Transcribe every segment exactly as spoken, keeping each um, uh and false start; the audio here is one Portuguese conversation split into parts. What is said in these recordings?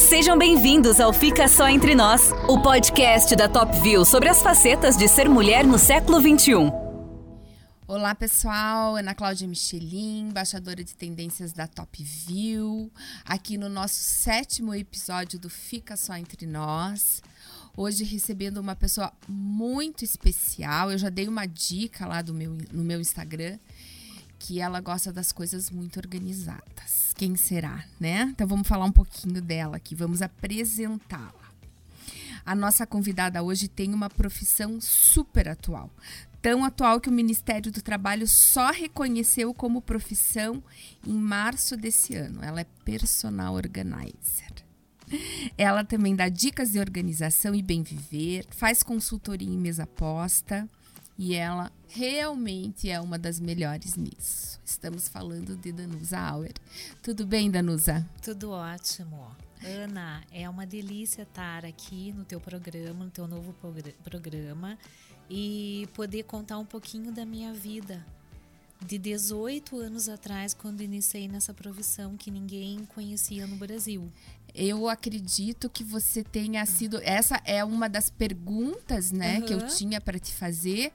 Sejam bem-vindos ao Fica Só Entre Nós, o podcast da Top View sobre as facetas de ser mulher no século vinte e um. Olá pessoal, Ana Cláudia Michelin, embaixadora de tendências da Top View, aqui no nosso sétimo episódio do Fica Só Entre Nós. Hoje recebendo uma pessoa muito especial, eu já dei uma dica lá do meu, no meu Instagram, que ela gosta das coisas muito organizadas. Quem será, né? Então vamos falar um pouquinho dela aqui, vamos apresentá-la. A nossa convidada hoje tem uma profissão super atual. Tão atual que o Ministério do Trabalho só reconheceu como profissão em março desse ano. Ela é personal organizer. Ela também dá dicas de organização e bem viver, faz consultoria em mesa posta e ela realmente é uma das melhores nisso. Estamos falando de Danusa Auer. Tudo bem, Danusa? Tudo ótimo. Ana, é uma delícia estar aqui no teu programa, no teu novo programa e poder contar um pouquinho da minha vida. De dezoito anos atrás, quando iniciei nessa profissão que ninguém conhecia no Brasil. Eu acredito que você tenha sido... Essa é uma das perguntas, né, uhum. que eu tinha para te fazer,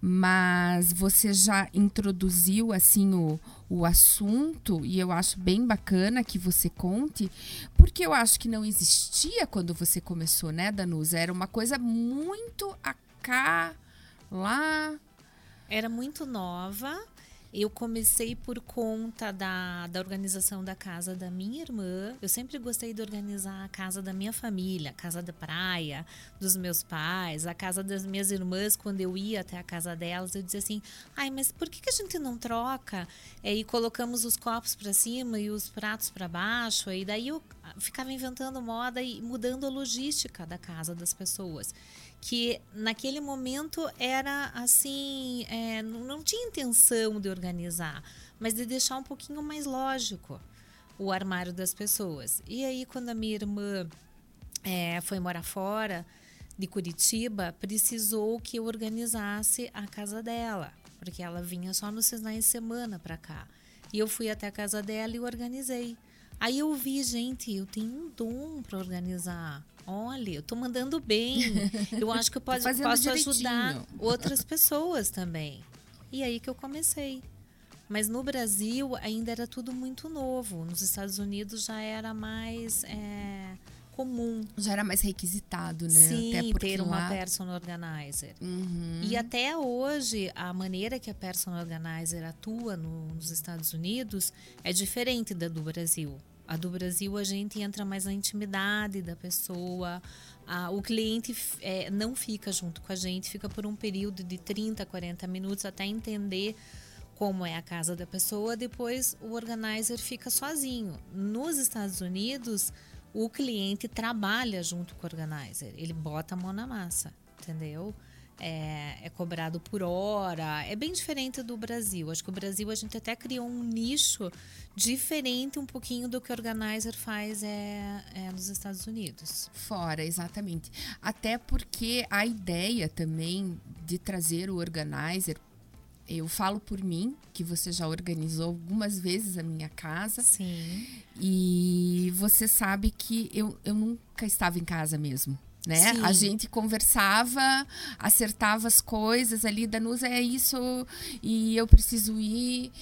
mas você já introduziu, assim, o, o assunto e eu acho bem bacana que você conte, porque eu acho que não existia quando você começou, né, Danusa? Era uma coisa muito acá, lá... Era muito nova. Eu comecei por conta da, da organização da casa da minha irmã. Eu sempre gostei de organizar a casa da minha família, a casa da praia, dos meus pais, a casa das minhas irmãs. Quando eu ia até a casa delas, eu dizia assim, ai, mas por que, que a gente não troca? É, e colocamos os copos para cima e os pratos para baixo. E daí eu ficava inventando moda e mudando a logística da casa das pessoas. Que naquele momento era assim, é, não tinha intenção de organizar, mas de deixar um pouquinho mais lógico o armário das pessoas. E aí, quando a minha irmã é, foi morar fora de Curitiba, precisou que eu organizasse a casa dela, porque ela vinha só nos finais de semana para cá. E eu fui até a casa dela e organizei. Aí eu vi, gente, eu tenho um dom para organizar. Olha, eu tô mandando bem. Eu acho que eu posso, posso ajudar outras pessoas também. E aí que eu comecei. Mas no Brasil ainda era tudo muito novo. Nos Estados Unidos já era mais é, comum. Já era mais requisitado, né? Sim, até ter uma lá... personal organizer. Uhum. E até hoje, a maneira que a personal organizer atua no, nos Estados Unidos é diferente da do Brasil. A do Brasil, a gente entra mais na intimidade da pessoa. Ah, o cliente é, não fica junto com a gente, fica por um período de trinta, quarenta minutos até entender como é a casa da pessoa. Depois, o organizer fica sozinho. Nos Estados Unidos, o cliente trabalha junto com o organizer. Ele bota a mão na massa, entendeu? É, é cobrado por hora, é bem diferente do Brasil. Acho que o Brasil a gente até criou um nicho diferente um pouquinho do que o organizer faz é, é nos Estados Unidos. Fora, exatamente. Até porque a ideia também de trazer o organizer, eu falo por mim, que você já organizou algumas vezes a minha casa. Sim. E você sabe que eu, eu nunca estava em casa mesmo. Né? A gente conversava, acertava as coisas ali, Danusa, é isso e eu preciso ir.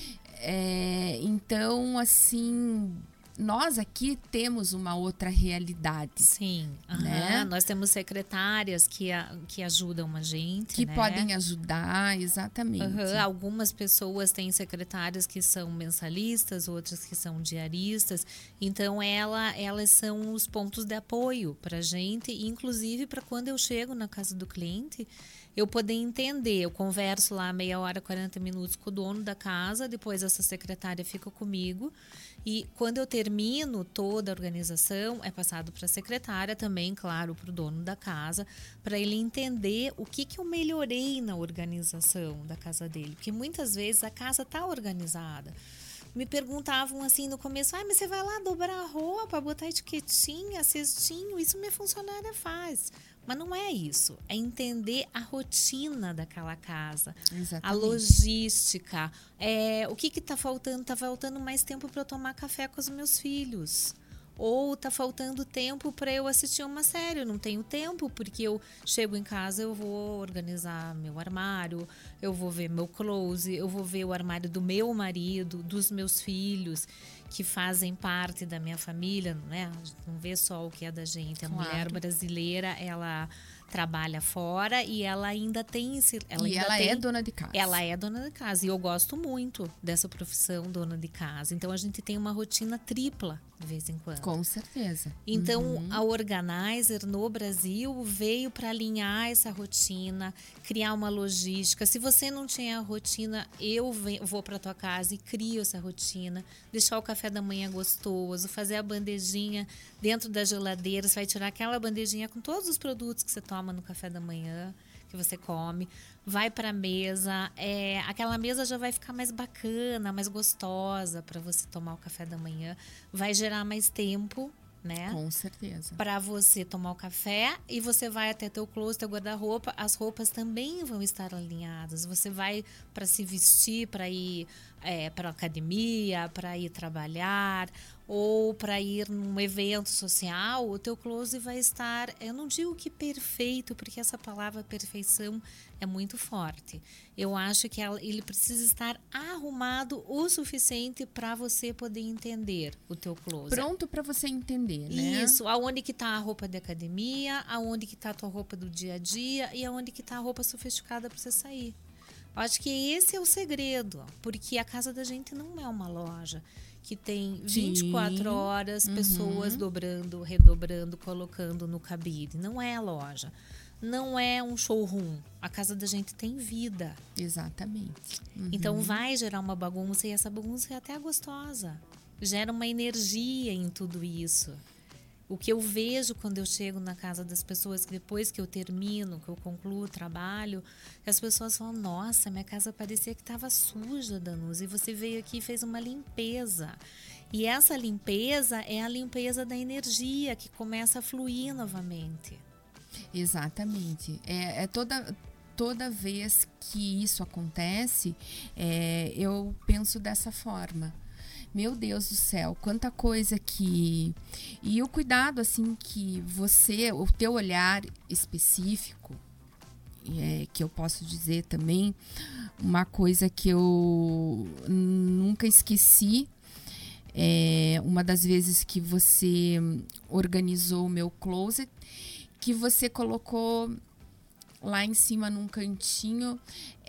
É, então, assim, nós aqui temos uma outra realidade. Sim, né? Nós temos secretárias que, a, que ajudam a gente. Que né? podem ajudar, exatamente. Uhum. Algumas pessoas têm secretárias que são mensalistas, outras que são diaristas. Então, ela, elas são os pontos de apoio para a gente, inclusive para quando eu chego na casa do cliente, eu poder entender. Eu converso lá meia hora, quarenta minutos com o dono da casa, depois essa secretária fica comigo. E quando eu termino toda a organização, é passado para a secretária também, claro, para o dono da casa, para ele entender o que, que eu melhorei na organização da casa dele. Porque muitas vezes a casa está organizada. Me perguntavam assim no começo, ah, mas você vai lá dobrar a roupa, botar etiquetinha, cestinho, isso minha funcionária faz. Mas não é isso, é entender a rotina daquela casa, exatamente. A logística, é, o que está faltando? Está faltando mais tempo para eu tomar café com os meus filhos. Ou tá faltando tempo para eu assistir uma série, eu não tenho tempo, porque eu chego em casa, eu vou organizar meu armário, eu vou ver meu closet, eu vou ver o armário do meu marido, dos meus filhos, que fazem parte da minha família, né? A gente não vê só o que é da gente. A Claro. mulher brasileira, ela trabalha fora e ela ainda tem esse, ela e ainda ela tem, é dona de casa. ela é dona de casa, e eu gosto muito dessa profissão, dona de casa. Então a gente tem uma rotina tripla de vez em quando. Com certeza. Então, Uhum. a Organizer no Brasil veio para alinhar essa rotina, criar uma logística. Se você não tinha a rotina, eu venho, vou para tua casa e crio essa rotina. Deixar o café da manhã gostoso, fazer a bandejinha dentro da geladeira. Você vai tirar aquela bandejinha com todos os produtos que você toma no café da manhã, que você come. Vai para a mesa. É, aquela mesa já vai ficar mais bacana, mais gostosa para você tomar o café da manhã. Vai gerar mais tempo, né? Com certeza. Para você tomar o café, e você vai até teu closet, teu guarda-roupa, as roupas também vão estar alinhadas. Você vai para se vestir, para ir é, para academia, para ir trabalhar, ou para ir num evento social, o teu closet vai estar, eu não digo que perfeito, porque essa palavra perfeição é muito forte. Eu acho que ela, ele precisa estar arrumado o suficiente para você poder entender o teu closet. Pronto para você entender, né? Isso, aonde que tá a roupa de academia, aonde que tá a tua roupa do dia a dia e aonde que tá a roupa sofisticada para você sair. Eu acho que esse é o segredo, porque a casa da gente não é uma loja que tem vinte e quatro Sim. horas, Uhum. pessoas dobrando, redobrando, colocando no cabide. Não é a loja, não é um showroom. A casa da gente tem vida. Exatamente. Uhum. Então vai gerar uma bagunça, e essa bagunça é até gostosa. Gera uma energia em tudo isso. O que eu vejo quando eu chego na casa das pessoas, que depois que eu termino, que eu concluo o trabalho, as pessoas falam: nossa, minha casa parecia que estava suja, Danusa, e você veio aqui e fez uma limpeza. E essa limpeza é a limpeza da energia que começa a fluir novamente. Exatamente. É, é toda, toda vez que isso acontece, é, eu penso dessa forma. Meu Deus do céu, quanta coisa que... E o cuidado, assim, que você, o teu olhar específico, é, que eu posso dizer também, uma coisa que eu nunca esqueci, é uma das vezes que você organizou o meu closet, que você colocou lá em cima num cantinho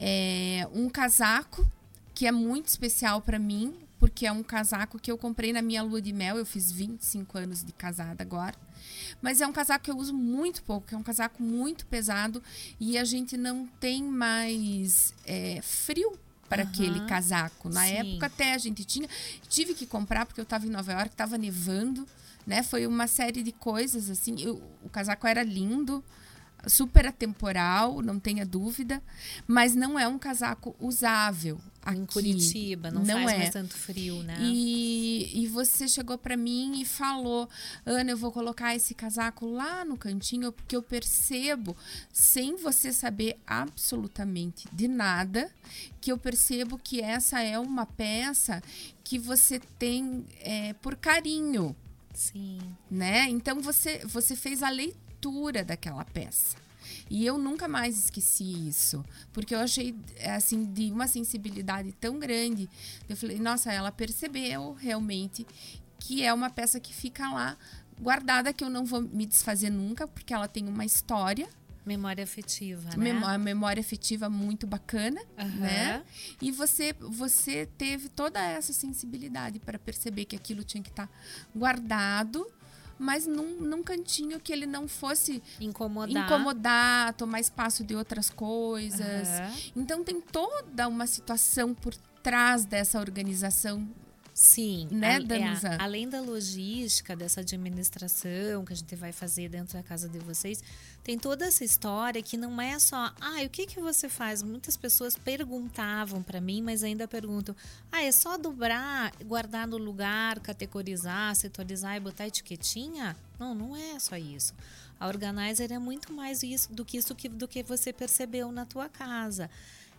é, um casaco que é muito especial para mim, porque é um casaco que eu comprei na minha lua de mel. Eu fiz vinte e cinco anos de casada agora. Mas é um casaco que eu uso muito pouco, é um casaco muito pesado e a gente não tem mais é, frio para Uhum. aquele casaco. Na Sim. época até a gente tinha, tive que comprar porque eu estava em Nova York, estava nevando, né? Foi uma série de coisas assim. Eu, o casaco era lindo, super atemporal, não tenha dúvida, mas não é um casaco usável aqui. Em Curitiba, não, não faz é. mais tanto frio, né? E, e você chegou para mim e falou: Ana, eu vou colocar esse casaco lá no cantinho, porque eu percebo, sem você saber absolutamente de nada, que eu percebo que essa é uma peça que você tem é, por carinho, Sim. né? Então você, você fez a leitura daquela peça. E eu nunca mais esqueci isso, porque eu achei, assim, de uma sensibilidade tão grande. Eu falei: nossa, ela percebeu realmente que é uma peça que fica lá guardada, que eu não vou me desfazer nunca, porque ela tem uma história. Memória afetiva, né? Memória, memória afetiva muito bacana, Uhum. né? E você, você teve toda essa sensibilidade para perceber que aquilo tinha que estar guardado, mas num, num cantinho que ele não fosse Incomodar. incomodar, tomar espaço de outras coisas. Uhum. Então tem toda uma situação por trás dessa organização. Sim, Né, a- Danusa? é, além da logística, dessa administração que a gente vai fazer dentro da casa de vocês, tem toda essa história que não é só, ah, o que que você faz? Muitas pessoas perguntavam para mim, mas ainda perguntam, ah, é só dobrar, guardar no lugar, categorizar, setorizar e botar etiquetinha? Não, não é só isso. A Organizer é muito mais isso do que isso que, do que você percebeu na tua casa.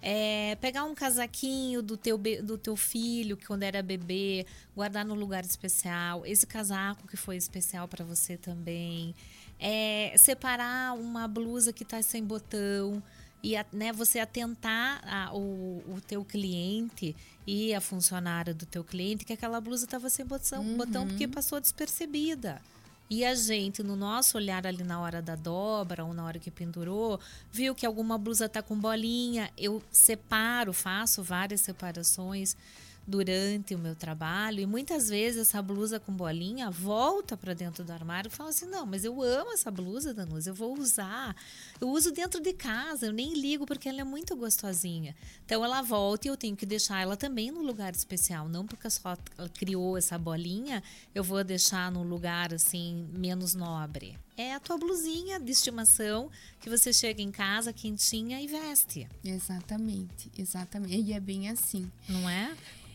É, pegar um casaquinho do teu, do teu filho, que quando era bebê, guardar no lugar especial. Esse casaco que foi especial para você também. É, separar uma blusa que está sem botão. E né, você atentar a, o, o teu cliente e a funcionária do teu cliente que aquela blusa estava sem botão, uhum. botão porque passou despercebida. E a gente, no nosso olhar ali na hora da dobra ou na hora que pendurou, viu que alguma blusa tá com bolinha. Eu separo, faço várias separações durante o meu trabalho. E muitas vezes essa blusa com bolinha volta para dentro do armário e fala assim, não, mas eu amo essa blusa, Danusa, eu vou usar. Eu uso dentro de casa, eu nem ligo porque ela é muito gostosinha. Então ela volta e eu tenho que deixar ela também no lugar especial. Não porque só ela criou essa bolinha, eu vou deixar num lugar assim menos nobre. É a tua blusinha de estimação que você chega em casa quentinha e veste. Exatamente, exatamente. E é bem assim. Não é?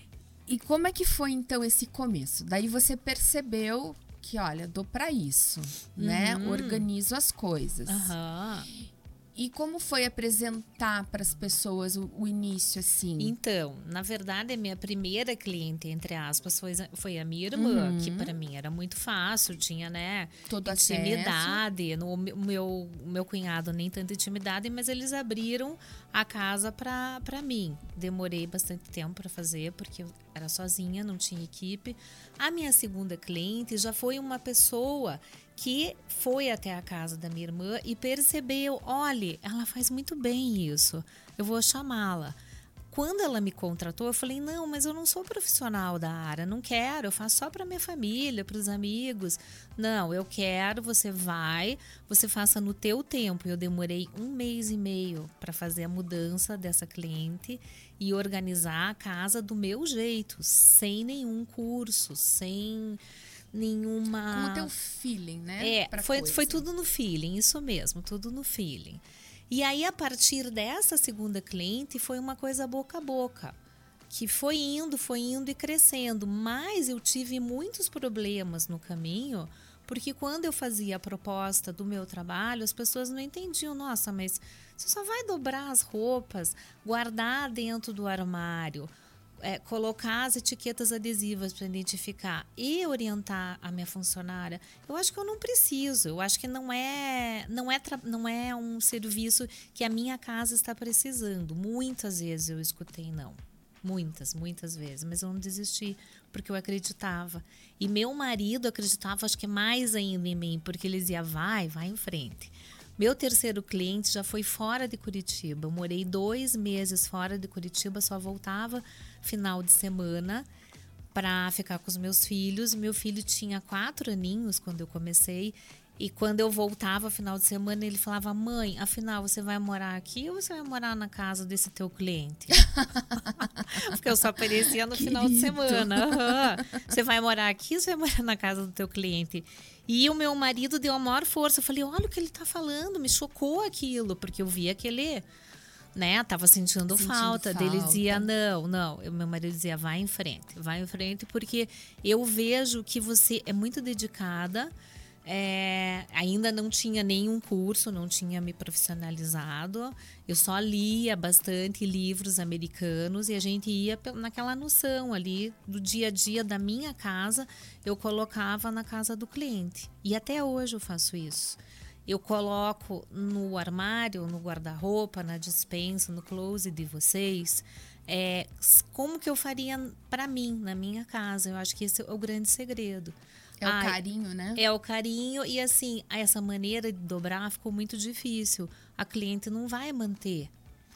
E como é que foi, então, esse começo? Daí você percebeu que, olha, dou pra isso, uhum. né? Organizo as coisas. Uhum. E como foi apresentar para as pessoas o, o início, assim? Então, na verdade, a minha primeira cliente, entre aspas, foi, foi a minha irmã, uhum. que para mim era muito fácil, tinha, né, todo intimidade. Acesso. No meu, meu cunhado nem tanta intimidade, mas eles abriram a casa para mim. Demorei bastante tempo para fazer, porque eu era sozinha, não tinha equipe. A minha segunda cliente já foi uma pessoa que foi até a casa da minha irmã e percebeu, olha, ela faz muito bem isso, eu vou chamá-la. Quando ela me contratou, eu falei, não, mas eu não sou profissional da área, não quero, eu faço só para minha família, para os amigos. Não, eu quero, você vai, você faça no teu tempo. Eu demorei um mês e meio para fazer a mudança dessa cliente e organizar a casa do meu jeito, sem nenhum curso, sem nenhuma... Como ter o feeling, né? É, foi, foi tudo no feeling, isso mesmo, tudo no feeling. E aí, a partir dessa segunda cliente, foi uma coisa boca a boca, que foi indo, foi indo e crescendo. Mas eu tive muitos problemas no caminho, porque quando eu fazia a proposta do meu trabalho, as pessoas não entendiam. Nossa, mas você só vai dobrar as roupas, guardar dentro do armário, É, colocar as etiquetas adesivas para identificar e orientar a minha funcionária, eu acho que eu não preciso. Eu acho que não é, não é, não é um serviço que a minha casa está precisando. Muitas vezes eu escutei não. Muitas, muitas vezes. Mas eu não desisti, porque eu acreditava. E meu marido acreditava, acho que mais ainda em mim, porque ele dizia, vai, vai em frente. Meu terceiro cliente já foi fora de Curitiba. Eu morei dois meses fora de Curitiba, só voltava final de semana para ficar com os meus filhos. Meu filho tinha quatro aninhos quando eu comecei. E quando eu voltava final de semana, ele falava, mãe, afinal, você vai morar aqui ou você vai morar na casa desse teu cliente? Porque eu só aparecia no final de semana. Uhum. Você vai morar aqui ou você vai morar na casa do teu cliente? E o meu marido deu a maior força. Eu falei, olha o que ele tá falando, me chocou aquilo, porque eu via que ele, né, tava sentindo, sentindo falta. falta. Ele dizia, não, não. O meu marido dizia, vai em frente, vai em frente, porque eu vejo que você é muito dedicada. É, ainda não tinha nenhum curso, não tinha me profissionalizado. Eu só lia bastante livros americanos e a gente ia naquela noção ali do dia a dia da minha casa, eu colocava na casa do cliente. E até hoje eu faço isso. Eu coloco no armário, no guarda-roupa, na despensa, no closet de vocês, é, como que eu faria para mim, na minha casa. Eu acho que esse é o grande segredo. É o Ai, carinho, né? É o carinho e assim, essa maneira de dobrar ficou muito difícil. A cliente não vai manter.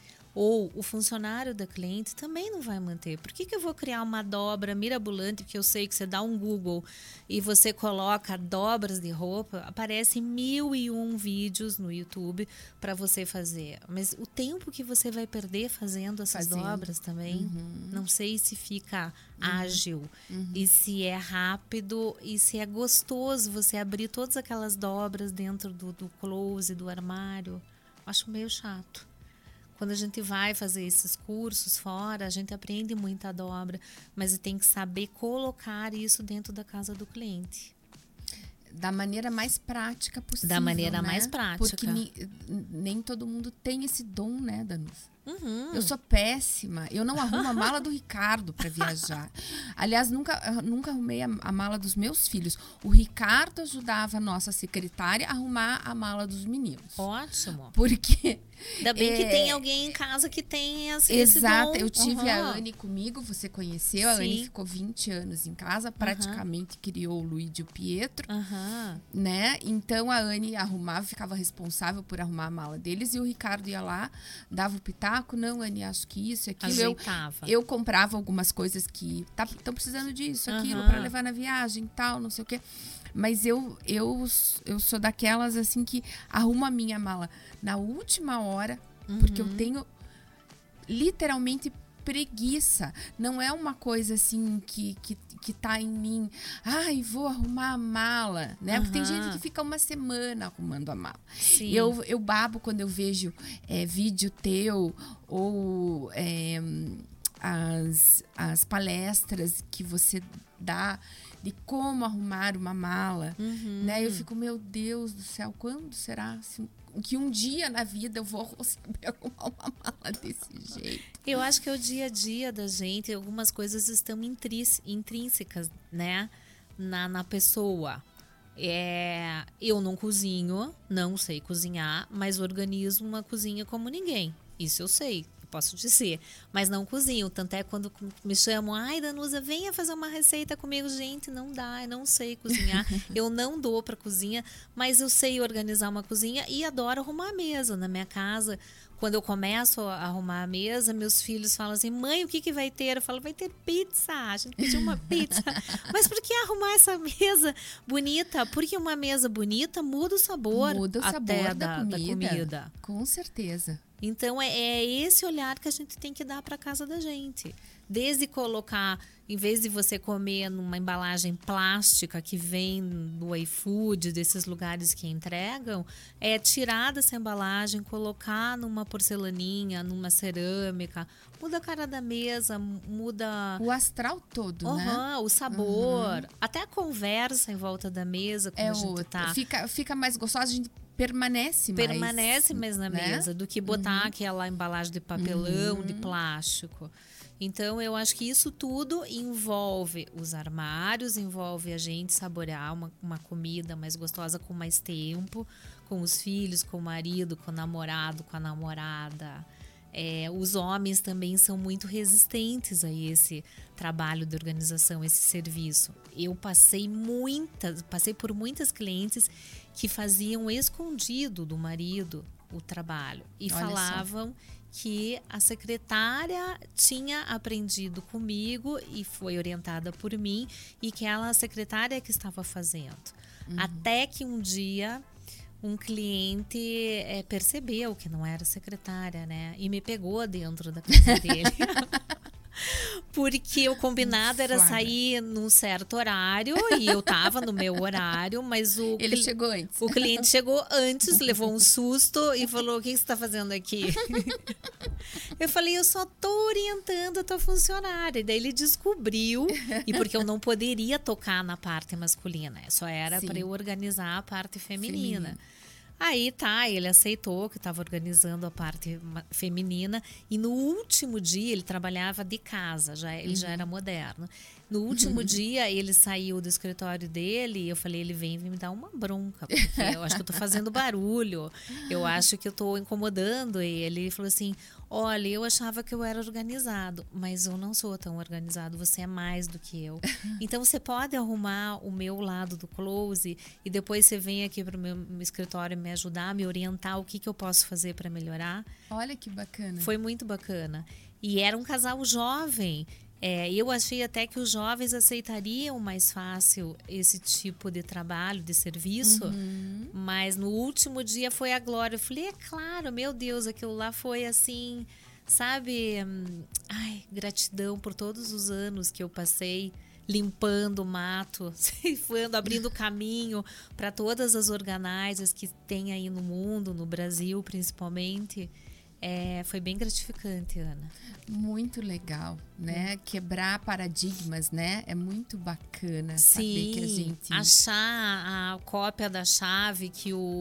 Ou o funcionário da cliente também não vai manter. Por que que eu vou criar uma dobra mirabolante que eu sei que você dá um Google e você coloca dobras de roupa, aparecem mil e um vídeos no YouTube para você fazer. Mas o tempo que você vai perder fazendo essas fazendo. dobras também, uhum. não sei se fica uhum. ágil uhum. e se é rápido e se é gostoso você abrir todas aquelas dobras dentro do, do closet, do armário. Acho meio chato. Quando a gente vai fazer esses cursos fora, a gente aprende muita dobra, mas tem que saber colocar isso dentro da casa do cliente. Da maneira mais prática possível, Da maneira né? mais prática. Porque nem, nem todo mundo tem esse dom, né, Danusa? Uhum. Eu sou péssima. Eu não arrumo a mala do Ricardo para viajar. Aliás, nunca, nunca arrumei a, a mala dos meus filhos. O Ricardo ajudava a nossa secretária a arrumar a mala dos meninos. Ótimo. Porque... Ainda bem é, que tem alguém em casa que tem esse, exato, esse dom. Eu tive uhum. a Anne comigo, você conheceu. A Sim. Anne ficou vinte anos em casa, praticamente uhum. criou o Luigi e o Pietro, uhum. né? Então a Anne arrumava, ficava responsável por arrumar a mala deles, e o Ricardo ia lá, dava o pitaco. Não, Anne, acho que isso, aquilo. Ajeitava. Eu, eu comprava algumas coisas que estão tá, precisando disso, aquilo, uhum. para levar na viagem e tal, não sei o quê. Mas eu, eu, eu sou daquelas assim que arrumo a minha mala na última hora, uhum. porque eu tenho literalmente preguiça. Não é uma coisa assim que, que, que tá em mim. Ai, vou arrumar a mala, né? Porque uhum. tem gente que fica uma semana arrumando a mala. Sim. Eu, eu babo quando eu vejo é, vídeo teu ou é, as, as palestras que você dá de como arrumar uma mala, uhum. né? Eu fico, meu Deus do céu, quando será assim, que um dia na vida eu vou saber arrumar uma mala desse jeito? Eu acho que é o dia a dia da gente, algumas coisas estão intrínsecas, né? Na, na pessoa. É, eu não cozinho, não sei cozinhar, mas organizo uma cozinha como ninguém. Isso eu sei. Posso dizer, mas não cozinho. Tanto é quando me chamam, ai, Danusa, venha fazer uma receita comigo. Gente, não dá, eu não sei cozinhar. Eu não dou para cozinha, mas eu sei organizar uma cozinha e adoro arrumar a mesa na minha casa. Quando eu começo a arrumar a mesa, meus filhos falam assim, mãe, o que, que vai ter? Eu falo, vai ter pizza, a gente pediu uma pizza. Mas por que arrumar essa mesa bonita? Porque uma mesa bonita muda o sabor, muda o sabor até da, da, comida. da comida. Com certeza. Então, é, é esse olhar que a gente tem que dar para casa da gente. Desde colocar, em vez de você comer numa embalagem plástica que vem do iFood, desses lugares que entregam, é tirar dessa embalagem, colocar numa porcelaninha, numa cerâmica. Muda a cara da mesa, muda... o astral todo, uhum, né? O sabor. Uhum. Até a conversa em volta da mesa, quando é a gente outra. tá... Fica, fica mais gostosa, a gente... permanece mais. Permanece mais na né? mesa do que botar uhum. aquela embalagem de papelão, uhum. de plástico. Então, eu acho que isso tudo envolve os armários, envolve a gente saborear uma, uma comida mais gostosa com mais tempo, com os filhos, com o marido, com o namorado, com a namorada. É, os homens também são muito resistentes a esse trabalho de organização, esse serviço. Eu passei muitas, passei por muitas clientes que faziam escondido do marido o trabalho e Olha falavam só. que a secretária tinha aprendido comigo e foi orientada por mim e que ela, a secretária, que estava fazendo. Uhum. Até que um dia um cliente é, percebeu que não era secretária, né? E me pegou dentro da casa dele. Porque o combinado era sair num certo horário e eu tava no meu horário, mas o... Ele cli- chegou antes. O cliente chegou antes, levou um susto e falou, o que você tá fazendo aqui? Eu falei, eu só tô orientando a tua funcionária. E daí ele descobriu, e porque eu não poderia tocar na parte masculina, só era para eu organizar a parte feminina. feminina. Aí tá, ele aceitou que estava organizando a parte feminina e no último dia ele trabalhava de casa, já, ele uhum. já era moderno. No último uhum. dia ele saiu do escritório dele e eu falei, ele vem me dar uma bronca, porque eu acho que eu tô fazendo barulho, eu acho que eu tô incomodando ele. Ele falou assim, olha, eu achava que eu era organizado, mas eu não sou tão organizado, você é mais do que eu. Então você pode arrumar o meu lado do close e depois você vem aqui pro meu, meu escritório me ajudar, me orientar o que, que eu posso fazer para melhorar. Olha que bacana. Foi muito bacana. E era um casal jovem. É, eu achei até que os jovens aceitariam mais fácil esse tipo de trabalho, de serviço, uhum. mas no último dia foi a glória. Eu falei, é claro, meu Deus, aquilo lá foi assim, sabe? Ai, gratidão por todos os anos que eu passei limpando o mato, ceifando, abrindo caminho para todas as organizers que tem aí no mundo, no Brasil principalmente. É, foi bem gratificante, Ana. Muito legal, né? Hum. Quebrar paradigmas, né? É muito bacana Sim, saber que a gente... achar a cópia da chave que o,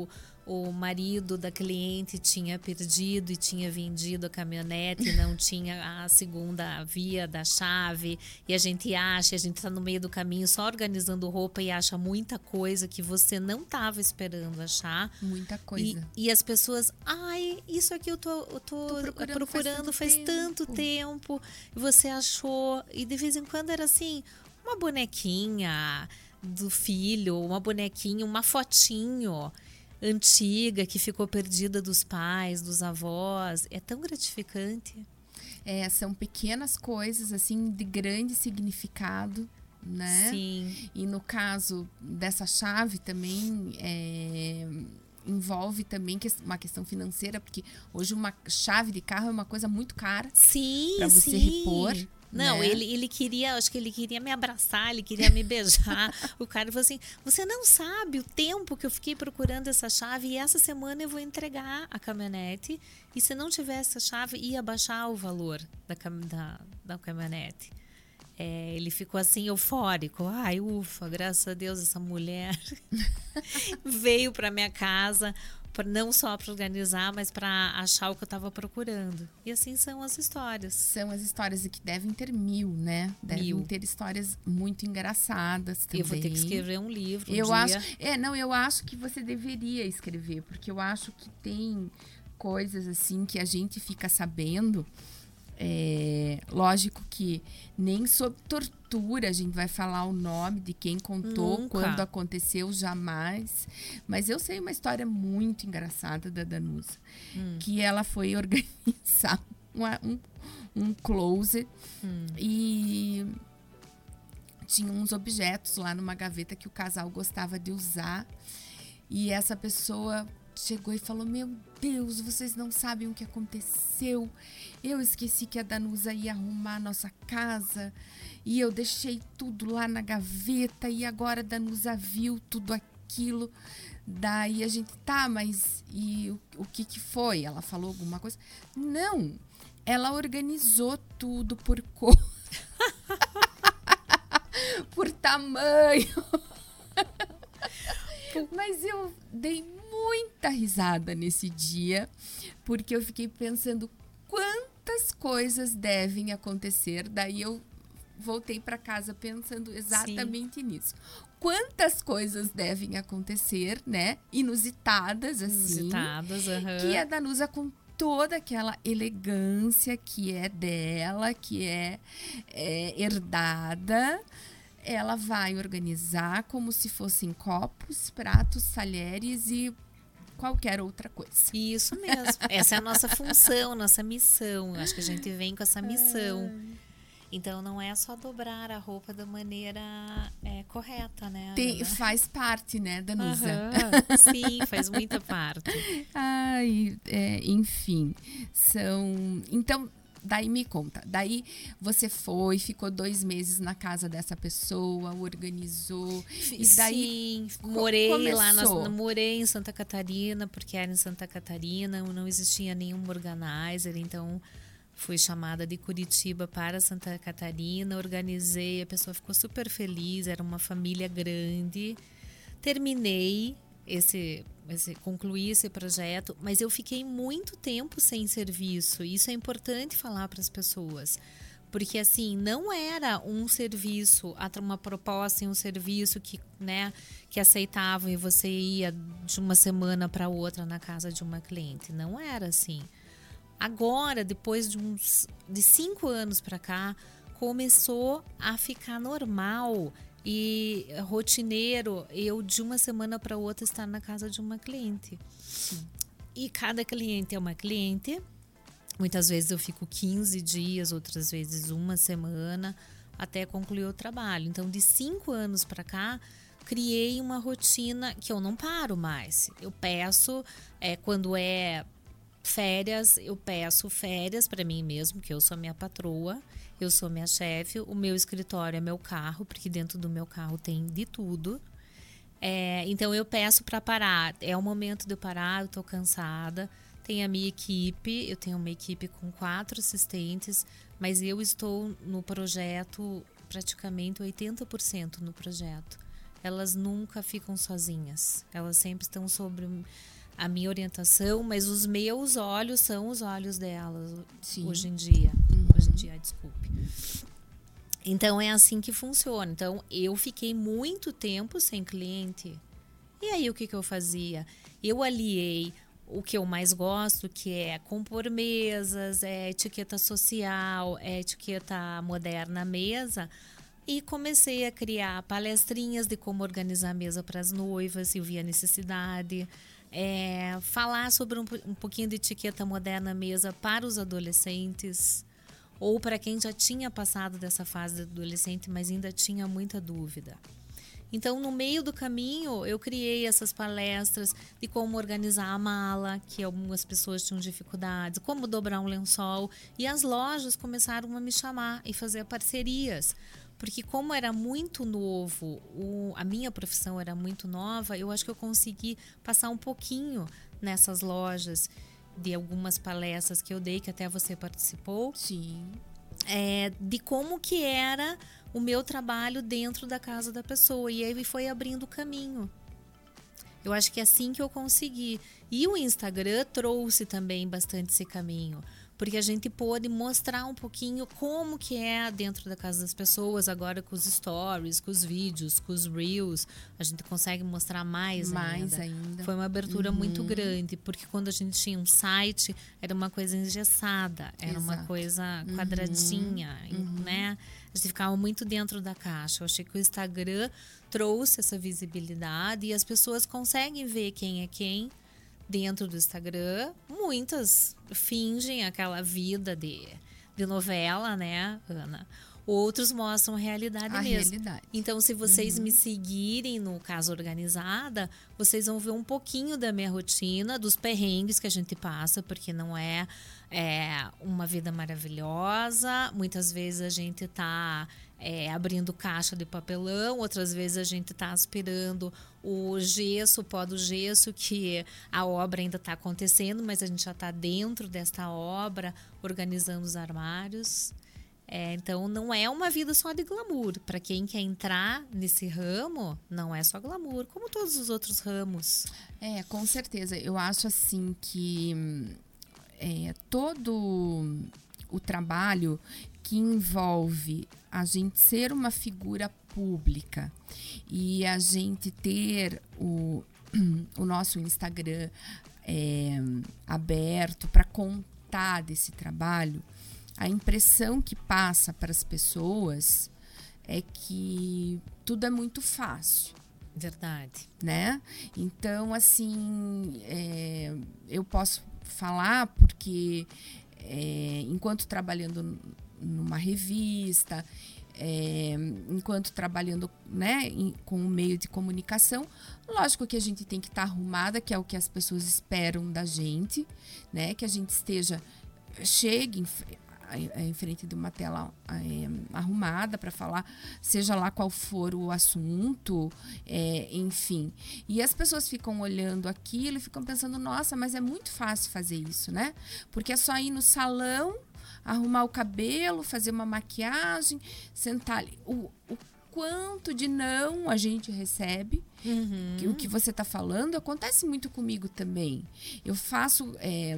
o marido da cliente tinha perdido e tinha vendido a caminhonete, não tinha a segunda via da chave, e a gente acha, a gente está no meio do caminho só organizando roupa e acha muita coisa que você não estava esperando achar. Muita coisa. E, e as pessoas, ai, isso aqui eu tô, eu tô, tô procurando, procurando faz, tanto, faz tanto tempo. tempo, e você achou, e de vez em quando era assim, uma bonequinha do filho, uma bonequinha, uma fotinho antiga que ficou perdida dos pais, dos avós. É tão gratificante. É, são pequenas coisas assim de grande significado, né? Sim. E no caso dessa chave também é, envolve também uma questão financeira, porque hoje uma chave de carro é uma coisa muito cara. Sim, para você sim. repor. Não, né? ele, ele queria, acho que ele queria me abraçar, ele queria me beijar. O cara falou assim, você não sabe o tempo que eu fiquei procurando essa chave e essa semana eu vou entregar a caminhonete e se não tivesse essa chave ia baixar o valor da, da, da caminhonete. É, ele ficou assim eufórico. Ai, ufa, graças a Deus essa mulher veio para minha casa, pra, não só para organizar, mas para achar o que eu estava procurando. E assim são as histórias. São as histórias que devem ter mil, né? Devem mil. ter histórias muito engraçadas também. Eu vou ter que escrever um livro um eu dia. acho, é, não, eu acho que você deveria escrever, porque eu acho que tem coisas assim que a gente fica sabendo. É, lógico que nem sob tortura a gente vai falar o nome de quem contou, Nunca. quando aconteceu, jamais. Mas eu sei uma história muito engraçada da Danusa, hum. que ela foi organizar uma, um, um closet hum. e tinha uns objetos lá numa gaveta que o casal gostava de usar. E essa pessoa chegou e falou, meu Deus, vocês não sabem o que aconteceu. Eu esqueci que a Danusa ia arrumar a nossa casa e eu deixei tudo lá na gaveta e agora a Danusa viu tudo aquilo. Daí a gente, tá, mas e o, o que que foi? Ela falou alguma coisa? Não, ela organizou tudo por cor, por tamanho. Mas eu dei muita risada nesse dia, porque eu fiquei pensando quantas coisas devem acontecer. Daí eu voltei para casa pensando exatamente Sim. nisso. Quantas coisas devem acontecer, né? Inusitadas, assim. Inusitadas, aham. Que a Danusa, com toda aquela elegância que é dela, que é, é herdada, ela vai organizar como se fossem copos, pratos, talheres e qualquer outra coisa. Isso mesmo. Essa é a nossa função, nossa missão. Acho que a gente vem com essa missão. Então, não é só dobrar a roupa da maneira é, correta, né? Tem, faz parte, né, Danusa? Uhum. Sim, faz muita parte. Ai, é, enfim, são... Então... Daí me conta, daí você foi, ficou dois meses na casa dessa pessoa, organizou, e daí Sim, morei começou. lá, nós, morei em Santa Catarina, porque era em Santa Catarina, não existia nenhum organizer, então fui chamada de Curitiba para Santa Catarina, organizei, a pessoa ficou super feliz, era uma família grande, terminei esse... Esse, concluí esse projeto, mas eu fiquei muito tempo sem serviço. Isso é importante falar para as pessoas, porque assim não era um serviço, uma proposta em um serviço que, né, que aceitavam e você ia de uma semana para outra na casa de uma cliente. Não era assim. Agora, depois de uns de cinco anos para cá, começou a ficar normal e rotineiro eu de uma semana para outra estar na casa de uma cliente. Sim. E cada cliente é uma cliente. Muitas vezes eu fico quinze dias, outras vezes uma semana até concluir o trabalho. Então, de cinco anos para cá, criei uma rotina que eu não paro mais. Eu peço, é, quando é férias, eu peço férias para mim mesmo, que eu sou minha patroa. Eu sou minha chefe, o meu escritório é meu carro, porque dentro do meu carro tem de tudo. É, então, eu peço para parar. É o momento de eu parar, eu estou cansada. Tem a minha equipe, eu tenho uma equipe com quatro assistentes, mas eu estou no projeto praticamente oitenta por cento no projeto. Elas nunca ficam sozinhas. Elas sempre estão sobre a minha orientação, mas os meus olhos são os olhos delas. Sim. Hoje em dia. Uhum. Hoje em dia, desculpe. Então, é assim que funciona. Então, eu fiquei muito tempo sem cliente. E aí, o que, que eu fazia? Eu aliei o que eu mais gosto, que é compor mesas, é etiqueta social, é etiqueta moderna mesa. E comecei a criar palestrinhas de como organizar a mesa para as noivas, eu via necessidade. É, falar sobre um, um pouquinho de etiqueta moderna mesa para os adolescentes. Ou para quem já tinha passado dessa fase de adolescente, mas ainda tinha muita dúvida. Então, no meio do caminho, eu criei essas palestras de como organizar a mala, que algumas pessoas tinham dificuldades, como dobrar um lençol. E as lojas começaram a me chamar e fazer parcerias. Porque como era muito novo, o, a minha profissão era muito nova, eu acho que eu consegui passar um pouquinho nessas lojas de algumas palestras que eu dei, que até você participou. Sim. É, de como que era o meu trabalho dentro da casa da pessoa. E aí foi abrindo o caminho. Eu acho que é assim que eu consegui. E o Instagram trouxe também bastante esse caminho. Porque a gente pôde mostrar um pouquinho como que é dentro da casa das pessoas, agora com os stories, com os vídeos, com os reels, a gente consegue mostrar mais, mais ainda. ainda. Foi uma abertura uhum. muito grande, porque quando a gente tinha um site, era uma coisa engessada, era Exato. Uma coisa quadradinha, uhum. né? A gente ficava muito dentro da caixa. Eu achei que o Instagram trouxe essa visibilidade e as pessoas conseguem ver quem é quem. Dentro do Instagram, muitas fingem aquela vida de, de novela, né, Ana? Outros mostram a realidade a mesmo. Realidade. Então, se vocês uhum. me seguirem no Casa Organizada, vocês vão ver um pouquinho da minha rotina, dos perrengues que a gente passa, porque não é, é uma vida maravilhosa. Muitas vezes a gente está é, abrindo caixa de papelão, outras vezes a gente está aspirando o gesso, o pó do gesso, que a obra ainda está acontecendo, mas a gente já está dentro desta obra, organizando os armários. É, então, não é uma vida só de glamour. Para quem quer entrar nesse ramo, não é só glamour, como todos os outros ramos. É, com certeza. Eu acho assim que é, todo o trabalho que envolve a gente ser uma figura pública e a gente ter o, o nosso Instagram é, aberto para contar desse trabalho, a impressão que passa para as pessoas é que tudo é muito fácil. Verdade. Né? Então, assim, é, eu posso falar porque é, enquanto trabalhando numa revista, é, enquanto trabalhando, né, em, com o meio de comunicação, lógico que a gente tem que estar tá arrumada, que é o que as pessoas esperam da gente, né? Que a gente esteja, chegue em, em frente de uma tela é, arrumada para falar, seja lá qual for o assunto, é, enfim. E as pessoas ficam olhando aquilo e ficam pensando, nossa, mas é muito fácil fazer isso, né? Porque é só ir no salão, arrumar o cabelo, fazer uma maquiagem, sentar ali. O, o quanto de não a gente recebe, uhum. que o que você está falando acontece muito comigo também. Eu faço é,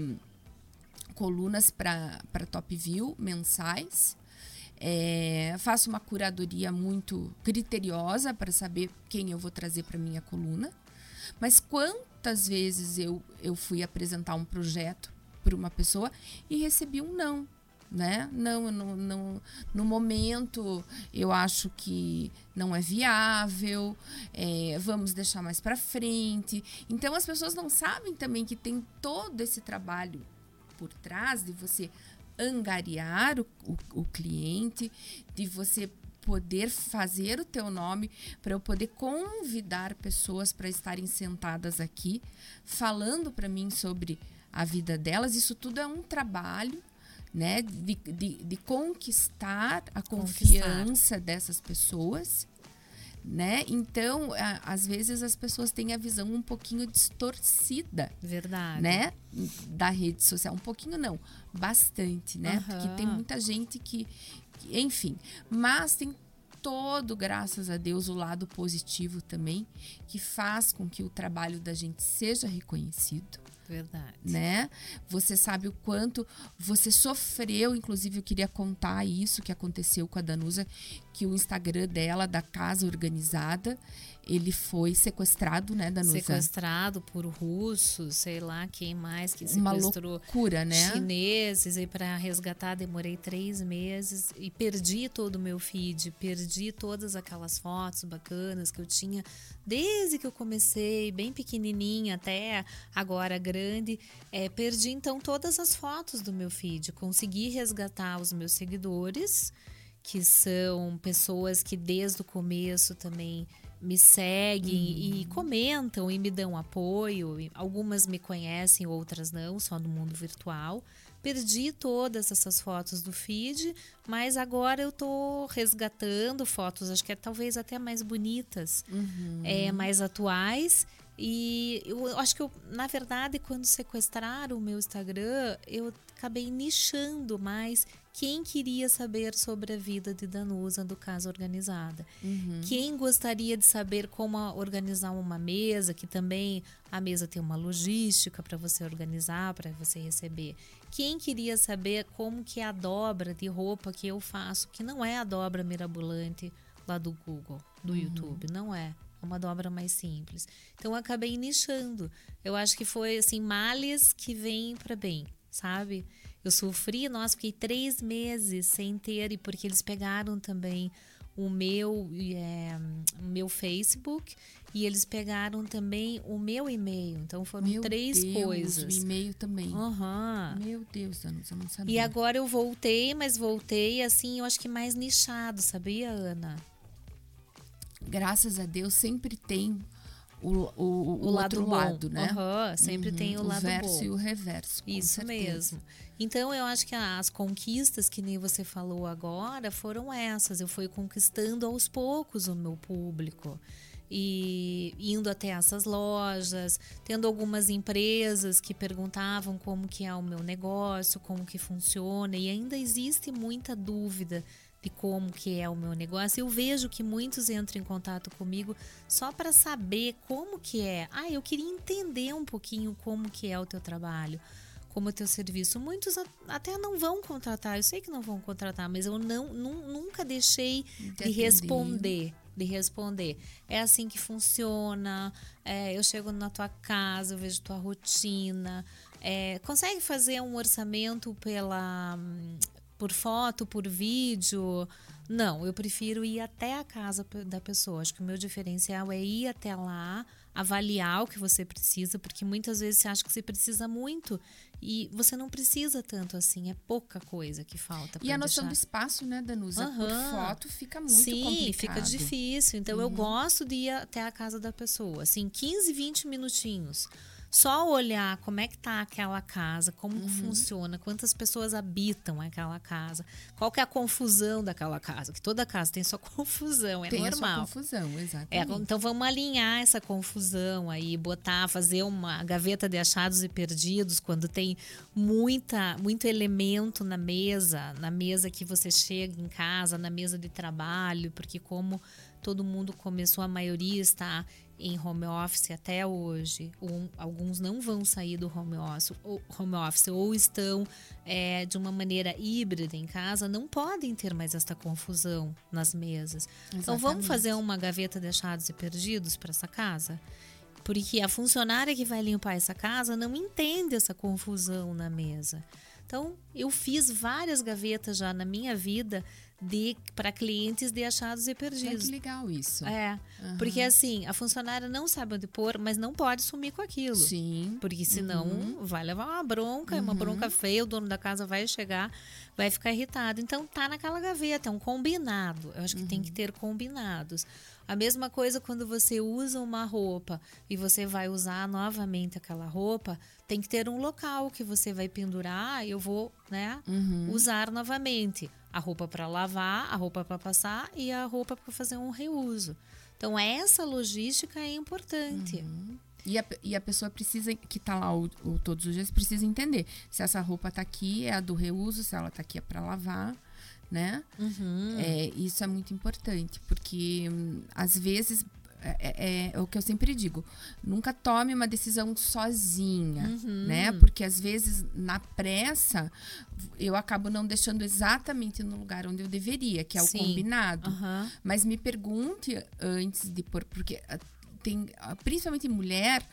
colunas para Top View mensais, é, faço uma curadoria muito criteriosa para saber quem eu vou trazer para minha coluna, mas quantas vezes eu, eu fui apresentar um projeto para uma pessoa e recebi um não. Né? Não, não, não, no momento eu acho que não é viável, é, vamos deixar mais para frente. Então as pessoas não sabem também que tem todo esse trabalho por trás de você angariar o, o, o cliente, de você poder fazer o teu nome, para eu poder convidar pessoas para estarem sentadas aqui falando para mim sobre a vida delas. Isso tudo é um trabalho, né, de, de, de conquistar a confiança conquistar. dessas pessoas, né? Então, a, às vezes as pessoas têm a visão um pouquinho distorcida, verdade, né, da rede social. Um pouquinho não, bastante, né? Uhum. Porque tem muita gente que, que, enfim, mas tem todo, graças a Deus, o lado positivo também, que faz com que o trabalho da gente seja reconhecido. Verdade. Né? Você sabe o quanto você sofreu, inclusive eu queria contar isso que aconteceu com a Danusa, que o Instagram dela, da Casa Organizada, ele foi sequestrado, né, Danusa? Sequestrado por russos, sei lá quem mais que Uma sequestrou. loucura, né? Chineses, e para resgatar demorei três meses e perdi todo o meu feed, perdi todas aquelas fotos bacanas que eu tinha desde que eu comecei, bem pequenininha até agora grande. É, perdi então todas as fotos do meu feed, consegui resgatar os meus seguidores, que são pessoas que desde o começo também me seguem uhum. e comentam e me dão apoio. Algumas me conhecem, outras não, só no mundo virtual. Perdi todas essas fotos do feed, mas agora eu tô resgatando fotos, acho que é talvez até mais bonitas, uhum. é, mais atuais. E eu acho que, eu, na verdade, quando sequestraram o meu Instagram, eu acabei nichando mais quem queria saber sobre a vida de Danusa do Casa Organizada. Uhum. Quem gostaria de saber como organizar uma mesa, que também a mesa tem uma logística para você organizar, para você receber. Quem queria saber como que é a dobra de roupa que eu faço, que não é a dobra mirabolante lá do Google, do uhum. YouTube, não é. É uma dobra mais simples. Então, eu acabei nichando. Eu acho que foi, assim, males que vêm para bem, sabe? Eu sofri, nossa, fiquei três meses sem ter, e porque eles pegaram também o meu, é, o meu Facebook e eles pegaram também o meu e-mail. Então, foram meu três Deus, coisas. O e-mail também. Uhum. Meu Deus, Danusa, eu não sabia. E agora eu voltei, mas voltei, assim, eu acho que mais nichado, sabia, Ana? Graças a Deus sempre tem o, o, o, o lado outro bom. lado, né? Uhum, sempre uhum, tem o, o lado bom. O verso e o reverso. Isso certeza. mesmo. Então eu acho que as conquistas que nem você falou agora foram essas. Eu fui conquistando aos poucos o meu público. E indo até essas lojas, tendo algumas empresas que perguntavam como que é o meu negócio, como que funciona. E ainda existe muita dúvida de como que é o meu negócio. Eu vejo que muitos entram em contato comigo só para saber como que é. Ah, eu queria entender um pouquinho como que é o teu trabalho, como é o teu serviço. Muitos até não vão contratar, eu sei que não vão contratar, mas eu não, nunca deixei de responder. De responder. É assim que funciona, é, eu chego na tua casa, eu vejo tua rotina. É, consegue fazer um orçamento pela... por foto, por vídeo? Não, eu prefiro ir até a casa da pessoa. Acho que o meu diferencial é ir até lá, avaliar o que você precisa, porque muitas vezes você acha que você precisa muito e você não precisa tanto assim, é pouca coisa que falta. E a noção deixar. do espaço, né, Danusa? Uhum. Por foto fica muito Sim, complicado. Sim, fica difícil. Então uhum. eu gosto de ir até a casa da pessoa, assim, quinze, vinte minutinhos. Só olhar como é que tá aquela casa, como uhum. funciona, quantas pessoas habitam aquela casa, qual que é a confusão daquela casa, que toda casa tem sua confusão, é tem normal. Tem a sua confusão, exatamente. É, então vamos alinhar essa confusão aí, botar, fazer uma gaveta de achados e perdidos, quando tem muita, muito elemento na mesa, na mesa que você chega em casa, na mesa de trabalho, porque como todo mundo começou, a maioria está em home office até hoje, um, alguns não vão sair do home office, ou, home office, ou estão é, de uma maneira híbrida em casa, não podem ter mais esta confusão nas mesas. Exatamente. Então vamos fazer uma gaveta de achados e perdidos para essa casa? Porque a funcionária que vai limpar essa casa não entende essa confusão na mesa. Então eu fiz várias gavetas já na minha vida para clientes de achados e perdidos. É que legal isso. É, uhum. Porque assim, a funcionária não sabe onde pôr, mas não pode sumir com aquilo. Sim. Porque senão uhum. vai levar uma bronca, uhum. uma bronca feia, o dono da casa vai chegar, vai ficar irritado. Então tá naquela gaveta, é um combinado. Eu acho que uhum. tem que ter combinados. A mesma coisa quando você usa uma roupa e você vai usar novamente aquela roupa, tem que ter um local que você vai pendurar, eu vou, né, uhum. usar novamente. A roupa para lavar, a roupa para passar e a roupa para fazer um reuso. Então, essa logística é importante. Uhum. E, a, e a pessoa precisa, que está lá o, o, todos os dias, precisa entender se essa roupa está aqui, é a do reuso, se ela está aqui é para lavar, né? Uhum. É, isso é muito importante, porque hum, às vezes é, é, é o que eu sempre digo, nunca tome uma decisão sozinha, Uhum. né? Porque às vezes na pressa eu acabo não deixando exatamente no lugar onde eu deveria, que é o Sim. combinado. Uhum. Mas me pergunte antes de pôr, porque tem, principalmente mulher,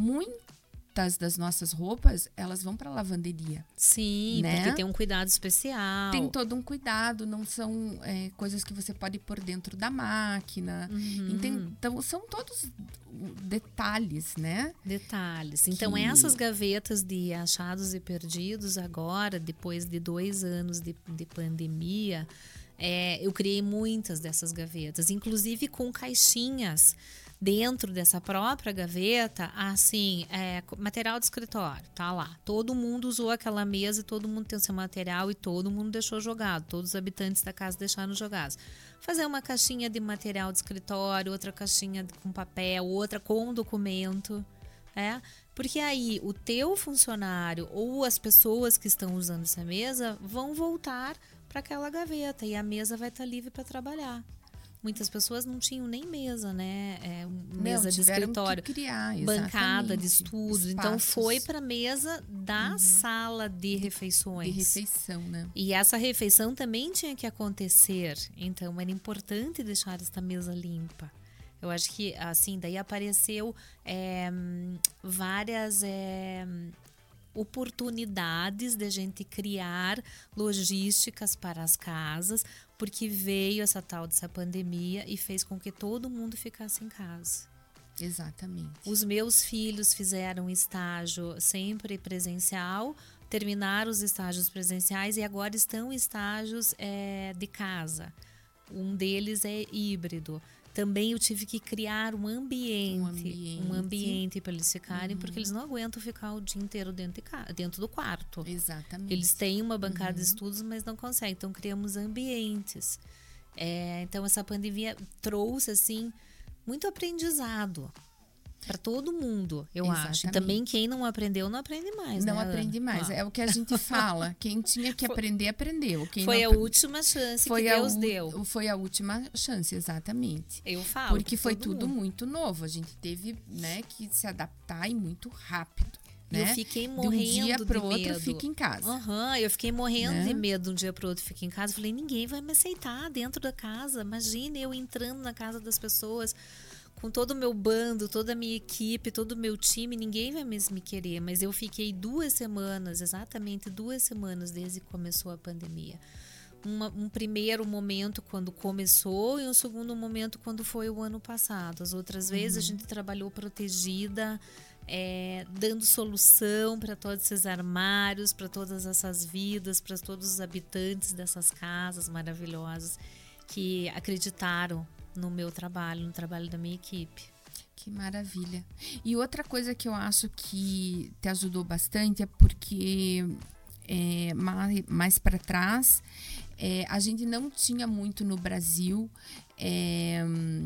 muitas das nossas roupas, elas vão para lavanderia. Sim, né? porque tem um cuidado especial. Tem todo um cuidado, não são é, coisas que você pode pôr dentro da máquina. Uhum. Então, são todos detalhes, né? Detalhes. Então, Que- essas gavetas de achados e perdidos agora, depois de dois anos de, de pandemia, é, eu criei muitas dessas gavetas, inclusive com caixinhas dentro dessa própria gaveta, assim, é, material de escritório, tá lá. Todo mundo usou aquela mesa e todo mundo tem o seu material e todo mundo deixou jogado. Todos os habitantes da casa deixaram jogados. Fazer uma caixinha de material de escritório, outra caixinha com papel, outra com documento, é? Porque aí o teu funcionário ou as pessoas que estão usando essa mesa vão voltar para aquela gaveta e a mesa vai estar livre para trabalhar. Muitas pessoas não tinham nem mesa, né? É, mesa Não, de tiveram escritório, que criar, bancada de exatamente, estudos. Então espaços foi para a mesa da sala de refeições. de refeição, né? E essa refeição também tinha que acontecer. Então era importante deixar esta mesa limpa. Eu acho que assim, daí apareceu é, várias é, oportunidades de a gente criar logísticas para as casas, porque veio essa tal dessa pandemia e fez com que todo mundo ficasse em casa. Exatamente. Os meus filhos fizeram estágio sempre presencial, terminaram os estágios presenciais e agora estão em estágios é, de casa. Um deles é híbrido. Também eu tive que criar um ambiente, Um ambiente. um ambiente para eles ficarem, uhum. porque eles não aguentam ficar o dia inteiro dentro, de casa, dentro do quarto. Exatamente. Eles têm uma bancada Uhum. de estudos, mas não conseguem. Então, criamos ambientes. É, então, essa pandemia trouxe, assim, muito aprendizado para todo mundo, eu Exatamente. acho. E também quem não aprendeu, não aprende mais, Não né, aprende Ana? mais. Ah. É o que a gente fala. Quem tinha que aprender, aprendeu. Quem Foi não a apre- última chance foi que a Deus u- deu. Foi a última chance, exatamente. Eu falo. Porque pra foi todo tudo mundo. muito novo. A gente teve, né, que se adaptar e muito rápido. Eu Né? fiquei De morrendo um dia de pro outro, medo. fica em casa. Aham, eu fiquei morrendo Né? de medo de um dia pro outro ficar em casa. Falei, ninguém vai me aceitar dentro da casa. Imagine eu entrando na casa das pessoas com todo o meu bando, toda a minha equipe, todo o meu time, ninguém vai mais me querer. Mas eu fiquei duas semanas, exatamente duas semanas desde que começou a pandemia. Uma, um primeiro momento quando começou e um segundo momento quando foi o ano passado. As outras vezes a gente trabalhou protegida, é, dando solução para todos esses armários, para todas essas vidas, para todos os habitantes dessas casas maravilhosas que acreditaram no meu trabalho, no trabalho da minha equipe. Que maravilha. E outra coisa que eu acho que te ajudou bastante é porque é, mais, mais para trás é, a gente não tinha muito no Brasil é,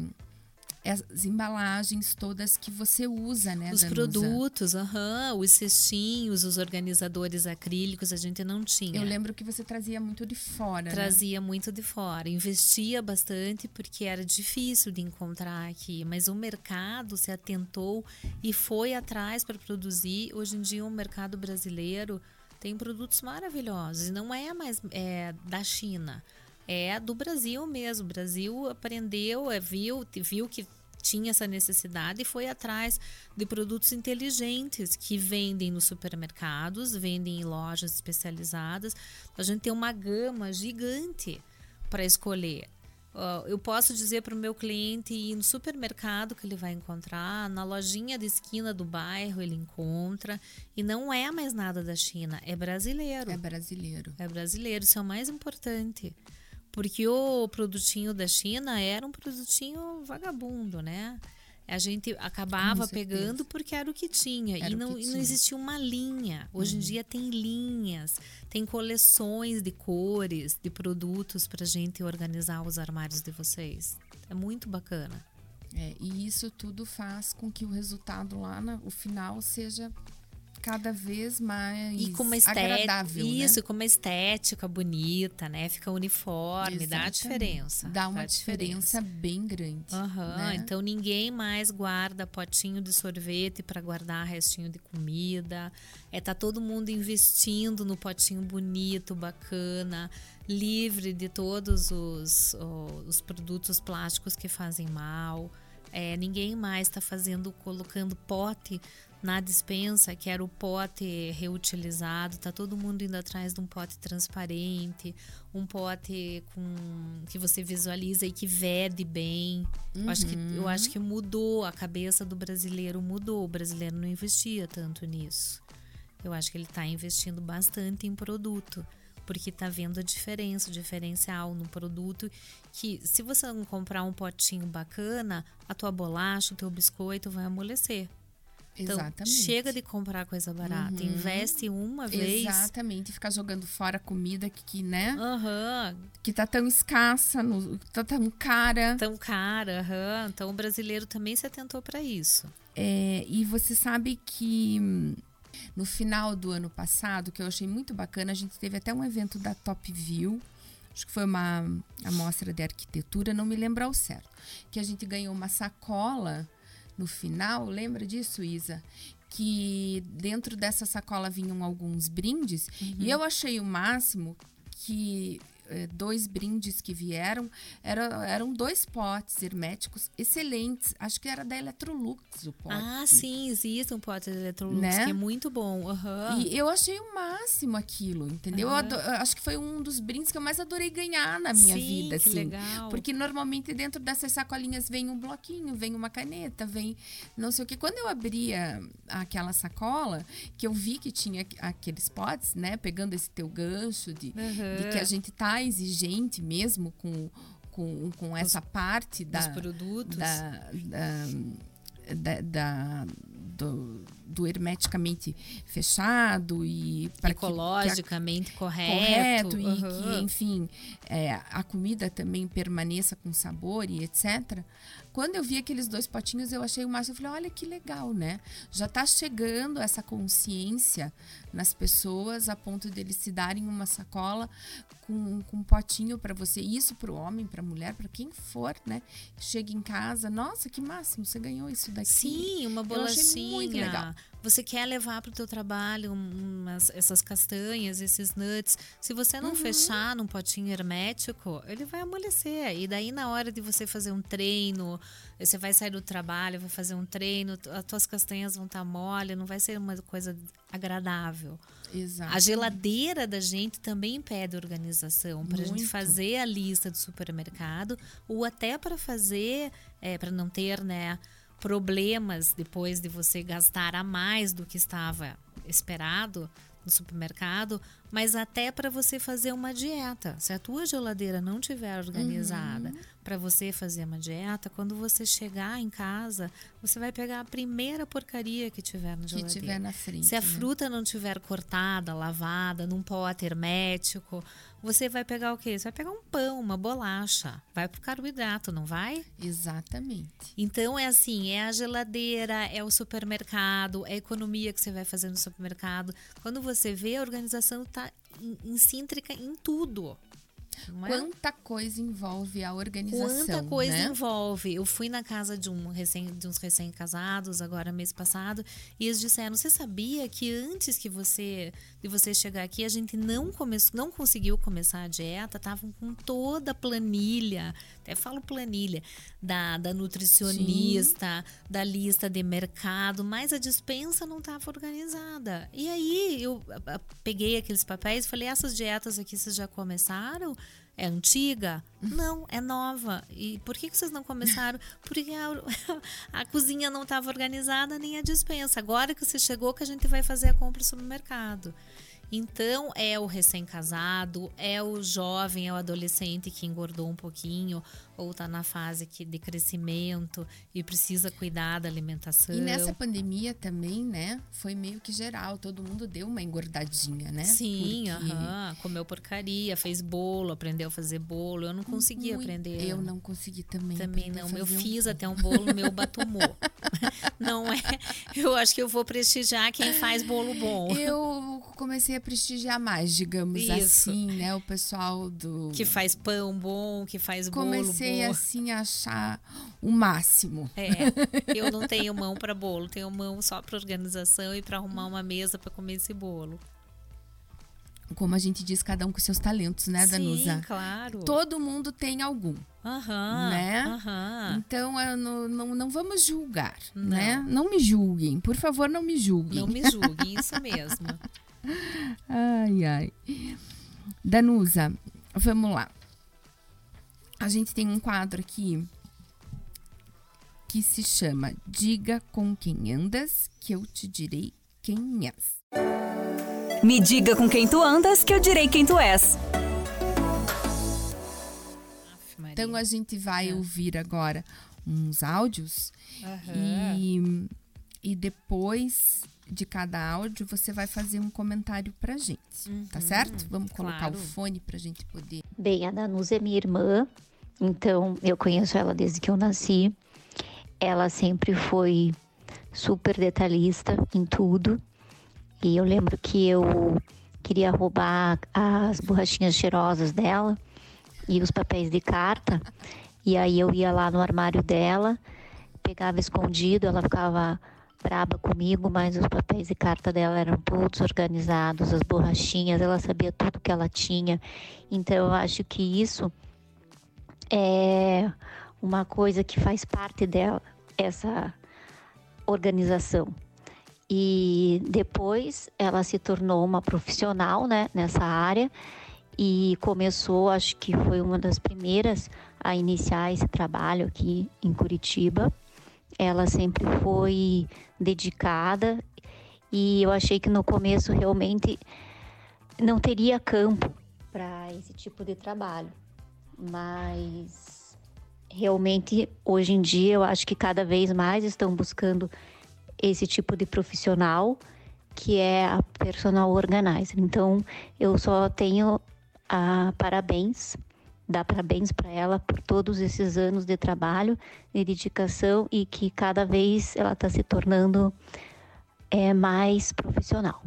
as embalagens todas que você usa, né, Os Danusa? produtos, aham, os cestinhos, os organizadores acrílicos, a gente não tinha. Eu lembro que você trazia muito de fora, Trazia muito de fora. Investia bastante porque era difícil de encontrar aqui. Mas o mercado se atentou e foi atrás para produzir. Hoje em dia, o mercado brasileiro tem produtos maravilhosos. E não é mais é, da China. É do Brasil mesmo. O Brasil aprendeu, é, viu, viu que tinha essa necessidade e foi atrás de produtos inteligentes que vendem nos supermercados, vendem em lojas especializadas. A gente tem uma gama gigante para escolher. Uh, eu posso dizer para o meu cliente ir no supermercado que ele vai encontrar, na lojinha de esquina do bairro ele encontra, e não é mais nada da China, é brasileiro. É brasileiro. É brasileiro, isso é o mais importante. Porque o produtinho da China era um produtinho vagabundo, né? A gente acabava pegando porque era o que tinha. Era e o não, que e não tinha. existia uma linha. Hoje Uhum. em dia tem linhas, tem coleções de cores, de produtos para a gente organizar os armários de vocês. É muito bacana. É, e isso tudo faz com que o resultado lá no final seja cada vez mais e com uma estética, agradável, isso, né? com uma estética bonita, né? Fica uniforme, Exatamente. dá diferença. Dá uma dá diferença, bem grande. Uhum, né? Então ninguém mais guarda potinho de sorvete para guardar restinho de comida. É, tá todo mundo investindo no potinho bonito, bacana, livre de todos os, os produtos plásticos que fazem mal. É, ninguém mais está fazendo, colocando pote na despensa, que era o pote reutilizado. Tá todo mundo indo atrás de um pote transparente, um pote com, que você visualiza e que vede bem. Uhum. Eu acho que, eu acho que mudou, a cabeça do brasileiro mudou. O brasileiro não investia tanto nisso. Eu acho que ele está investindo bastante em produto, porque está vendo a diferença, o diferencial no produto, que se você não comprar um potinho bacana, a tua bolacha, o teu biscoito vai amolecer. Então, Exatamente. chega de comprar coisa barata, Uhum. investe uma vez. Exatamente, ficar jogando fora comida que, que né? Uhum. Que tá tão escassa, no, tá tão cara. Tão cara, uhum. Então o brasileiro também se atentou para isso. É, e você sabe que no final do ano passado, que eu achei muito bacana, a gente teve até um evento da Top View, acho que foi uma amostra de arquitetura, não me lembro ao certo, que a gente ganhou uma sacola no final, lembra disso, Isa? Que dentro dessa sacola vinham alguns brindes, uhum. e eu achei o máximo que eh, dois brindes que vieram era, eram dois potes herméticos excelentes, acho que era da Electrolux o pote. Ah, sim, existe um pote da Electrolux, né? que é muito bom. Uhum. E eu achei o máximo aquilo, entendeu? Uhum. Eu, ado- eu acho que foi um dos brindes que eu mais adorei ganhar na minha Sim, vida, que assim. legal. Porque normalmente dentro dessas sacolinhas vem um bloquinho, vem uma caneta, vem não sei o que. Quando eu abria aquela sacola, que eu vi que tinha aqueles potes, né? Pegando esse teu gancho de, Uhum. de que a gente tá exigente mesmo com, com, com essa parte da, Dos produtos. da, da, da, da- do, do hermeticamente fechado e para que- que a- Ecologicamente correto, correto. e Uhum. que, enfim, é, a comida também permaneça com sabor e etcétera. Quando eu vi aqueles dois potinhos, eu achei o máximo. Eu falei, olha que legal, né? Já tá chegando essa consciência nas pessoas a ponto de eles se darem uma sacola com, com um potinho para você. Isso para o homem, para a mulher, para quem for, né? Chega em casa, nossa, que máximo, você ganhou isso daqui. Sim, uma Eu achei bolachinha. muito legal. Você quer levar para o teu trabalho umas, essas castanhas, esses nuts. Se você não Uhum. fechar num potinho hermético, ele vai amolecer. E daí, na hora de você fazer um treino, você vai sair do trabalho, vai fazer um treino, as tuas castanhas vão estar mole, não vai ser uma coisa agradável. Exato. A geladeira da gente também pede organização para a gente Muito. fazer a lista do supermercado ou até para fazer, é, para não ter, né, problemas depois de você gastar a mais do que estava esperado no supermercado, mas até para você fazer uma dieta. Se a tua geladeira não tiver organizada Uhum. para você fazer uma dieta, quando você chegar em casa, você vai pegar a primeira porcaria que tiver na Que geladeira. tiver na frente. Se a né? fruta não tiver cortada, lavada, num pote hermético, você vai pegar o quê? Você vai pegar um pão, uma bolacha. Vai pro carboidrato, não vai? Exatamente. Então é assim, é a geladeira, é o supermercado, é a economia que você vai fazer no supermercado. Quando você vê, a organização está incíntrica em tudo. Não é? Quanta coisa envolve a organização, Quanta coisa né? envolve. Eu fui na casa de, um recém, de uns recém-casados, agora mês passado, e eles disseram, você sabia que antes que você de você chegar aqui, a gente não, começou, não conseguiu começar a dieta, estavam com toda a planilha, até falo planilha, da, da nutricionista, Sim. da lista de mercado, mas a despensa não estava organizada. E aí eu a, a, peguei aqueles papéis e falei, essas dietas aqui vocês já começaram? É antiga? Não, é nova. E por que, que vocês não começaram? Porque a, a cozinha não estava organizada, nem a despensa. Agora que você chegou, que a gente vai fazer a compra no supermercado. Então, é o recém-casado, é o jovem, é o adolescente que engordou um pouquinho, ou está na fase que, de crescimento e precisa cuidar da alimentação. E nessa pandemia também, né? Foi meio que geral, todo mundo deu uma engordadinha, né? Sim, Porque... aham, comeu porcaria, fez bolo, aprendeu a fazer bolo. Eu não consegui Muito, aprender. Eu não consegui também. Também não. Eu um... fiz até um bolo, meu batumou. Não é. Eu acho que eu vou prestigiar quem faz bolo bom. Eu comecei a prestigiar mais, digamos Isso. assim, né? O pessoal do... Que faz pão bom, que faz comecei, bolo bom. Comecei assim a achar o máximo. É, eu não tenho mão para bolo, tenho mão só para organização e para arrumar uma mesa para comer esse bolo. Como a gente diz, cada um com seus talentos, né, Danusa? Sim, claro. Todo mundo tem algum. Aham, né? Aham. Então, eu não, não, não vamos julgar, Não. né? Não me julguem. Por favor, não me julguem. Não me julguem, isso mesmo. Ai, ai. Danusa, vamos lá. A gente tem um quadro aqui que se chama Diga com quem andas, que eu te direi quem és. Me diga com quem tu andas, que eu direi quem tu és. Então a gente vai é. ouvir agora uns áudios uhum. e, e depois de cada áudio você vai fazer um comentário pra gente, uhum. tá certo? Vamos colocar claro. o fone pra gente poder... Bem, a Danusa é minha irmã, então eu conheço ela desde que eu nasci. Ela sempre foi super detalhista em tudo. E eu lembro que eu queria roubar as borrachinhas cheirosas dela e os papéis de carta. E aí eu ia lá no armário dela, pegava escondido, ela ficava braba comigo, mas os papéis de carta dela eram todos organizados, as borrachinhas, ela sabia tudo que ela tinha. Então eu acho que isso é uma coisa que faz parte dela, essa organização. E depois ela se tornou uma profissional, né, nessa área e começou, acho que foi uma das primeiras a iniciar esse trabalho aqui em Curitiba. Ela sempre foi dedicada e eu achei que no começo realmente não teria campo para esse tipo de trabalho, mas realmente hoje em dia eu acho que cada vez mais estão buscando esse tipo de profissional que é a personal organizer. Então eu só tenho a parabéns, dar parabéns para ela por todos esses anos de trabalho, de dedicação e que cada vez ela está se tornando é, mais profissional.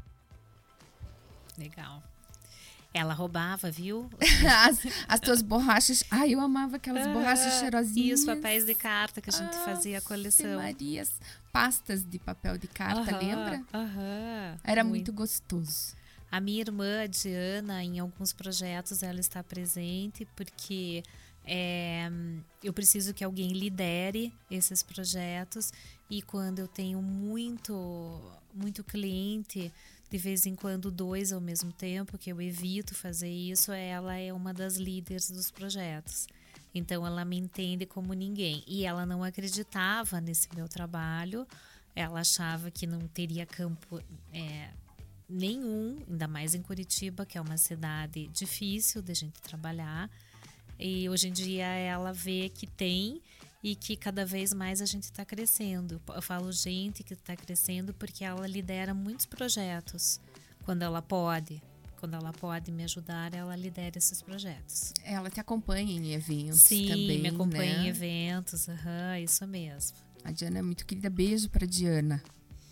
Legal. Ela roubava, viu? As, as tuas borrachas. Ai, eu amava aquelas ah, borrachas cheirosinhas. E os papéis de carta que a gente ah, fazia a coleção. Marias, pastas de papel de carta, aham, lembra? Aham, Era muito. muito gostoso. A minha irmã, a Diana, em alguns projetos ela está presente porque é, eu preciso que alguém lidere esses projetos e quando eu tenho muito, muito cliente, de vez em quando dois ao mesmo tempo, que eu evito fazer isso, ela é uma das líderes dos projetos. Então ela me entende como ninguém. E ela não acreditava nesse meu trabalho, ela achava que não teria campo é, nenhum, ainda mais em Curitiba, que é uma cidade difícil de a gente trabalhar. E hoje em dia ela vê que tem e que cada vez mais a gente está crescendo. Eu falo gente que está crescendo porque ela lidera muitos projetos. Quando ela pode, quando ela pode me ajudar, ela lidera esses projetos. Ela te acompanha em eventos Sim, também, me acompanha né? em eventos, uhum, isso mesmo. A Diana é muito querida, beijo para Diana.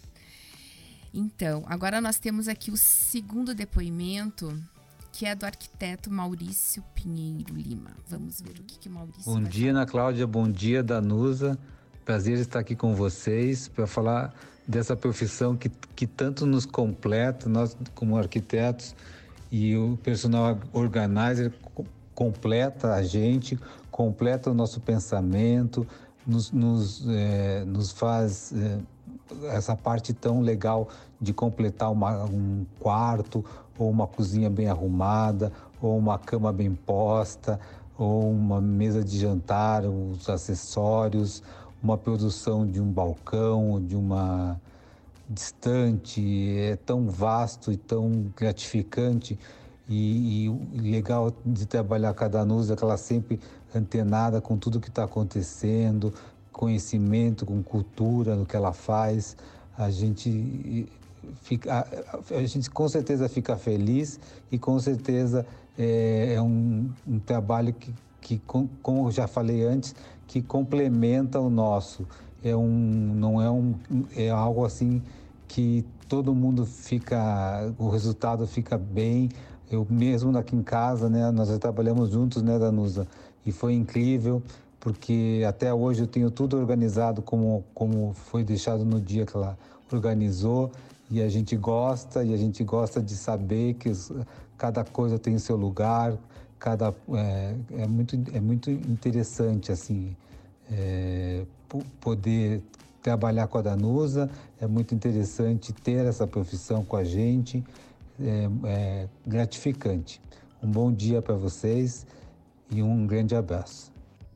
Então, agora nós temos aqui o segundo depoimento, que é do arquiteto Maurício Pinheiro Lima. Vamos ver o que, que o Maurício Bom vai dia, falar. Ana Cláudia. Bom dia, Danusa. Prazer estar aqui com vocês para falar dessa profissão que, que tanto nos completa, nós como arquitetos, e o personal organizer completa a gente, completa o nosso pensamento, nos, nos, é, nos faz é, essa parte tão legal de completar uma, um quarto, ou uma cozinha bem arrumada, ou uma cama bem posta, ou uma mesa de jantar, os acessórios, uma produção de um balcão, de uma distante. É tão vasto e tão gratificante e, e legal de trabalhar com a Danusa, que ela sempre antenada com tudo que está acontecendo, conhecimento, com cultura, no que ela faz. A gente, fica, a, a gente com certeza fica feliz e com certeza é, é um, um trabalho que, que, como eu já falei antes, que complementa o nosso. É um, não é, um, é algo assim que todo mundo fica, o resultado fica bem. Eu mesmo aqui em casa, né, nós já trabalhamos juntos, né, Danusa? E foi incrível, porque até hoje eu tenho tudo organizado como, como foi deixado no dia que ela organizou. E a gente gosta, e a gente gosta de saber que os, cada coisa tem o seu lugar, cada, é, é, muito, é muito interessante, assim, é, poder trabalhar com a Danusa, é muito interessante ter essa profissão com a gente, é, é gratificante. Um bom dia para vocês e um grande abraço.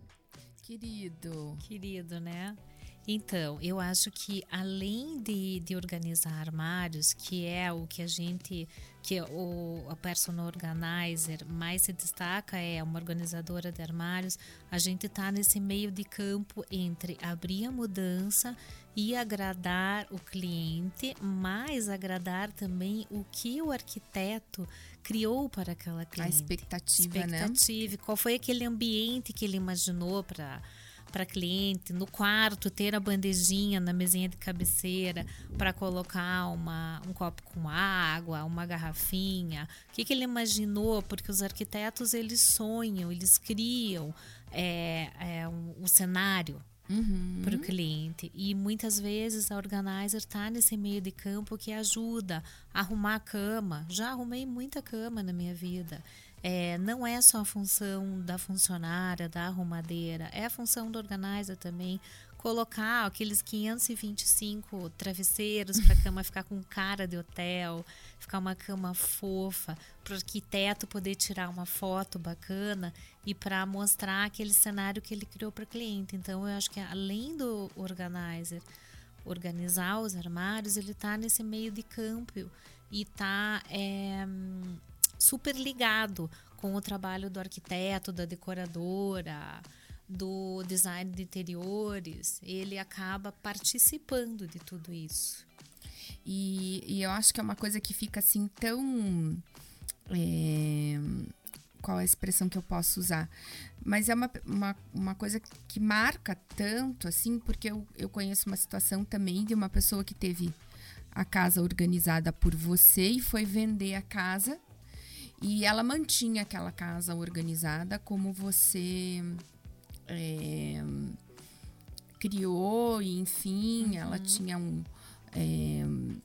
Querido. Querido, né? Então, eu acho que além de, de organizar armários, que é o que a gente, que o, a personal organizer mais se destaca, é uma organizadora de armários, a gente está nesse meio de campo entre abrir a mudança e agradar o cliente, mas agradar também o que o arquiteto criou para aquela cliente. A expectativa, expectativa, né? Qual foi aquele ambiente que ele imaginou para para cliente, no quarto ter a bandejinha na mesinha de cabeceira para colocar uma, um copo com água, uma garrafinha. O que, que ele imaginou? Porque os arquitetos, eles sonham, eles criam é, é, um, um cenário uhum. para o cliente. E muitas vezes a organizer está nesse meio de campo que ajuda a arrumar a cama. Já arrumei muita cama na minha vida. É, não é só a função da funcionária, da arrumadeira, é a função do organizer também, colocar aqueles quinhentos e vinte e cinco travesseiros para a cama ficar com cara de hotel, ficar uma cama fofa, para o arquiteto poder tirar uma foto bacana e para mostrar aquele cenário que ele criou para o cliente. Então, eu acho que além do organizer organizar os armários, ele está nesse meio de campo e está... É, super ligado com o trabalho do arquiteto, da decoradora, do design de interiores. Ele acaba participando de tudo isso. E, e eu acho que é uma coisa que fica assim tão... É, qual é a expressão que eu posso usar? Mas é uma, uma, uma coisa que marca tanto, assim, porque eu, eu conheço uma situação também de uma pessoa que teve a casa organizada por você e foi vender a casa. E ela mantinha aquela casa organizada como você é, criou, e enfim, uhum. ela tinha um, é,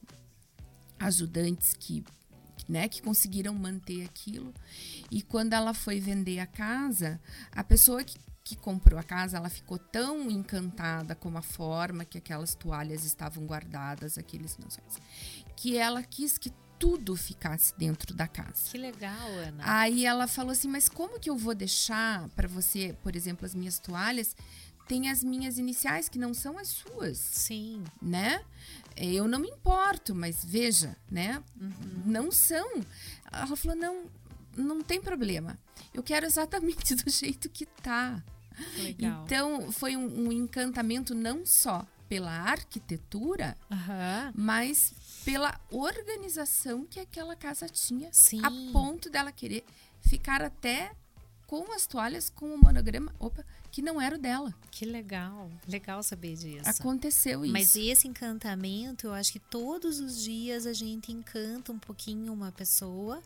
ajudantes que, né, que conseguiram manter aquilo. E quando ela foi vender a casa, a pessoa que, que comprou a casa, ela ficou tão encantada com a forma que aquelas toalhas estavam guardadas, aqueles lençóis, que ela quis que tudo ficasse dentro da casa. Que legal, Ana. Aí ela falou assim, mas como que eu vou deixar para você, por exemplo, as minhas toalhas, tem as minhas iniciais que não são as suas. Sim. Né? Eu não me importo, mas veja, né? Uhum. Não são. Ela falou, não, não tem problema. Eu quero exatamente do jeito que tá. Legal. Então, foi um, um encantamento não só pela arquitetura, uhum. mas pela organização que aquela casa tinha. Sim. A ponto dela querer ficar até com as toalhas com o monograma, opa, que não era o dela. Que legal, legal saber disso. Aconteceu isso. Mas esse encantamento, eu acho que todos os dias a gente encanta um pouquinho uma pessoa.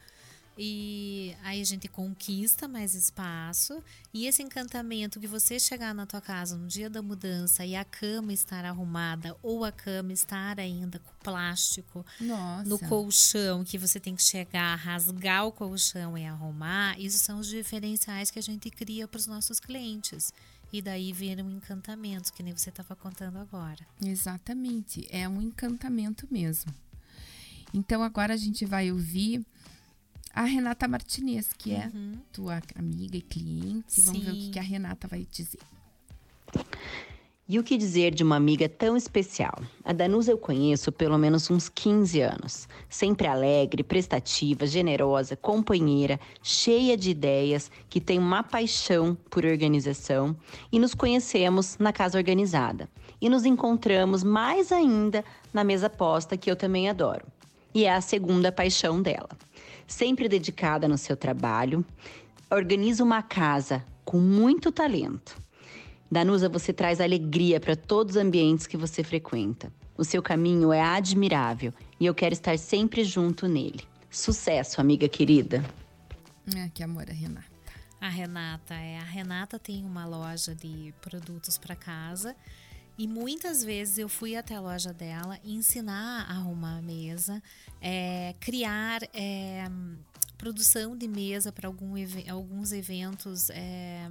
E aí a gente conquista mais espaço. E esse encantamento que você chegar na tua casa no dia da mudança e a cama estar arrumada, ou a cama estar ainda com plástico, Nossa. no colchão, que você tem que chegar, rasgar o colchão e arrumar, isso são os diferenciais que a gente cria para os nossos clientes. E daí viram encantamentos, que nem você estava contando agora. Exatamente, é um encantamento mesmo. Então agora a gente vai ouvir a Renata Martinez, que é uhum. tua amiga e cliente. Vamos Sim. ver o que a Renata vai dizer. E o que dizer de uma amiga tão especial? A Danusa eu conheço pelo menos uns quinze anos. Sempre alegre, prestativa, generosa, companheira, cheia de ideias, que tem uma paixão por organização. E nos conhecemos na Casa Organizada. E nos encontramos mais ainda na mesa posta, que eu também adoro. E é a segunda paixão dela. Sempre dedicada no seu trabalho, organiza uma casa com muito talento. Danusa, você traz alegria para todos os ambientes que você frequenta. O seu caminho é admirável e eu quero estar sempre junto nele. Sucesso, amiga querida. Ah, que amor, a Renata. A Renata, é. A Renata tem uma loja de produtos para casa e muitas vezes eu fui até a loja dela ensinar a arrumar a mesa, é, criar é, produção de mesa para algum, alguns eventos é,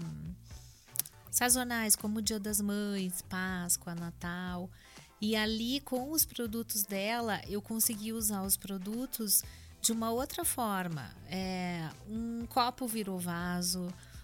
sazonais, como o Dia das Mães, Páscoa, Natal. E ali, com os produtos dela, eu consegui usar os produtos de uma outra forma. É, um copo virou vaso,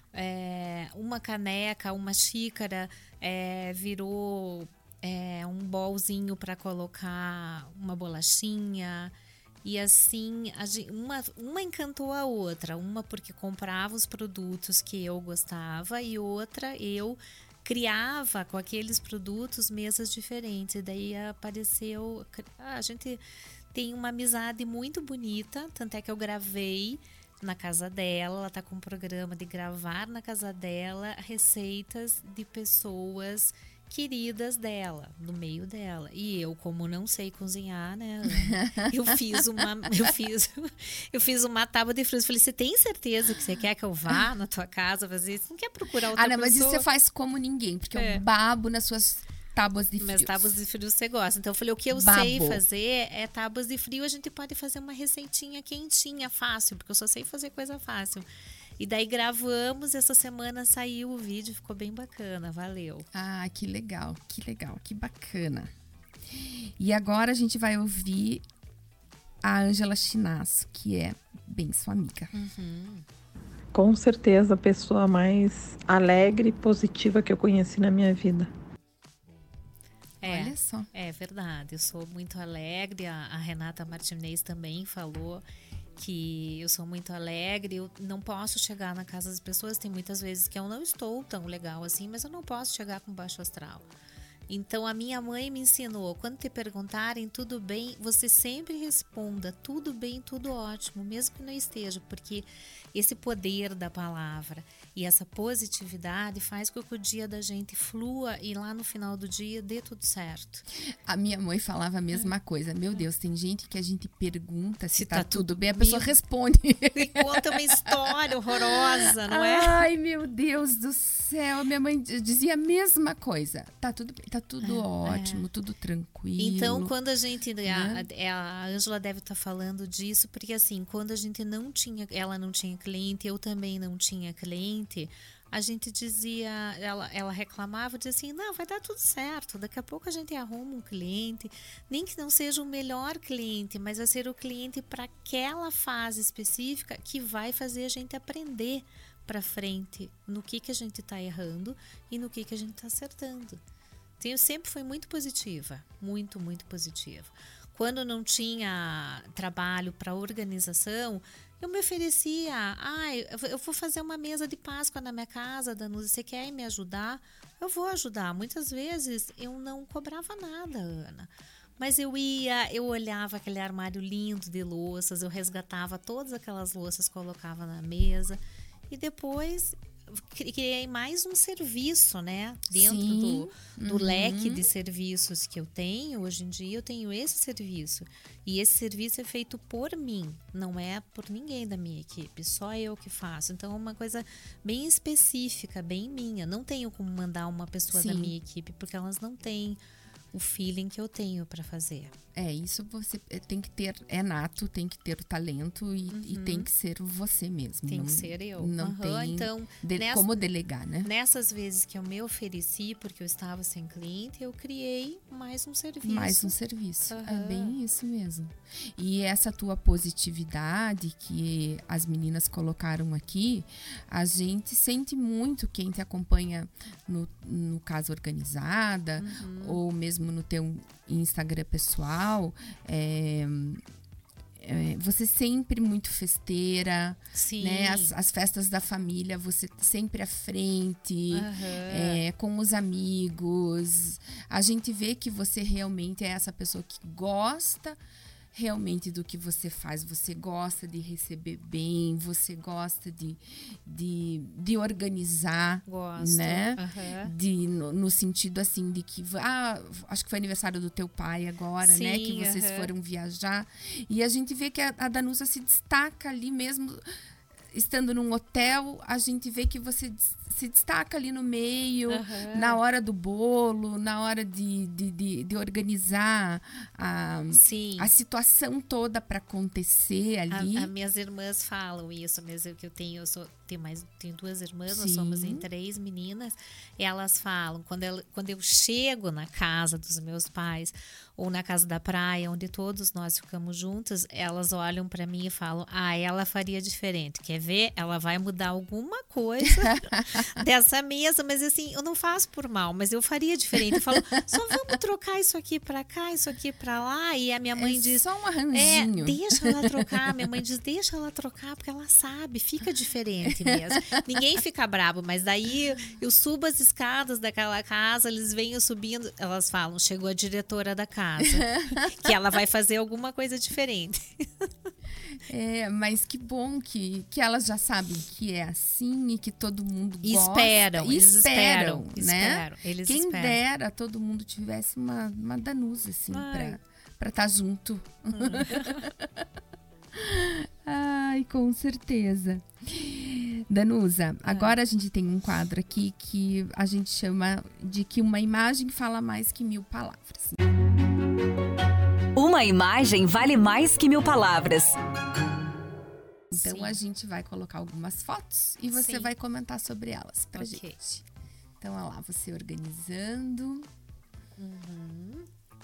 é, uma caneca, uma xícara é, virou é, um bolzinho para colocar uma bolachinha. E assim, uma, uma encantou a outra. Uma porque comprava os produtos que eu gostava e outra eu criava com aqueles produtos mesas diferentes. E daí apareceu... A gente tem uma amizade muito bonita, tanto é que eu gravei na casa dela. Ela tá com um programa de gravar na casa dela receitas de pessoas queridas dela, no meio dela. E eu, como não sei cozinhar, né, Ana, eu fiz uma eu fiz eu fiz uma tábua de frutas. Falei, você tem certeza que você quer que eu vá na tua casa fazer isso? Não quer procurar outra Ah, não, pessoa? mas isso você faz como ninguém, porque é. eu babo nas suas tábuas de frio. Mas tábuas de frio você gosta. Então eu falei, o que eu Babo. sei fazer é tábuas de frio. A gente pode fazer uma receitinha quentinha, fácil, porque eu só sei fazer coisa fácil. E daí gravamos, essa semana saiu o vídeo, ficou bem bacana, valeu. Ah, que legal, que legal, que bacana. E agora a gente vai ouvir a Ângela Chinasso, que é bem sua amiga. Uhum. Com certeza a pessoa mais alegre e positiva que eu conheci na minha vida. É, Olha só. É verdade, eu sou muito alegre, a, a Renata Martinez também falou que eu sou muito alegre, eu não posso chegar na casa das pessoas, tem muitas vezes que eu não estou tão legal assim, mas eu não posso chegar com baixo astral. Então a minha mãe me ensinou, quando te perguntarem tudo bem, você sempre responda tudo bem, tudo ótimo, mesmo que não esteja, porque esse poder da palavra e essa positividade faz com que o dia da gente flua e lá no final do dia dê tudo certo. A minha mãe falava a mesma coisa. Meu Deus, tem gente que a gente pergunta se, se tá, tá tudo bem, a bem, pessoa responde. E conta uma história horrorosa, não é? Ai, meu Deus do céu. Minha mãe dizia a mesma coisa. Tá tudo bem, tá tudo é, ótimo, é. tudo tranquilo. Então, quando a gente... Né? A Ângela deve estar falando disso, porque assim, quando a gente não tinha... Ela não tinha cliente, eu também não tinha cliente, a gente dizia, ela, ela reclamava, dizia assim, não, vai dar tudo certo, daqui a pouco a gente arruma um cliente, nem que não seja o melhor cliente, mas vai ser o cliente para aquela fase específica que vai fazer a gente aprender para frente no que, que a gente está errando e no que, que a gente está acertando. Então, eu sempre fui muito positiva, muito, muito positiva. Quando não tinha trabalho para organização, eu me oferecia, ah, eu vou fazer uma mesa de Páscoa na minha casa, Danusa, você quer me ajudar? Eu vou ajudar. Muitas vezes eu não cobrava nada, Ana. Mas eu ia, eu olhava aquele armário lindo de louças, eu resgatava todas aquelas louças, colocava na mesa e depois criei mais um serviço, né? Dentro Sim. do, do uhum. leque de serviços que eu tenho, hoje em dia eu tenho esse serviço. E esse serviço é feito por mim, não é por ninguém da minha equipe, só eu que faço. Então é uma coisa bem específica, bem minha. Não tenho como mandar uma pessoa Sim. da minha equipe, porque elas não têm o feeling que eu tenho para fazer. É, isso você tem que ter, é nato, tem que ter o talento e, uhum. e tem que ser você mesmo. Tem não, que ser eu. Não uhum. tem então, de, nessa, como delegar, né? Nessas vezes que eu me ofereci, porque eu estava sem cliente, eu criei mais um serviço. Mais um serviço, uhum. é bem isso mesmo. E essa tua positividade que as meninas colocaram aqui, a gente sente muito quem te acompanha no, no Casa Organizada, uhum. ou mesmo no teu Instagram pessoal, é, é, você sempre muito festeira, Sim. né? As, as festas da família, você sempre à frente, uhum. é, com os amigos. A gente vê que você realmente é essa pessoa que gosta realmente do que você faz, você gosta de receber bem, você gosta de, de, de organizar, Gosto. né? Uhum. De, no, no sentido assim de que, ah, acho que foi aniversário do teu pai agora, Sim, né? Que vocês uhum. foram viajar. E a gente vê que a, a Danusa se destaca ali mesmo, estando num hotel, a gente vê que você se destaca ali no meio, uhum. na hora do bolo, na hora de, de, de, de organizar a, a situação toda para acontecer ali. As minhas irmãs falam isso mesmo, que eu tenho, eu sou, tenho, mais, tenho duas irmãs, Sim. nós somos em três meninas, e elas falam, quando, ela, quando eu chego na casa dos meus pais, ou na casa da praia, onde todos nós ficamos juntas, elas olham para mim e falam, ah, ela faria diferente, quer ver? Ela vai mudar alguma coisa dessa mesa, mas assim, eu não faço por mal, mas eu faria diferente. Eu falo, só vamos trocar isso aqui pra cá, isso aqui pra lá, e a minha mãe é diz, só um arranjinho. É, deixa ela trocar, minha mãe diz, deixa ela trocar, porque ela sabe, fica diferente mesmo. Ninguém fica bravo, mas daí eu subo as escadas daquela casa, eles vêm eu subindo, elas falam, chegou a diretora da casa, que ela vai fazer alguma coisa diferente. É, mas que bom que, que elas já sabem que é assim e que todo mundo gosta. Esperam, e eles esperam, esperam, né? esperam, eles Quem esperam. dera todo mundo tivesse uma, uma Danusa, assim, pra, pra estar junto. Hum. Ai, com certeza. Danusa, ah. agora a gente tem um quadro aqui que a gente chama de que uma imagem fala mais que mil palavras. Uma imagem vale mais que mil palavras. Então, Sim. a gente vai colocar algumas fotos e você Sim. vai comentar sobre elas pra okay. gente. Então, olha lá, você organizando. Uhum.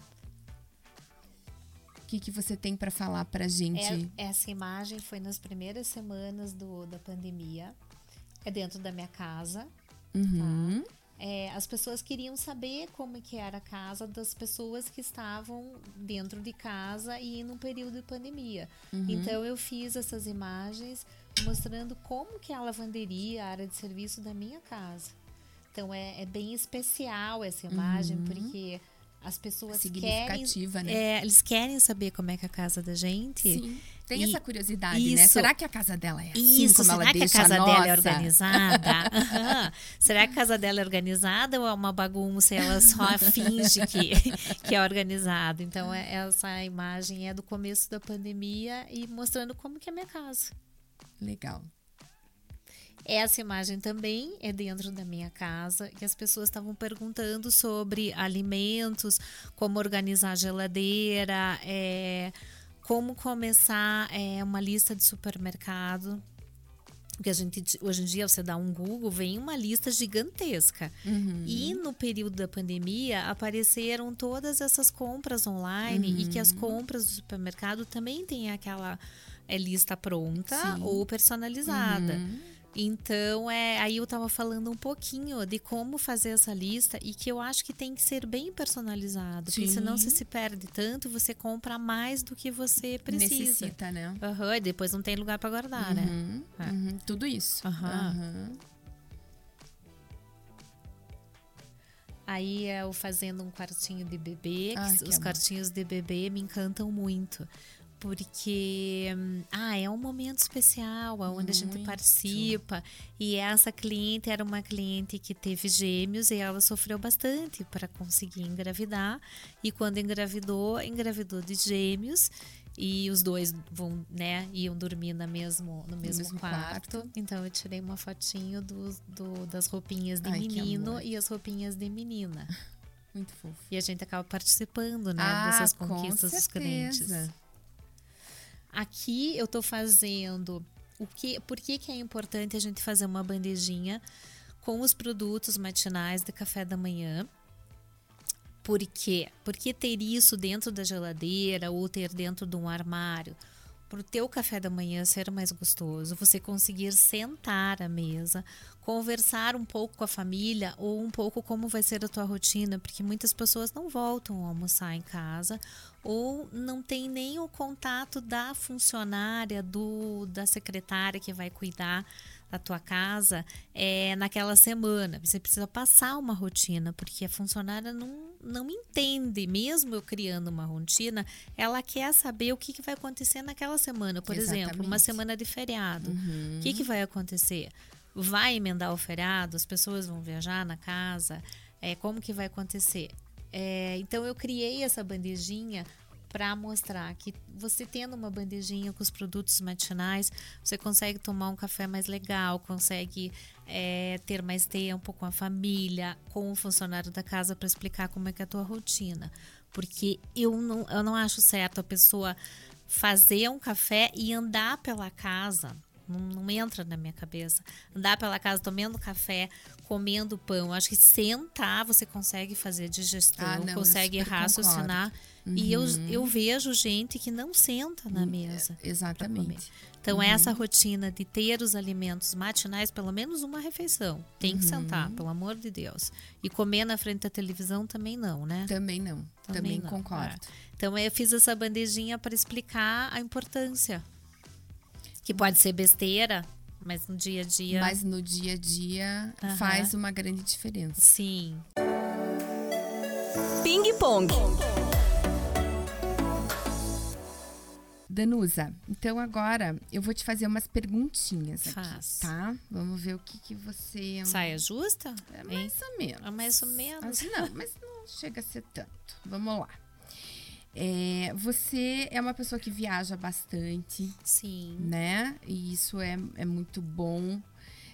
O que, que você tem pra falar pra gente? É, essa imagem foi nas primeiras semanas do, da pandemia. É dentro da minha casa. Uhum. Tá? É, as pessoas queriam saber como que era a casa das pessoas que estavam dentro de casa e no período de pandemia. Uhum. Então, eu fiz essas imagens mostrando como que é a lavanderia, a área de serviço da minha casa. Então, é, é bem especial essa imagem, uhum. porque as pessoas significativa, querem... né? É, eles querem saber como é que é a casa da gente. Sim. Tem e essa curiosidade, isso, né? Será que a casa dela é assim isso, como será ela que deixa a casa a dela nossa? é organizada? Uhum. Será que a casa dela é organizada ou é uma bagunça e ela só finge que, que é organizada? Então, é, essa imagem é do começo da pandemia e mostrando como que é a minha casa. Legal. Essa imagem também é dentro da minha casa, que as pessoas estavam perguntando sobre alimentos, como organizar a geladeira, é, como começar é, uma lista de supermercado. Porque a gente, hoje em dia, você dá um Google, vem uma lista gigantesca. Uhum. E no período da pandemia, apareceram todas essas compras online, uhum. e que as compras do supermercado também têm aquela é, lista pronta, sim, ou personalizada. Uhum. Então, é, aí eu tava falando um pouquinho de como fazer essa lista e que eu acho que tem que ser bem personalizado. Sim. Porque senão você se perde tanto, você compra mais do que você precisa. Necessita, né? Uhum, e depois não tem lugar para guardar, uhum, né? É. Uhum, tudo isso. Uhum. Uhum. Aí eu fazendo um quartinho de bebê, ah, que os amor. quartinhos de bebê me encantam muito. Porque ah, é um momento especial, onde muito. A gente participa. E essa cliente era uma cliente que teve gêmeos e ela sofreu bastante para conseguir engravidar. E quando engravidou, engravidou de gêmeos. E os dois vão, né, iam dormir na mesmo, no mesmo, mesmo quarto. quarto. Então eu tirei uma fotinho do, do, das roupinhas de Ai, menino e as roupinhas de menina. Muito fofo. E a gente acaba participando, né, Ah, dessas com conquistas dos clientes. certeza. Aqui eu tô fazendo o que, por que que é importante a gente fazer uma bandejinha com os produtos matinais de café da manhã? Por quê? Porque ter isso dentro da geladeira ou ter dentro de um armário, para o teu café da manhã ser mais gostoso, você conseguir sentar à mesa, conversar um pouco com a família ou um pouco como vai ser a tua rotina, porque muitas pessoas não voltam a almoçar em casa ou não tem nem o contato da funcionária, do, da secretária que vai cuidar da tua casa é, naquela semana. Você precisa passar uma rotina, porque a funcionária não, não entende, mesmo eu criando uma rotina, ela quer saber o que, que vai acontecer naquela semana. Por Exatamente. exemplo, uma semana de feriado. Uhum. O que, que vai acontecer? Vai emendar o feriado? As pessoas vão viajar na casa? É, como que vai acontecer? É, então eu criei essa bandejinha para mostrar que você tendo uma bandejinha com os produtos matinais, você consegue tomar um café mais legal, consegue é, ter mais tempo com a família, com o funcionário da casa para explicar como é que é a tua rotina. Porque eu não, eu não acho certo a pessoa fazer um café e andar pela casa. Não, não entra na minha cabeça. Andar pela casa tomando café, comendo pão. Eu acho que sentar você consegue fazer digestão, Ah, não, consegue eu super raciocinar. concordo. E eu, Uhum. eu vejo gente que não senta na mesa. É, exatamente. Então, Uhum. essa rotina de ter os alimentos matinais, pelo menos uma refeição. Tem que Uhum. sentar, pelo amor de Deus. E comer na frente da televisão também não, né? Também não. Também, Também não, concordo. é. Então, eu fiz essa bandejinha para explicar a importância. Que pode ser besteira, mas no dia a dia... Mas no dia a dia Aham. faz uma grande diferença. Sim. Ping Pong. Danusa, então agora eu vou te fazer umas perguntinhas aqui, Faz. tá? Vamos ver o que, que você... Saia justa? É Hein? mais ou menos. É mais ou menos. Assim, não, mas não chega a ser tanto. Vamos lá. É, você é uma pessoa que viaja bastante, Sim. né? E isso é, é muito bom.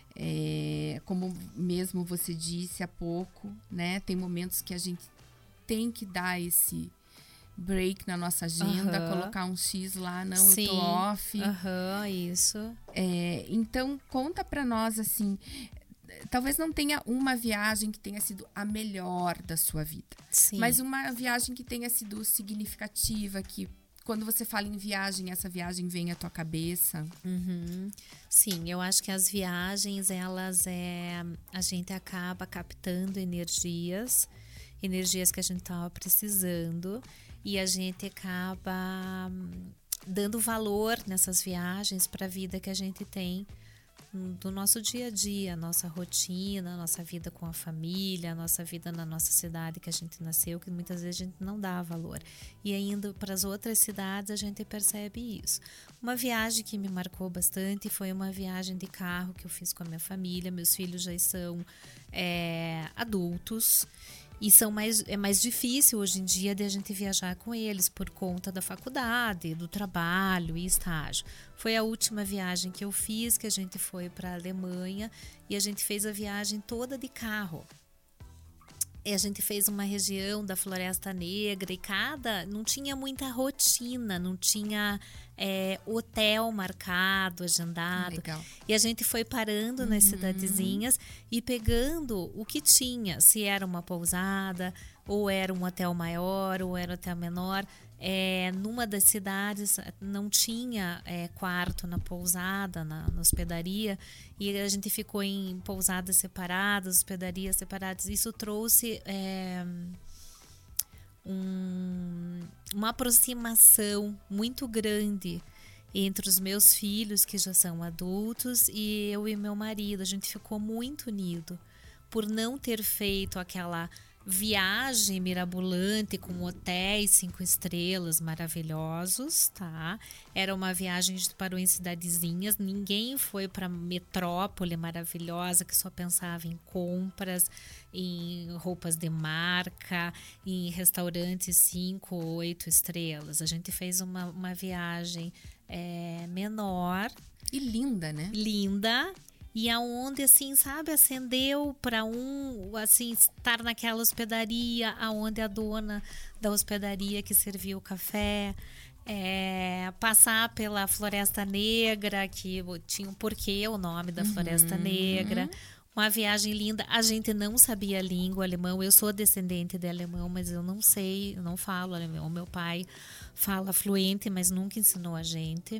É, como mesmo você disse há pouco, né? Tem momentos que a gente tem que dar esse break na nossa agenda, Aham. colocar um X lá, não, Sim. eu tô off. Aham, isso. É, então, conta pra nós, assim, talvez não tenha uma viagem que tenha sido a melhor da sua vida, Sim. mas uma viagem que tenha sido significativa, que quando você fala em viagem, essa viagem vem à tua cabeça. Uhum. Sim, eu acho que as viagens, elas é... A gente acaba captando energias, energias que a gente estava precisando, e a gente acaba hum, dando valor nessas viagens para a vida que a gente tem do nosso dia a dia, nossa rotina, nossa vida com a família, nossa vida na nossa cidade que a gente nasceu, que muitas vezes a gente não dá valor. E ainda para as outras cidades a gente percebe isso. Uma viagem que me marcou bastante foi uma viagem de carro que eu fiz com a minha família. Meus filhos já são é, adultos. E são mais, é mais difícil hoje em dia de a gente viajar com eles por conta da faculdade, do trabalho e estágio. Foi a última viagem que eu fiz, que a gente foi para a Alemanha e a gente fez a viagem toda de carro. E a gente fez uma região da Floresta Negra e cada... Não tinha muita rotina, não tinha é, hotel marcado, agendado. Legal. E a gente foi parando nas cidadezinhas e pegando o que tinha. Se era uma pousada, ou era um hotel maior, ou era um hotel menor. É, numa das cidades não tinha é, quarto na pousada, na, na hospedaria, e a gente ficou em pousadas separadas, hospedarias separadas. Isso trouxe é, um, uma aproximação muito grande entre os meus filhos, que já são adultos, e eu e meu marido. A gente ficou muito unido por não ter feito aquela viagem mirabolante com hotéis cinco estrelas maravilhosos, tá? Era uma viagem, a gente parou em cidadezinhas, ninguém foi para metrópole maravilhosa que só pensava em compras, em roupas de marca, em restaurantes cinco ou oito estrelas. A gente fez uma, uma viagem é, menor. E linda, né? Linda. E aonde, assim, sabe, acendeu para um, assim, estar naquela hospedaria, aonde a dona da hospedaria que serviu o café, é, passar pela Floresta Negra, que tinha um porquê o nome da Floresta Uhum. Negra. Uma viagem linda. A gente não sabia a língua alemão. Eu sou descendente de alemão, mas eu não sei, eu não falo alemão. Meu pai fala fluente, mas nunca ensinou a gente.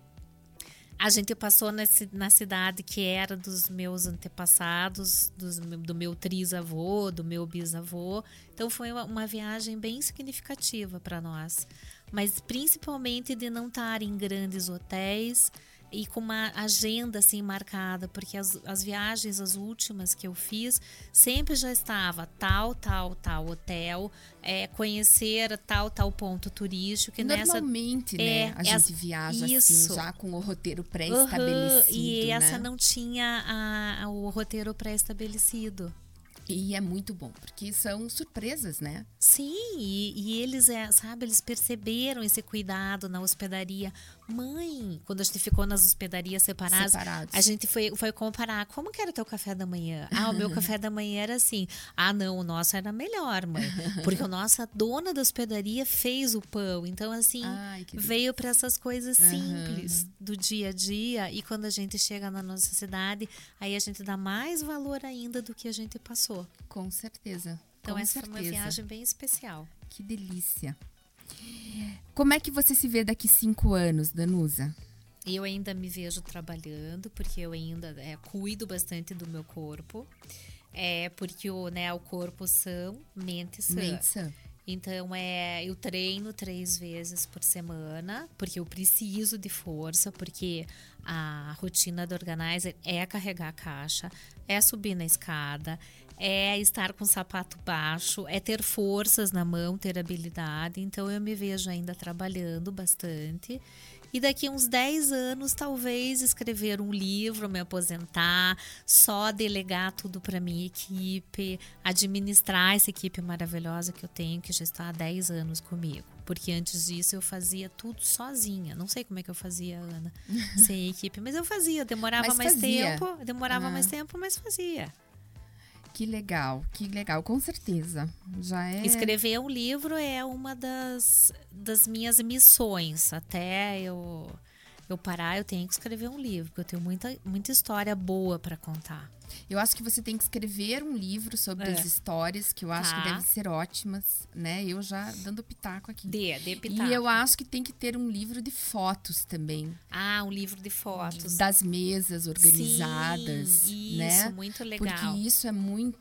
A gente passou na, na cidade que era dos meus antepassados, dos, do meu trisavô, do meu bisavô. Então foi uma, uma viagem bem significativa para nós. Mas principalmente de não estar em grandes hotéis e com uma agenda assim marcada, porque as, as viagens, as últimas que eu fiz, sempre já estava tal, tal, tal hotel, é, conhecer tal, tal ponto turístico. Que Normalmente, nessa, né, é, a gente essa, viaja isso. assim, já com o roteiro pré-estabelecido. Uhum, e né? essa não tinha a, a, o roteiro pré-estabelecido. E é muito bom, porque são surpresas, né? Sim, e, e eles, é, sabe, eles perceberam esse cuidado na hospedaria. Mãe, quando a gente ficou nas hospedarias separadas, Separados. a gente foi, foi comparar. Como que era o teu café da manhã? Ah, o meu café da manhã era assim. Ah, não, o nosso era melhor, mãe. Porque a nossa dona da hospedaria fez o pão. Então, assim, Ai, que veio para essas coisas Uhum. simples do dia a dia. E quando a gente chega na nossa cidade, aí a gente dá mais valor ainda do que a gente passou. Com certeza. Então, com essa certeza. foi uma viagem bem especial. Que delícia. Como é que você se vê daqui cinco anos, Danusa? Eu ainda me vejo trabalhando, porque eu ainda é, cuido bastante do meu corpo. É porque o, né, o corpo são, mente sã. Mente sã. Então, é, eu treino três vezes por semana, porque eu preciso de força, porque a rotina do Organizer é carregar a caixa, é subir na escada, é estar com o sapato baixo, é ter forças na mão, ter habilidade. Então, eu me vejo ainda trabalhando bastante. E daqui a uns dez anos, talvez, escrever um livro, me aposentar, só delegar tudo para minha equipe, administrar essa equipe maravilhosa que eu tenho, que já está há dez anos comigo. Porque antes disso eu fazia tudo sozinha. Não sei como é que eu fazia, Ana, sem equipe, mas eu fazia. Demorava Mas mais fazia. tempo, demorava Ah. mais tempo, mas fazia. Que legal, que legal, com certeza. Já é. Escrever um livro é uma das, das minhas missões. Até eu, eu parar, eu tenho que escrever um livro, porque eu tenho muita, muita história boa para contar. Eu acho que você tem que escrever um livro sobre É. as histórias, que eu acho Tá. que devem ser ótimas, né? Eu já dando pitaco aqui. Dê, dê pitaco. E eu acho que tem que ter um livro de fotos também. Ah, um livro de fotos. Das mesas organizadas, Sim, né? isso, muito legal. Porque isso é muito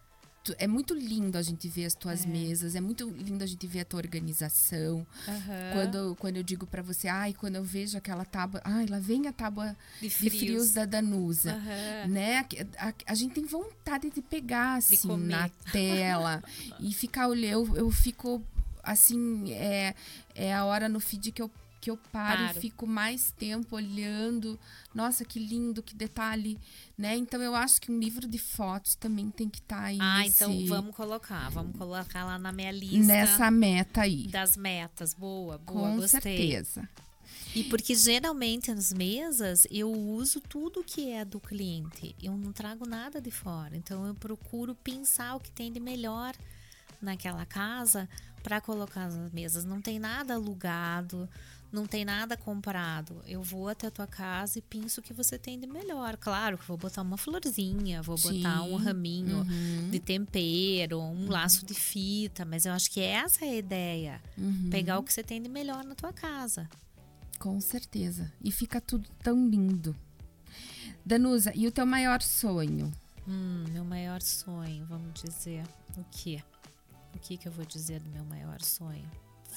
é muito lindo a gente ver as tuas É. mesas, é muito lindo a gente ver a tua organização. Aham. Quando, quando eu digo pra você, ai, quando eu vejo aquela tábua, ai, lá vem a tábua de de frios, frios da Danusa. Aham. Né? A, a- a gente tem vontade de pegar assim comer. na tela e ficar olhando. Eu, eu fico assim, é, é a hora no feed que eu, que eu paro Paro. e fico mais tempo olhando. Nossa, que lindo, que detalhe, né? Então eu acho que um livro de fotos também tem que estar aí Ah, nesse, então vamos colocar. Vamos colocar lá na minha lista nessa meta aí. das metas. Boa, boa, Com gostei. certeza. E porque geralmente nas mesas eu uso tudo que é do cliente. Eu não trago nada de fora. Então eu procuro pensar o que tem de melhor naquela casa para colocar nas mesas. Não tem nada alugado, não tem nada comprado. Eu vou até a tua casa e penso o que você tem de melhor. Claro que vou botar uma florzinha, vou Sim. botar um raminho Uhum. de tempero, um laço de fita. Mas eu acho que essa é a ideia. Uhum. Pegar o que você tem de melhor na tua casa. Com certeza. E fica tudo tão lindo. Danusa, e o teu maior sonho? Hum, meu maior sonho, vamos dizer. O quê? O que que eu vou dizer do meu maior sonho?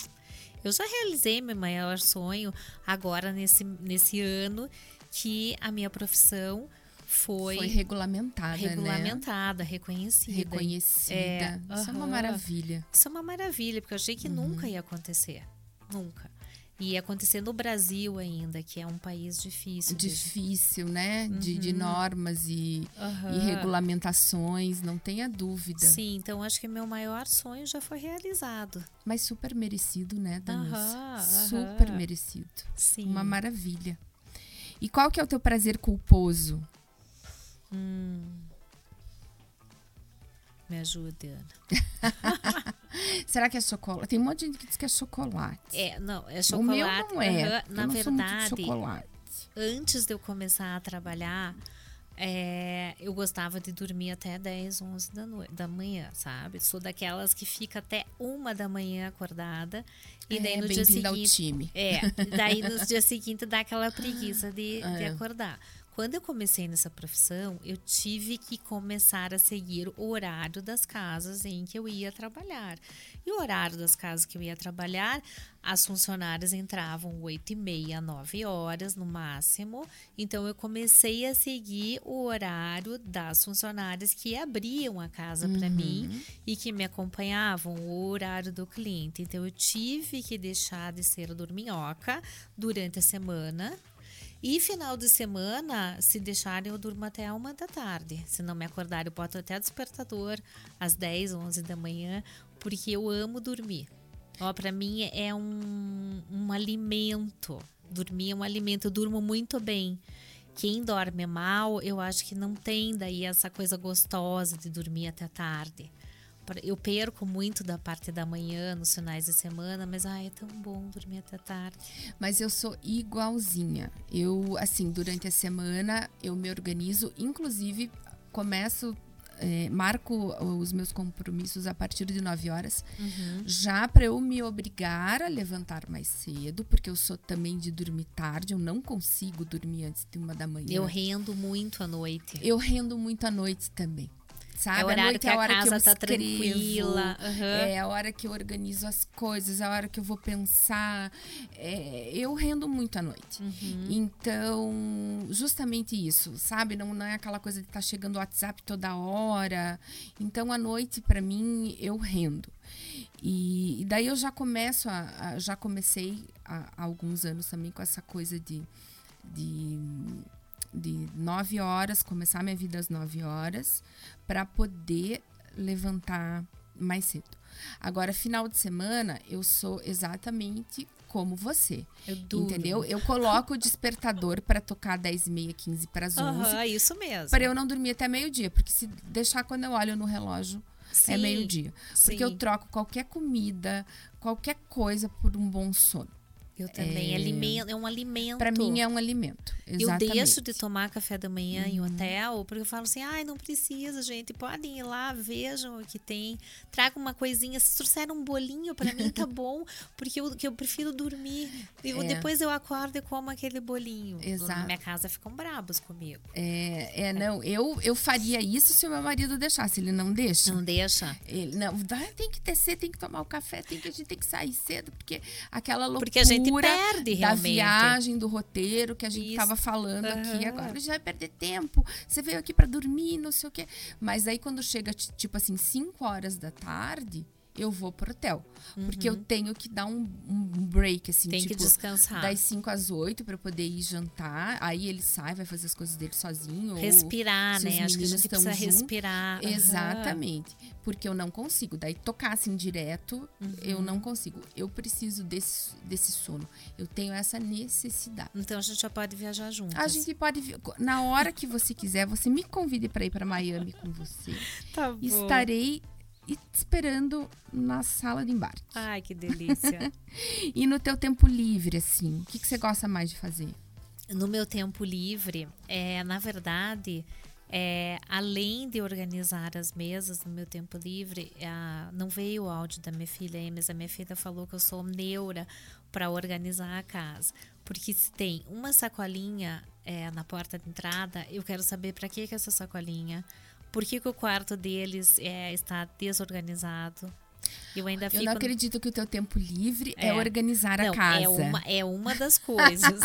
Eu já realizei meu maior sonho agora nesse, nesse ano que a minha profissão foi, Foi regulamentada, né? regulamentada, reconhecida. Reconhecida. É, Isso é uma aham. maravilha. Isso é uma maravilha, porque eu achei que Uhum. nunca ia acontecer. Nunca. E ia acontecer no Brasil ainda, que é um país difícil. de- Difícil, né? De, de Uhum. normas e, Aham. e regulamentações, não tenha dúvida. Sim, então acho que meu maior sonho já foi realizado. Mas super merecido, né, Danusa? Aham, aham. Super merecido. Sim. Uma maravilha. E qual que é o teu prazer culposo? Hum. Me ajuda, Ana. Será que é chocolate? Tem um monte de gente que diz que é chocolate. É, não, é O chocolate. meu não é. Uhum. Na eu não sou muito de verdade, chocolate. antes de eu começar a trabalhar, é, eu gostava de dormir até dez, onze da, no... da manhã, sabe? Sou daquelas que fica até uma da manhã acordada. E daí É, no dia bem-vinda ao seguinte. time. É, daí no dia seguinte dá aquela preguiça de, de É. acordar. Quando eu comecei nessa profissão, eu tive que começar a seguir o horário das casas em que eu ia trabalhar. E o horário das casas que eu ia trabalhar, as funcionárias entravam oito e meia, nove horas no máximo. Então, eu comecei a seguir o horário das funcionárias que abriam a casa para mim e que me acompanhavam, o horário do cliente. Então, eu tive que deixar de ser dorminhoca durante a semana. E final de semana, se deixarem, eu durmo até uma da tarde. Se não me acordar, eu boto até despertador às dez, onze da manhã, porque eu amo dormir. Ó, pra mim é um, um alimento. Dormir é um alimento. Eu durmo muito bem. Quem dorme mal, eu acho que não tem daí essa coisa gostosa de dormir até tarde. Eu perco muito da parte da manhã, nos finais de semana, mas ai, é tão bom dormir até tarde. Mas eu sou igualzinha. Eu, assim, durante a semana, eu me organizo. Inclusive, começo, é, marco os meus compromissos a partir de nove horas. Uhum. Já para eu me obrigar a levantar mais cedo, porque eu sou também de dormir tarde. Eu não consigo dormir antes de uma da manhã. Eu rendo muito à noite. Eu rendo muito à noite também. Sabe? É o horário a noite que é a a hora casa que eu tá escrevo, tranquila. Uhum. É a hora que eu organizo as coisas, é a hora que eu vou pensar. É, eu rendo muito à noite. Uhum. Então, justamente isso, sabe? Não, não é aquela coisa de estar tá chegando o WhatsApp toda hora. Então, à noite, para mim, eu rendo. E, e daí eu já começo, a, a, já comecei há, há alguns anos também com essa coisa de... de de nove horas, começar minha vida às nove horas, para poder levantar mais cedo. Agora, final de semana, eu sou exatamente como você. Eu durmo. Entendeu? Eu coloco o despertador para tocar dez e meia, quinze para as onze. Uhum, isso mesmo. Para eu não dormir até meio-dia, porque se deixar quando eu olho no relógio, Sim, é meio-dia. Porque sim. eu troco qualquer comida, qualquer coisa por um bom sono. Eu também. É, alimento, é um alimento. Para mim é um alimento. Exatamente. Eu deixo de tomar café da manhã uhum. em hotel, porque eu falo assim, ai, não precisa, gente. Podem ir lá, vejam o que tem. Traga uma coisinha. Se trouxeram um bolinho, para mim tá bom, porque eu, que eu prefiro dormir. Eu, é. Depois eu acordo e como aquele bolinho. Exato. Na minha casa ficam bravos comigo. É, é não, eu, eu faria isso se o meu marido deixasse. Ele não deixa. Não deixa? Ele, não, tem que descer, tem que tomar o café, tem que, a gente tem que sair cedo, porque aquela loucura porque a gente perde, da realmente. viagem, do roteiro que a gente estava falando uhum. aqui agora. A gente vai perder tempo, você veio aqui para dormir, não sei o quê. Mas aí quando chega, tipo assim, cinco horas da tarde, eu vou pro hotel. Uhum. Porque eu tenho que dar um, um break, assim, tem tipo, que descansar. Das cinco às oito para poder ir jantar. Aí ele sai, vai fazer as coisas dele sozinho. Respirar, né? Acho que a gente precisa junto. respirar. Exatamente. Uhum. Porque eu não consigo. Daí tocar assim direto, uhum. eu não consigo. Eu preciso desse, desse sono. Eu tenho essa necessidade. Então a gente já pode viajar juntas. A gente pode, na hora que você quiser, você me convide para ir para Miami com você. Tá bom. Estarei esperando na sala de embarque. Ai, que delícia. E no teu tempo livre, assim, o que, que você gosta mais de fazer? No meu tempo livre, é, na verdade, é, além de organizar as mesas no meu tempo livre, é, não veio o áudio da minha filha aí, mas a minha filha falou que eu sou neura para organizar a casa. Porque se tem uma sacolinha é, na porta de entrada, eu quero saber para que, que é essa sacolinha. Por que, que o quarto deles é, está desorganizado? Eu ainda fico... Eu não acredito que o teu tempo livre é, é organizar não, a casa. É uma, é uma das coisas.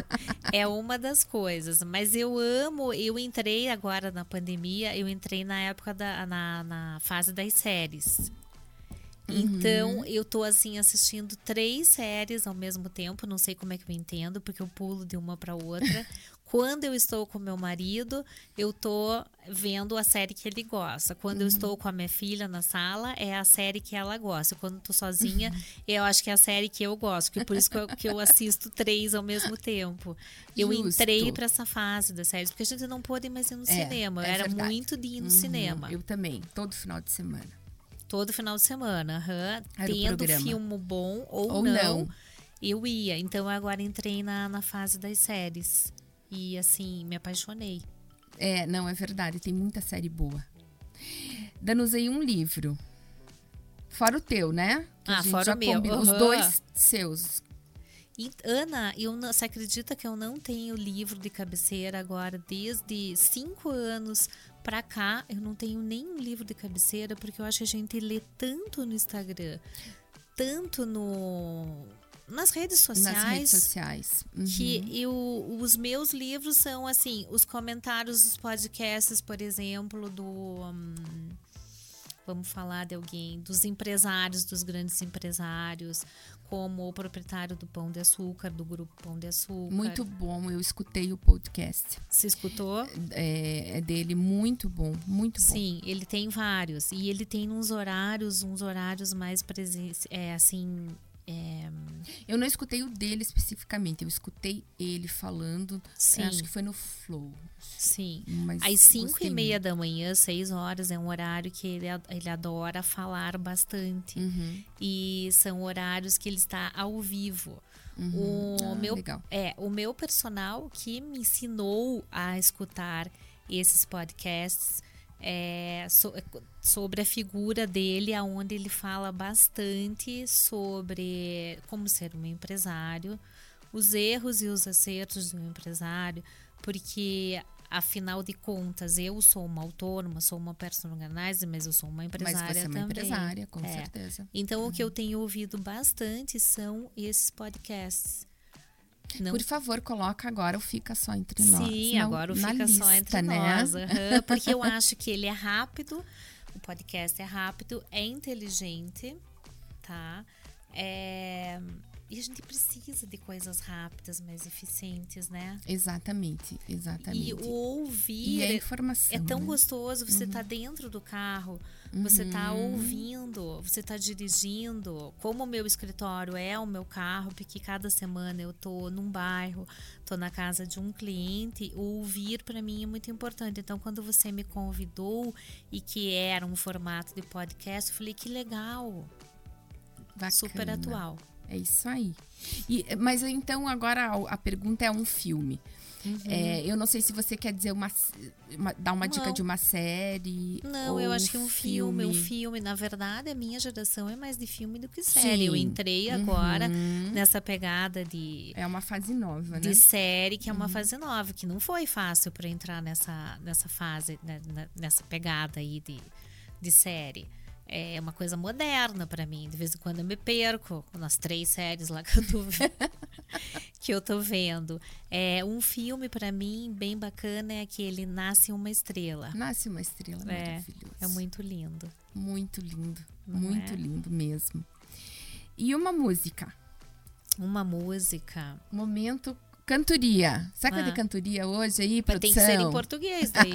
É uma das coisas. Mas eu amo... Eu entrei agora na pandemia, eu entrei na época da... Na, na fase das séries. Então, eu tô assim assistindo três séries ao mesmo tempo, não sei como é que eu entendo, porque eu pulo de uma para outra. Quando eu estou com meu marido, eu tô vendo a série que ele gosta. Quando uhum. eu estou com a minha filha na sala, é a série que ela gosta. Quando eu tô sozinha, uhum. eu acho que é a série que eu gosto, que por isso que eu, que eu assisto três ao mesmo tempo. Eu Justo. entrei para essa fase das séries, porque a gente não pôde mais ir no é, cinema. Eu é era verdade. muito de ir no uhum. cinema. Eu também, todo final de semana. Todo final de semana, uhum. tendo filme bom ou, ou não, não, eu ia. Então, eu agora entrei na, na fase das séries. E, assim, me apaixonei. É, não, é verdade. Tem muita série boa. Danusei um livro. Fora o teu, né? Que ah, fora o meu. Uhum. Os dois seus. E, Ana, eu não, você acredita que eu não tenho livro de cabeceira agora desde cinco anos pra cá? Eu não tenho nenhum livro de cabeceira, porque eu acho que a gente lê tanto no Instagram, tanto no... nas redes sociais, nas redes sociais. Uhum. que eu, os meus livros são assim, os comentários dos podcasts, por exemplo, do hum, vamos falar de alguém, dos empresários, dos grandes empresários, como o proprietário do Pão de Açúcar, do grupo Pão de Açúcar. Muito bom, eu escutei o podcast. Você escutou? É, é dele, muito bom, muito bom. Sim, ele tem vários, e ele tem uns horários, uns horários mais presentes, é, assim... É... Eu não escutei o dele especificamente, eu escutei ele falando, Sim. acho que foi no Flow. Sim, mas às cinco e meia da manhã, seis horas, é um horário que ele, ele adora falar bastante. Uhum. E são horários que ele está ao vivo. Uhum. O, ah, meu, legal. É, o meu personal que me ensinou a escutar esses podcasts É, so, sobre a figura dele, aonde ele fala bastante sobre como ser um empresário, os erros e os acertos de um empresário, porque afinal de contas eu sou uma autônoma, sou uma personal organizer, mas eu sou uma empresária também. Mas você é uma também. empresária, com é. certeza. Então uhum. o que eu tenho ouvido bastante são esses podcasts. Não. Por favor, coloca agora o Fica Só Entre Nós. Sim, agora o Fica lista, Só Entre né? Nós. Uhum, porque eu acho que ele é rápido, o podcast é rápido, é inteligente, tá? É... E a gente precisa de coisas rápidas, mais eficientes, né? Exatamente, exatamente. E o ouvir e a informação, é tão né? gostoso. Você uhum. tá dentro do carro, você uhum. tá ouvindo, você tá dirigindo. Como o meu escritório é o meu carro, porque cada semana eu tô num bairro, tô na casa de um cliente, o ouvir para mim é muito importante. Então, quando você me convidou e que era um formato de podcast, eu falei, que legal. Bacana. Super atual. É isso aí. E, mas então agora a, a pergunta é um filme. Uhum. É, eu não sei se você quer dizer uma, uma dar uma não. dica de uma série. Não, eu acho que um filme, filme, um filme. Na verdade, a minha geração é mais de filme do que série. Sim. Eu entrei agora uhum. nessa pegada de. É uma fase nova, de né? De série, que é uma uhum. fase nova, que não foi fácil para entrar nessa, nessa fase, né, nessa pegada aí de, de série. É uma coisa moderna pra mim. De vez em quando eu me perco nas três séries lá que eu tô vendo. que eu tô vendo. É, um filme pra mim bem bacana é aquele Nasce Uma Estrela. Nasce Uma Estrela, é, maravilhoso. É muito lindo. Muito lindo. Não muito é? lindo mesmo. E uma música? Uma música. Momento cantoria. Saca ah. de cantoria hoje aí, produção? Mas tem que ser em português daí.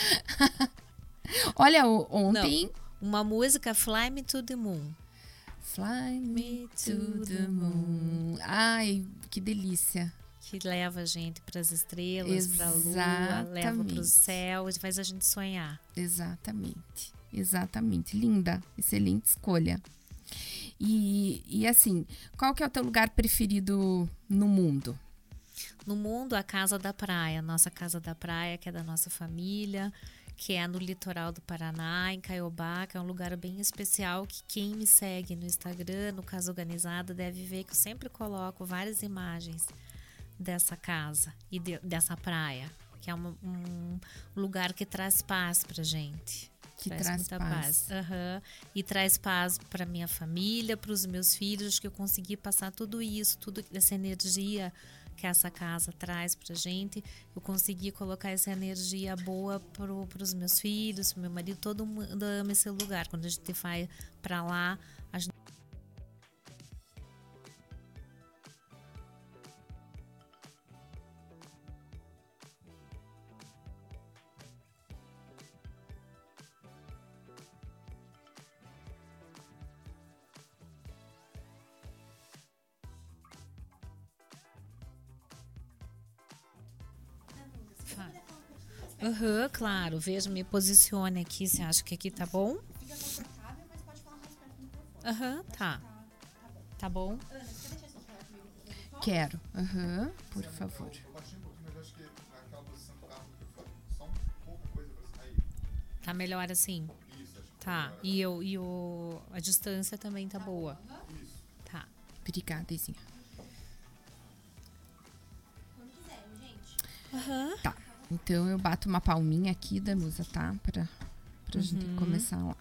Olha, ontem... Não. Uma música, Fly Me to the Moon. Fly Me to the Moon. Ai, que delícia. Que leva a gente para as estrelas, para a lua, leva para o céu, faz a gente sonhar. Exatamente, exatamente. Linda, excelente escolha. E, e assim, qual que é o teu lugar preferido no mundo? No mundo, a Casa da Praia. Nossa Casa da Praia, que é da nossa família, que é no litoral do Paraná, em Caiobá, que é um lugar bem especial, que quem me segue no Instagram, no Casa Organizada, deve ver que eu sempre coloco várias imagens dessa casa e de, dessa praia, que é uma, um lugar que traz paz pra gente. Que traz, traz muita paz. paz. Uhum. E traz paz pra minha família, pros meus filhos, que eu consegui passar tudo isso, tudo essa energia que essa casa traz pra gente, eu consegui colocar essa energia boa pro, pros meus filhos, pro meu marido, todo mundo ama esse lugar. Quando a gente vai pra lá, a gente Aham, uhum, claro. Veja, me posicione aqui. Você acha que aqui tá bom? Fica confortável, mas pode falar mais perto do microfone. Aham, uhum, tá. Tá bom. Ana, você quer deixar só falar comigo no telefone? Quero. Aham, uhum, por favor. Eu baixei um pouquinho, mas acho que naquela posição que tava no microfone, só um pouco coisa pra sair. Tá melhor assim? Isso, acho que tá. E, eu, e o, a distância também tá boa? Isso. Tá. Obrigada, Izinha. Quando quiser, gente. Aham. Uhum. Tá. Então eu bato uma palminha aqui, Danusa, tá? Pra, pra uhum. gente começar lá.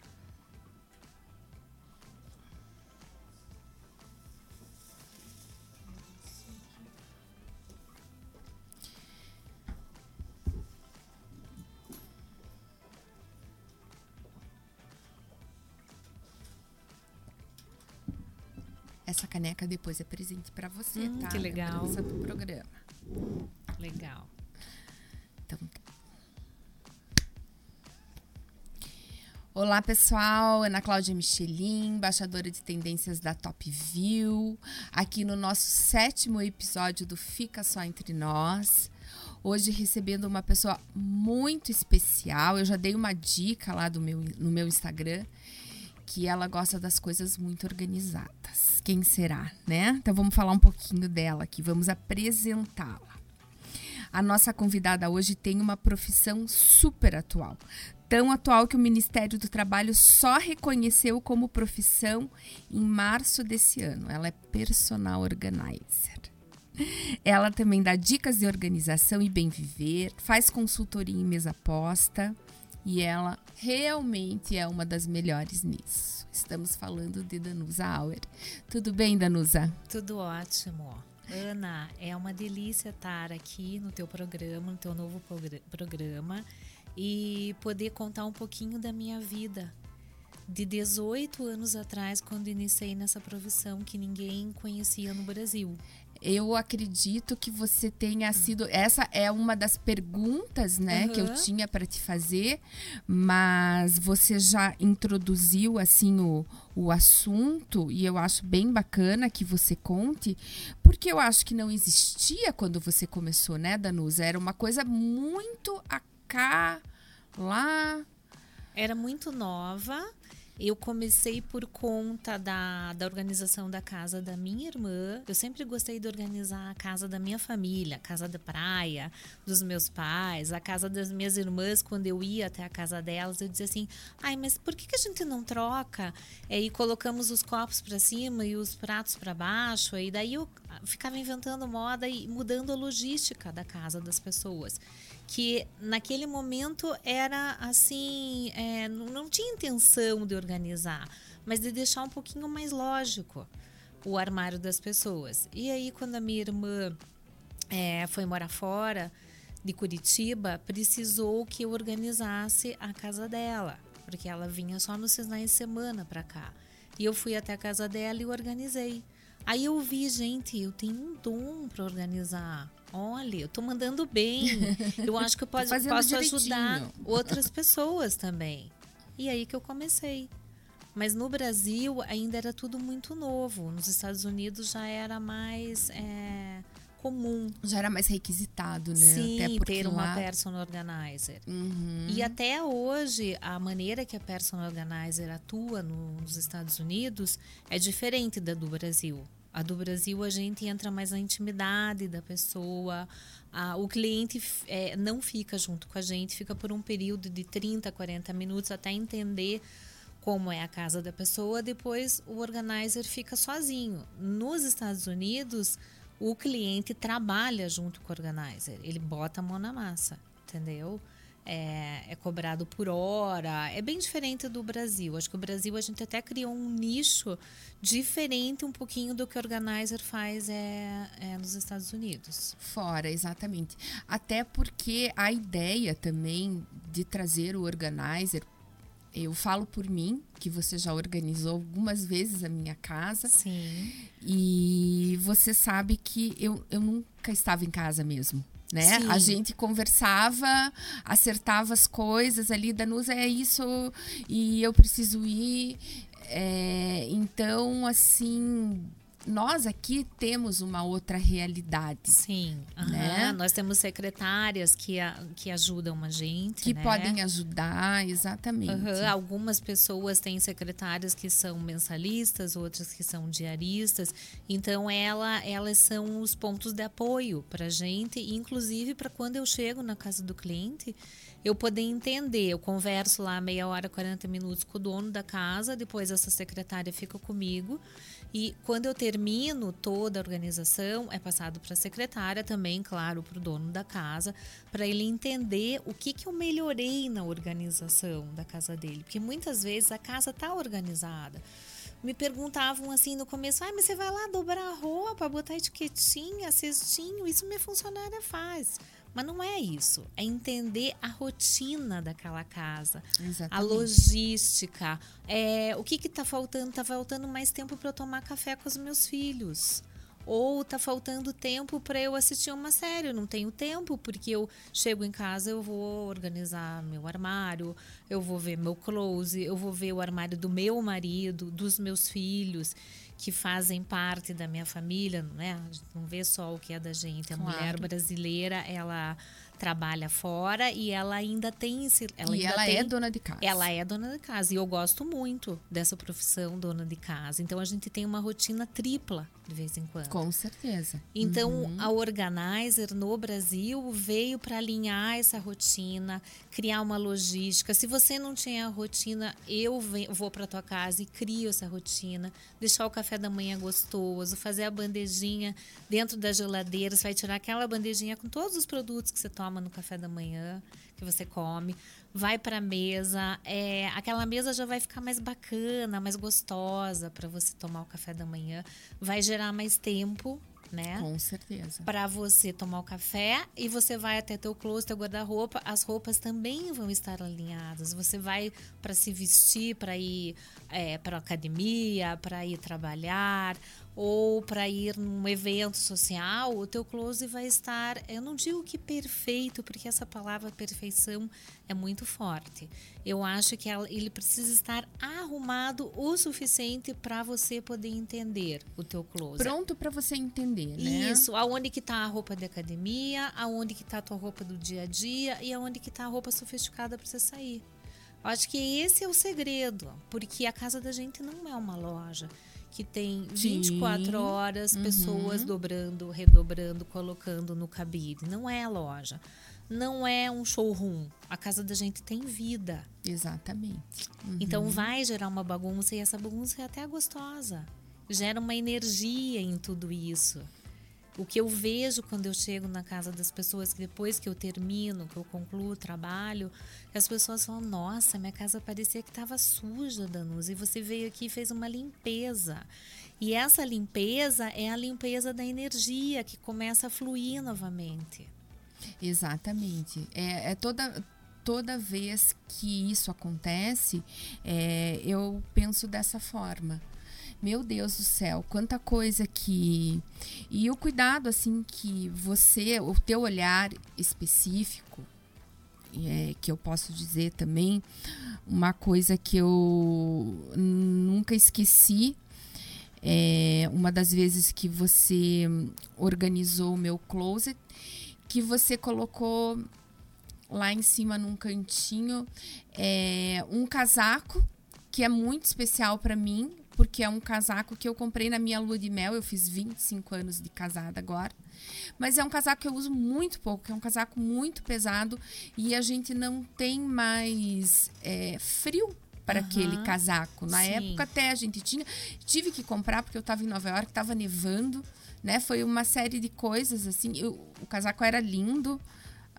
Essa caneca depois é presente pra você, hum, tá? Que legal. Lembrança do programa. Legal. Então, olá, pessoal. Ana Cláudia Michelin, embaixadora de tendências da Top View, aqui no nosso sétimo episódio do Fica Só Entre Nós. Hoje recebendo uma pessoa muito especial. Eu já dei uma dica lá do meu, no meu Instagram, que ela gosta das coisas muito organizadas. Quem será, né? Então vamos falar um pouquinho dela aqui, vamos apresentá-la. A nossa convidada hoje tem uma profissão super atual. Tão atual que o Ministério do Trabalho só reconheceu como profissão em março desse ano. Ela é personal organizer. Ela também dá dicas de organização e bem viver, faz consultoria em mesa posta e ela realmente é uma das melhores nisso. Estamos falando de Danusa Auer. Tudo bem, Danusa? Tudo ótimo. Ana, é uma delícia estar aqui no teu programa, no teu novo programa e poder contar um pouquinho da minha vida. De dezoito anos atrás, quando iniciei nessa profissão que ninguém conhecia no Brasil. Eu acredito que você tenha sido... Essa é uma das perguntas, né, uhum. que eu tinha para te fazer, mas você já introduziu, assim, o, o assunto e eu acho bem bacana que você conte, porque eu acho que não existia quando você começou, né, Danusa? Era uma coisa muito acá, lá... Era muito nova. Eu comecei por conta da, da organização da casa da minha irmã. Eu sempre gostei de organizar a casa da minha família, a casa da praia, dos meus pais, a casa das minhas irmãs. Quando eu ia até a casa delas, eu dizia assim, ai, mas por que, que a gente não troca? É, e colocamos os copos para cima e os pratos para baixo. E daí eu ficava inventando moda e mudando a logística da casa das pessoas. Que naquele momento era assim, é, não tinha intenção de organizar, mas de deixar um pouquinho mais lógico o armário das pessoas. E aí, quando a minha irmã é, foi morar fora de Curitiba, precisou que eu organizasse a casa dela, porque ela vinha só nos finais de semana para cá. E eu fui até a casa dela e organizei. Aí eu vi, gente, eu tenho um dom para organizar. Olha, eu tô mandando bem. Eu acho que eu posso, posso ajudar outras pessoas também. E aí que eu comecei. Mas no Brasil ainda era tudo muito novo. Nos Estados Unidos já era mais é, comum. Já era mais requisitado, né? Sim, até ter uma lá... personal organizer. Uhum. E até hoje, a maneira que a personal organizer atua no, nos Estados Unidos é diferente da do Brasil. A do Brasil, a gente entra mais na intimidade da pessoa. A, o cliente é, não fica junto com a gente, fica por um período de trinta, quarenta minutos até entender como é a casa da pessoa. Depois, o organizer fica sozinho. Nos Estados Unidos, o cliente trabalha junto com o organizer. Ele bota a mão na massa, entendeu? é, é cobrado por hora. É bem diferente do Brasil. Acho que o Brasil a gente até criou um nicho diferente um pouquinho do que o Organizer faz é, é nos Estados Unidos. Fora, exatamente. Até porque a ideia também de trazer o Organizer, eu falo por mim, que você já organizou algumas vezes a minha casa. Sim. E você sabe que eu, eu nunca estava em casa mesmo. Né? Sim. A gente conversava, acertava as coisas ali, Danusa, é isso e eu preciso ir. É, então, assim, nós aqui temos uma outra realidade. Sim, né? Aham. Nós temos secretárias que, a, que ajudam a gente, Que né? podem ajudar, exatamente. Aham. Algumas pessoas têm secretárias que são mensalistas, outras que são diaristas. Então, ela, elas são os pontos de apoio para a gente, inclusive para quando eu chego na casa do cliente, eu poder entender. Eu converso lá meia hora, quarenta minutos com o dono da casa, depois essa secretária fica comigo. E quando eu termino toda a organização, é passado para a secretária também, claro, para o dono da casa, para ele entender o que, que eu melhorei na organização da casa dele. Porque muitas vezes a casa está organizada. Me perguntavam assim no começo, ah, mas você vai lá dobrar a roupa, botar etiquetinha, cestinho, isso minha funcionária faz. Mas não é isso, é entender a rotina daquela casa, Exatamente. a logística, é, o que que tá faltando? Tá faltando mais tempo para eu tomar café com os meus filhos. Ou tá faltando tempo para eu assistir uma série, eu não tenho tempo, porque eu chego em casa, eu vou organizar meu armário, eu vou ver meu closet, eu vou ver o armário do meu marido, dos meus filhos, que fazem parte da minha família, né? A gente não vê só o que é da gente. A Claro. mulher brasileira, ela trabalha fora e ela ainda tem... esse- Ela E ainda ela tem, é dona de casa. Ela é dona de casa. E eu gosto muito dessa profissão, dona de casa. Então, a gente tem uma rotina tripla, de vez em quando. Com certeza. Então, Uhum. a Organizer no Brasil veio para alinhar essa rotina, criar uma logística. Se você não tinha a rotina, eu ve- vou para tua casa e crio essa rotina, deixar o café da manhã gostoso, fazer a bandejinha dentro da geladeira. Você vai tirar aquela bandejinha com todos os produtos que você toma no café da manhã, que você come, vai para a mesa, é, aquela mesa já vai ficar mais bacana, mais gostosa para você tomar o café da manhã, vai gerar mais tempo, né? Com certeza. Para você tomar o café e você vai até teu closet, teu guarda-roupa, as roupas também vão estar alinhadas. Você vai para se vestir, para ir é, para academia, para ir trabalhar ou para ir num evento social, o teu closet vai estar, eu não digo que perfeito, porque essa palavra perfeição é muito forte. Eu acho que ela- ele precisa estar arrumado o suficiente para você poder entender o teu closet. Pronto para você entender, né? Isso, aonde que tá a roupa de academia, aonde que tá a tua roupa do dia a dia e aonde que tá a roupa sofisticada para você sair. Eu acho que esse é o segredo, porque a casa da gente não é uma loja que tem vinte e quatro Sim. horas, Uhum. pessoas dobrando, redobrando, colocando no cabide. Não é loja, não é um showroom. A casa da gente tem vida. Exatamente. Uhum. Então vai gerar uma bagunça e essa bagunça é até gostosa. Gera uma energia em tudo isso. O que eu vejo quando eu chego na casa das pessoas, que depois que eu termino, que eu concluo o trabalho, as pessoas falam, nossa, minha casa parecia que estava suja, Danusa, e você veio aqui e fez uma limpeza. E essa limpeza é a limpeza da energia que começa a fluir novamente. Exatamente. É, é toda, toda vez que isso acontece, é, eu penso dessa forma. Meu Deus do céu, quanta coisa que... E o cuidado, assim, que você, o teu olhar específico, é, que eu posso dizer também, uma coisa que eu nunca esqueci, é uma das vezes que você organizou o meu closet, que você colocou lá em cima num cantinho é, um casaco que é muito especial para mim, porque é um casaco que eu comprei na minha lua de mel. Eu fiz vinte e cinco anos de casada agora. Mas é um casaco que eu uso muito pouco, é um casaco muito pesado e a gente não tem mais é, frio para Aham. aquele casaco. Na Sim. época até a gente tinha, tive que comprar porque eu estava em Nova York, estava nevando, né? Foi uma série de coisas assim. Eu, o casaco era lindo,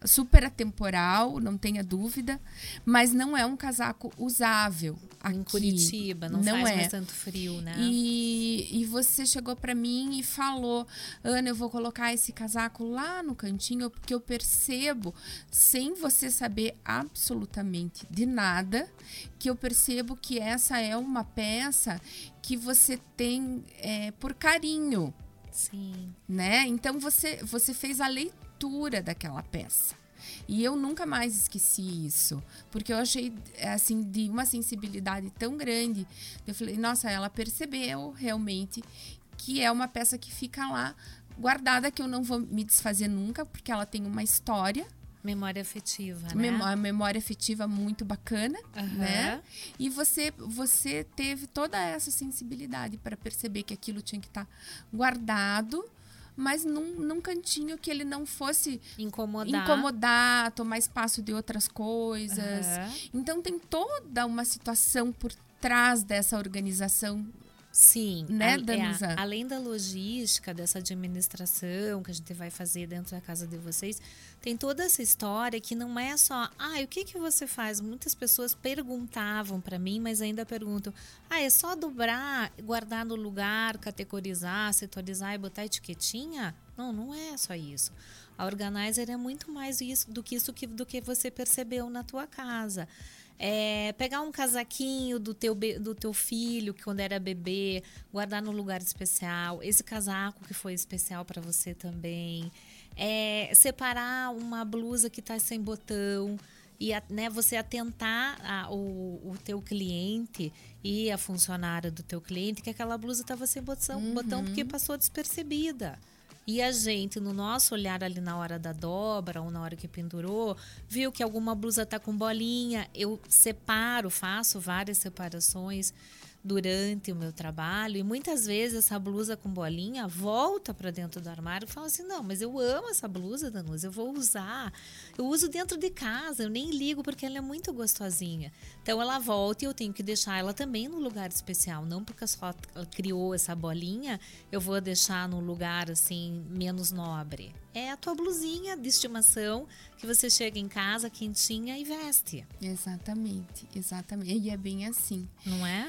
super atemporal, não tenha dúvida, mas não é um casaco usável aqui. Em Curitiba, não, não faz é. mais tanto frio, né? E, e você chegou para mim e falou, Ana, eu vou colocar esse casaco lá no cantinho, porque eu percebo, sem você saber absolutamente de nada, que eu percebo que essa é uma peça que você tem é, por carinho. Sim. Né? Então você, você fez a leitura daquela peça. E eu nunca mais esqueci isso, porque eu achei assim de uma sensibilidade tão grande. Eu falei, nossa, ela percebeu realmente que é uma peça que fica lá guardada, que eu não vou me desfazer nunca, porque ela tem uma história. Memória afetiva, né? Memória, memória afetiva muito bacana, Uhum. né? E você, você teve toda essa sensibilidade para perceber que aquilo tinha que estar guardado, mas num, num cantinho que ele não fosse Incomodar. incomodar, tomar espaço de outras coisas. Uhum. Então tem toda uma situação por trás dessa organização. Sim, Né, a- Danusa? é, além da logística, dessa administração que a gente vai fazer dentro da casa de vocês, tem toda essa história que não é só, ah, o que que você faz? Muitas pessoas perguntavam para mim, mas ainda perguntam, ah, é só dobrar, guardar no lugar, categorizar, setorizar e botar etiquetinha? Não, não é só isso. A Organizer é muito mais isso, do que isso que, do que você percebeu na tua casa. É, pegar um casaquinho do teu, be- do teu filho, que quando era bebê, guardar no lugar especial. Esse casaco que foi especial para você também. É, separar uma blusa que está sem botão e a- né, você atentar a- o, o teu cliente e a funcionária do teu cliente que aquela blusa estava sem botão, botão porque passou despercebida. E a gente, no nosso olhar ali na hora da dobra ou na hora que pendurou, viu que alguma blusa tá com bolinha. Eu separo, faço várias separações durante o meu trabalho. E muitas vezes essa blusa com bolinha volta para dentro do armário e fala assim, não, mas eu amo essa blusa, Danusa, eu vou usar. Eu uso dentro de casa, eu nem ligo porque ela é muito gostosinha. Então ela volta e eu tenho que deixar ela também no lugar especial. Não porque só ela criou essa bolinha, eu vou deixar num lugar assim menos nobre. É a tua blusinha de estimação que você chega em casa quentinha e veste. Exatamente, exatamente. E é bem assim. Não é?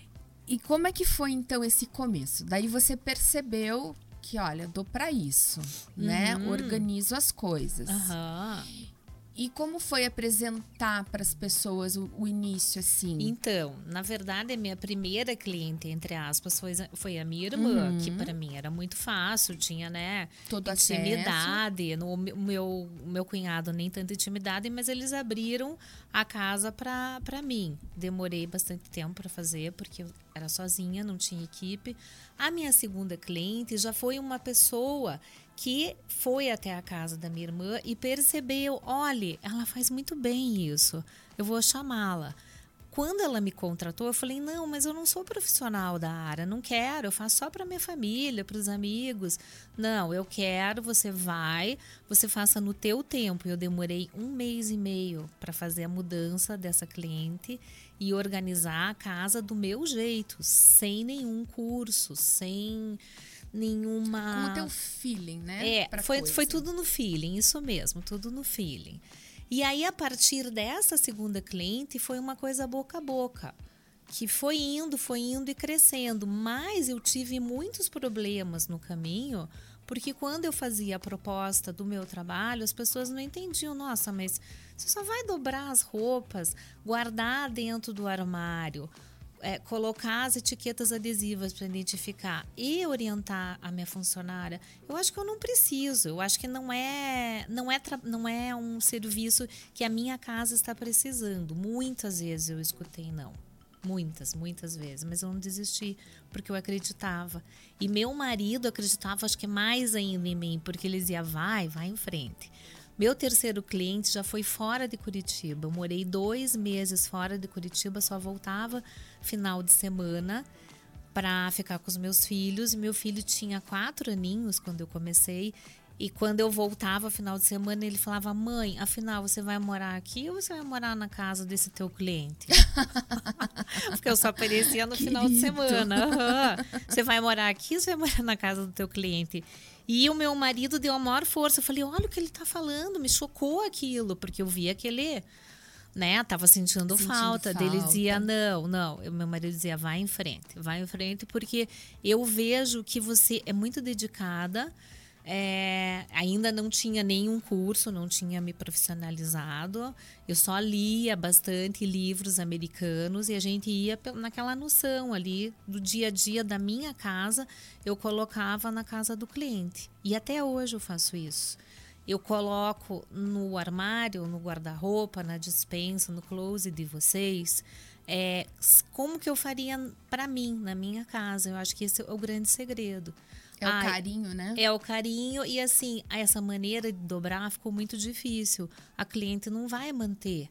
E como é que foi então esse começo? Daí você percebeu que, olha, dou pra isso, né? Uhum. Organizo as coisas. Aham. E como foi apresentar para as pessoas o, o início, assim? Então, na verdade, a minha primeira cliente, entre aspas, foi, foi a minha irmã, Uhum. que para mim era muito fácil, tinha, né, Todo intimidade. No, o meu, o meu cunhado nem tanta intimidade, mas eles abriram a casa para para mim. Demorei bastante tempo para fazer, porque eu era sozinha, não tinha equipe. A minha segunda cliente já foi uma pessoa que foi até a casa da minha irmã e percebeu, olha, ela faz muito bem isso, eu vou chamá-la. Quando ela me contratou, eu falei, não, mas eu não sou profissional da área, não quero, eu faço só para minha família, para os amigos. Não, eu quero, você vai, você faça no teu tempo. Eu demorei um mês e meio para fazer a mudança dessa cliente e organizar a casa do meu jeito, sem nenhum curso, sem nenhuma... Com o teu feeling, né? É, pra foi, coisa. foi tudo no feeling, isso mesmo, tudo no feeling. E aí, a partir dessa segunda cliente, foi uma coisa boca a boca, que foi indo, foi indo e crescendo. Mas eu tive muitos problemas no caminho, porque quando eu fazia a proposta do meu trabalho, as pessoas não entendiam. Nossa, mas você só vai dobrar as roupas, guardar dentro do armário, É, colocar as etiquetas adesivas para identificar e orientar a minha funcionária, eu acho que eu não preciso. Eu acho que não é, não é, tra- não é um serviço que a minha casa está precisando. Muitas vezes eu escutei não. Muitas, muitas vezes. Mas eu não desisti, porque eu acreditava. E meu marido acreditava, acho que mais ainda em mim, porque ele dizia, vai, vai em frente. Meu terceiro cliente já foi fora de Curitiba. Eu morei dois meses fora de Curitiba, só voltava final de semana para ficar com os meus filhos. E meu filho tinha quatro aninhos quando eu comecei E quando eu voltava final de semana, ele falava: mãe, afinal, você vai morar aqui ou você vai morar na casa desse teu cliente? Porque eu só aparecia no final de semana. Uhum. Você vai morar aqui ou você vai morar na casa do teu cliente? E o meu marido deu a maior força. Eu falei: olha o que ele tá falando, me chocou aquilo, porque eu via que ele, né, tava sentindo, Sentindo falta. falta. Dele dizia: não, não. O meu marido dizia: vai em frente, vai em frente, porque eu vejo que você é muito dedicada. É, ainda não tinha nenhum curso, não tinha me profissionalizado. Eu só lia bastante livros americanos e a gente ia naquela noção ali do dia a dia da minha casa, eu colocava na casa do cliente. E até hoje eu faço isso. Eu coloco no armário, no guarda-roupa, na despensa, no closet de vocês, é, como que eu faria para mim, na minha casa. Eu acho que esse é o grande segredo. É o Ai, carinho, né? É o carinho e assim, essa maneira de dobrar ficou muito difícil. A cliente não vai manter.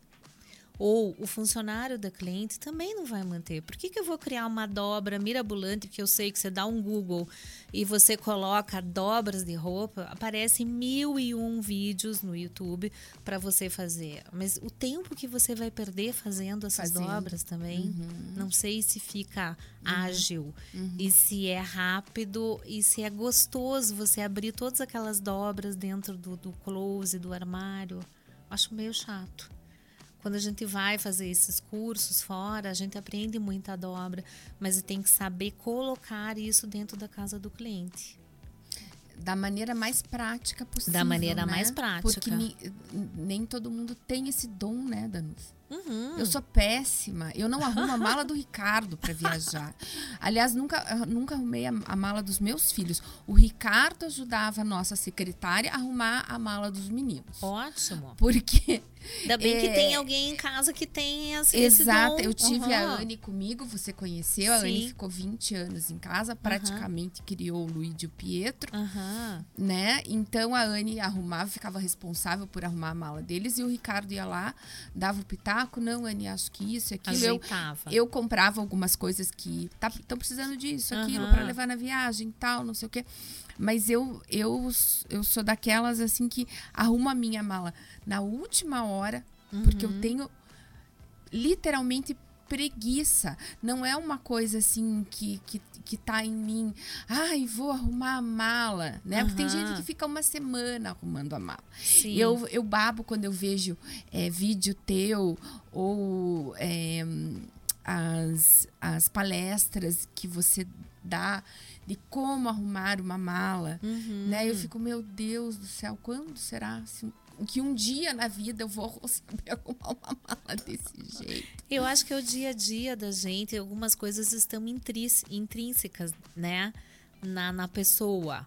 Ou o funcionário da cliente também não vai manter. Por que que eu vou criar uma dobra mirabolante que eu sei que você dá um Google e você coloca dobras de roupa, aparecem mil e um vídeos no YouTube para você fazer. Mas o tempo que você vai perder fazendo essas Fazendo. dobras também, Uhum. não sei se fica Uhum. ágil Uhum. e se é rápido e se é gostoso você abrir todas aquelas dobras dentro do, do closet, do armário. Acho meio chato. Quando a gente vai fazer esses cursos fora, a gente aprende muita dobra, mas tem que saber colocar isso dentro da casa do cliente. Da maneira mais prática possível. Da maneira né? mais prática. Porque ni- nem todo mundo tem esse dom, né, Danusa? Uhum. Eu sou péssima. Eu não arrumo a mala do Ricardo para viajar. Aliás, nunca, nunca arrumei a, a mala dos meus filhos. O Ricardo ajudava a nossa secretária a arrumar a mala dos meninos. Ótimo. Porque... Ainda bem que é, tem alguém em casa que tem esse, esse Exato. dom. Eu tive Uhum. a Anne comigo, você conheceu. A Sim. Anne ficou vinte anos em casa, praticamente criou o Luigi e o Pietro. Uhum. Né? Então a Anne arrumava, ficava responsável por arrumar a mala deles e o Ricardo ia lá, dava o pitaco, não, Anne, acho que isso, aquilo. Eu, Ajeitava. eu comprava algumas coisas que estão precisando disso, aquilo, Aham. para levar na viagem, tal, não sei o quê. Mas eu, eu, eu sou daquelas assim que arrumo a minha mala na última hora, porque eu tenho literalmente preguiça. Não é uma coisa assim que, que, que tá em mim. Ai, vou arrumar a mala, né? Porque tem Aham. gente que fica uma semana arrumando a mala. Sim. Eu, eu babo quando eu vejo é, vídeo teu ou é, as, as palestras que você dá de como arrumar uma mala, Uhum. né? Eu fico, meu Deus do céu, quando será assim, que um dia na vida eu vou saber arrumar uma mala desse jeito? Eu acho que é o dia a dia da gente, algumas coisas estão intrís- intrínsecas, né, na, na pessoa.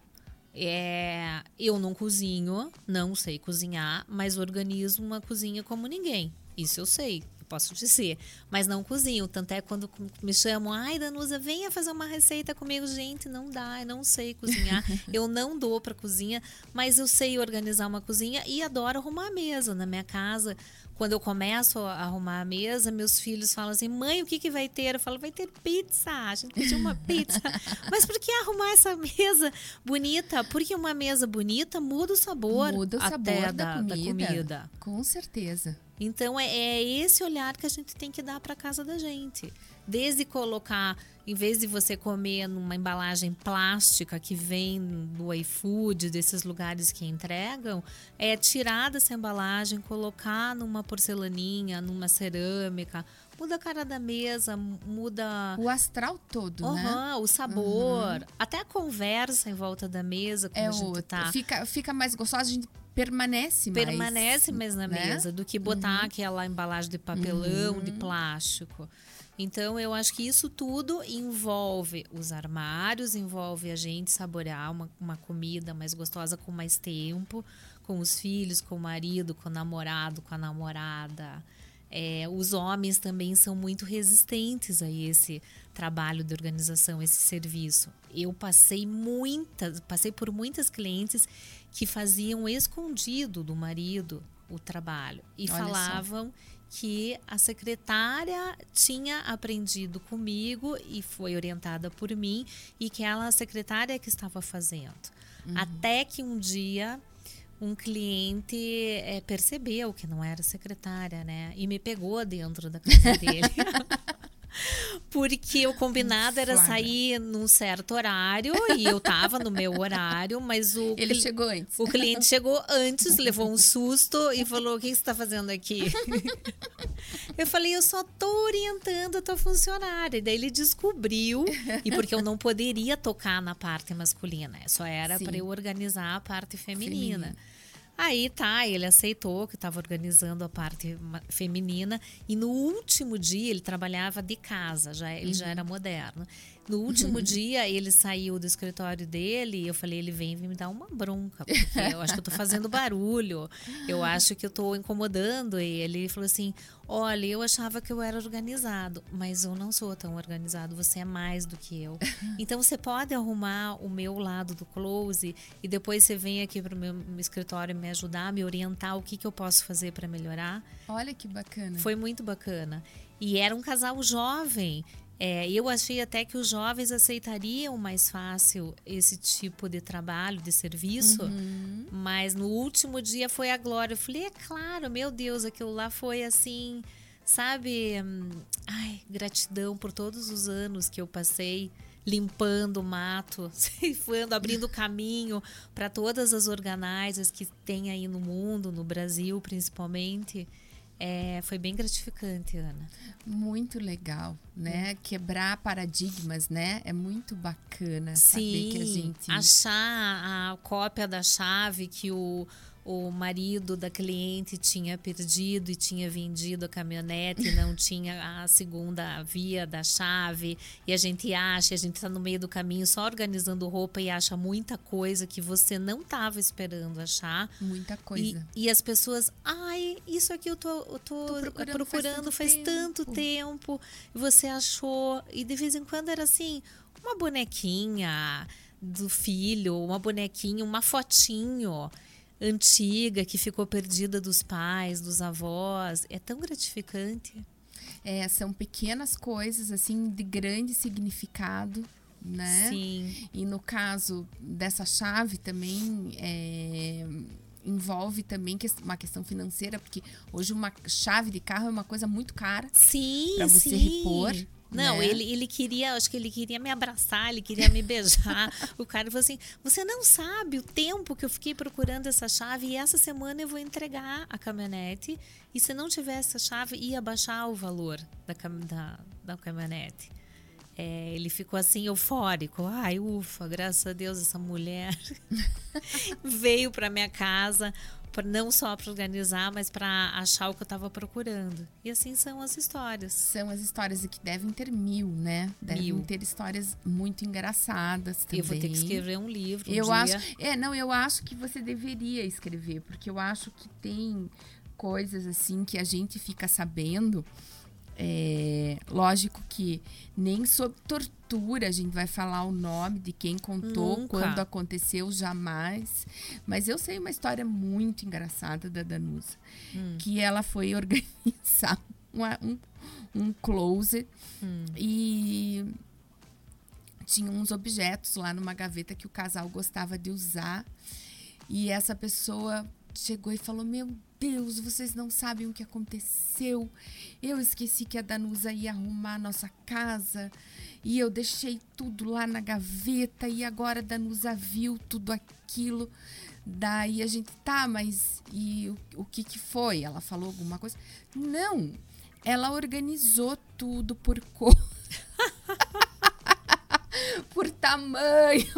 É, eu não cozinho, não sei cozinhar, mas organizo uma cozinha como ninguém. Isso eu sei, eu posso dizer. Mas não cozinho. Tanto é quando me chamam, ai, Danusa, venha fazer uma receita comigo. Gente, não dá, eu não sei cozinhar. Eu não dou pra cozinha, mas eu sei organizar uma cozinha e adoro arrumar a mesa na minha casa. Quando eu começo a arrumar a mesa, meus filhos falam assim, mãe, o que que vai ter? Eu falo, vai ter pizza, a gente pediu uma pizza. Mas por que arrumar essa mesa bonita? Porque uma mesa bonita muda o sabor, Muda o até sabor da, da, da comida. comida. Com certeza. Então, é, é esse olhar que a gente tem que dar para casa da gente. Desde colocar, em vez de você comer numa embalagem plástica que vem do iFood, desses lugares que entregam, é tirar dessa embalagem, colocar numa porcelaninha, numa cerâmica. Muda a cara da mesa, muda... O astral todo, né? Uhum, o sabor, até a conversa em volta da mesa, como É a gente outra. tá. Fica, fica mais gostosa, a gente permanece mais. Permanece mais na né? mesa do que botar aquela embalagem de papelão, de plástico. Então, eu acho que isso tudo envolve os armários, envolve a gente saborear uma, uma comida mais gostosa com mais tempo, com os filhos, com o marido, com o namorado, com a namorada. É, os homens também são muito resistentes a esse trabalho de organização, esse serviço. Eu passei muitas, passei por muitas clientes que faziam escondido do marido o trabalho e Olha falavam que a secretária tinha aprendido comigo e foi orientada por mim e que ela, a secretária, que estava fazendo. Uhum. Até que um dia um cliente é, percebeu que não era secretária, né? E me pegou dentro da casa dele. Porque o combinado era Flagra. sair num certo horário e eu tava no meu horário, mas o Ele cli- chegou antes. o cliente chegou antes, levou um susto e falou: o que você está fazendo aqui? Eu falei: eu só tô orientando a tua funcionária. E daí ele descobriu, e porque eu não poderia tocar na parte masculina, só era Sim. para eu organizar a parte feminina. Feminina. Aí tá, ele aceitou que estava organizando a parte ma- feminina e no último dia ele trabalhava de casa, já ele já era moderno. No último dia ele saiu do escritório dele e eu falei: ele vem me dar uma bronca, porque eu acho que eu tô fazendo barulho, eu acho que eu tô incomodando ele. Ele falou assim: olha, eu achava que eu era organizado, mas eu não sou tão organizado, você é mais do que eu. Então você pode arrumar o meu lado do close e depois você vem aqui pro meu escritório me ajudar, me orientar o que, que eu posso fazer para melhorar. Olha que bacana. Foi muito bacana. E era um casal jovem. É, eu achei até que os jovens aceitariam mais fácil esse tipo de trabalho, de serviço. Uhum. Mas no último dia foi a glória. Eu falei: é claro, meu Deus, aquilo lá foi assim, sabe? hum, Ai, gratidão por todos os anos que eu passei limpando o mato, ceifando, abrindo caminho para todas as organizers que tem aí no mundo, no Brasil principalmente. É, foi bem gratificante, Ana. Muito legal, né? Quebrar paradigmas, né? É muito bacana Sim, saber que a gente... achar a cópia da chave que o, o marido da cliente tinha perdido e tinha vendido a caminhonete e não tinha a segunda via da chave, e a gente acha, a gente está no meio do caminho só organizando roupa e acha muita coisa que você não estava esperando achar. Muita coisa. E, e as pessoas, ai, isso aqui eu tô, eu tô, Tô procurando procurando, faz faz, tanto tanto tempo, e você achou, e de vez em quando era assim, uma bonequinha do filho, uma bonequinha, uma fotinho antiga que ficou perdida dos pais, dos avós. É tão gratificante. É, são pequenas coisas, assim, de grande significado, né? Sim. E no caso dessa chave também, é, envolve também que- uma questão financeira, porque hoje uma chave de carro é uma coisa muito cara. Sim, Pra você sim. repor, Não, né? ele, ele queria, acho que ele queria me abraçar, ele queria me beijar. O cara falou assim: você não sabe o tempo que eu fiquei procurando essa chave e essa semana eu vou entregar a caminhonete. E se não tivesse a chave, ia baixar o valor da, cam- da, da caminhonete. É, ele ficou assim eufórico. Ai, ufa, graças a Deus essa mulher veio para minha casa, pra, não só para organizar, mas para achar o que eu estava procurando. E assim são as histórias. São as histórias que devem ter mil, né? Devem Mil. ter histórias muito engraçadas também. Eu vou ter que escrever um livro um Eu dia. acho, é, não, eu acho que você deveria escrever, porque eu acho que tem coisas assim que a gente fica sabendo. É, lógico que nem sob tortura a gente vai falar o nome de quem contou, Nunca. quando aconteceu, jamais. Mas eu sei uma história muito engraçada da Danusa, Hum. que ela foi organizar uma- um, um closet Hum. e tinha uns objetos lá numa gaveta que o casal gostava de usar. E essa pessoa chegou e falou: meu Deus, vocês não sabem o que aconteceu. Eu esqueci que a Danusa ia arrumar a nossa casa e eu deixei tudo lá na gaveta e agora a Danusa viu tudo aquilo. Daí a gente, tá, mas e o, o que que foi? Ela falou alguma coisa? Não, ela organizou tudo por cor, por tamanho.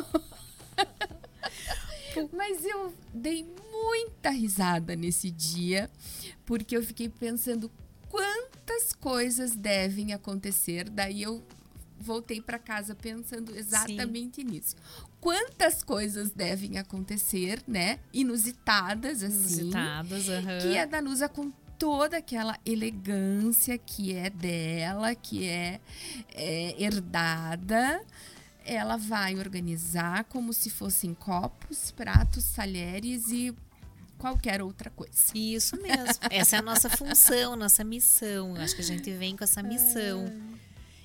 Mas eu dei muita risada nesse dia, porque eu fiquei pensando quantas coisas devem acontecer. Daí eu voltei para casa pensando exatamente nisso. Quantas coisas devem acontecer, né? Inusitadas, assim. Inusitadas, aham. Que a Danusa, com toda aquela elegância que é dela, que é, é herdada, ela vai organizar como se fossem copos, pratos, talheres e qualquer outra coisa. Isso mesmo. Essa é a nossa função, nossa missão. Eu acho que a gente vem com essa missão.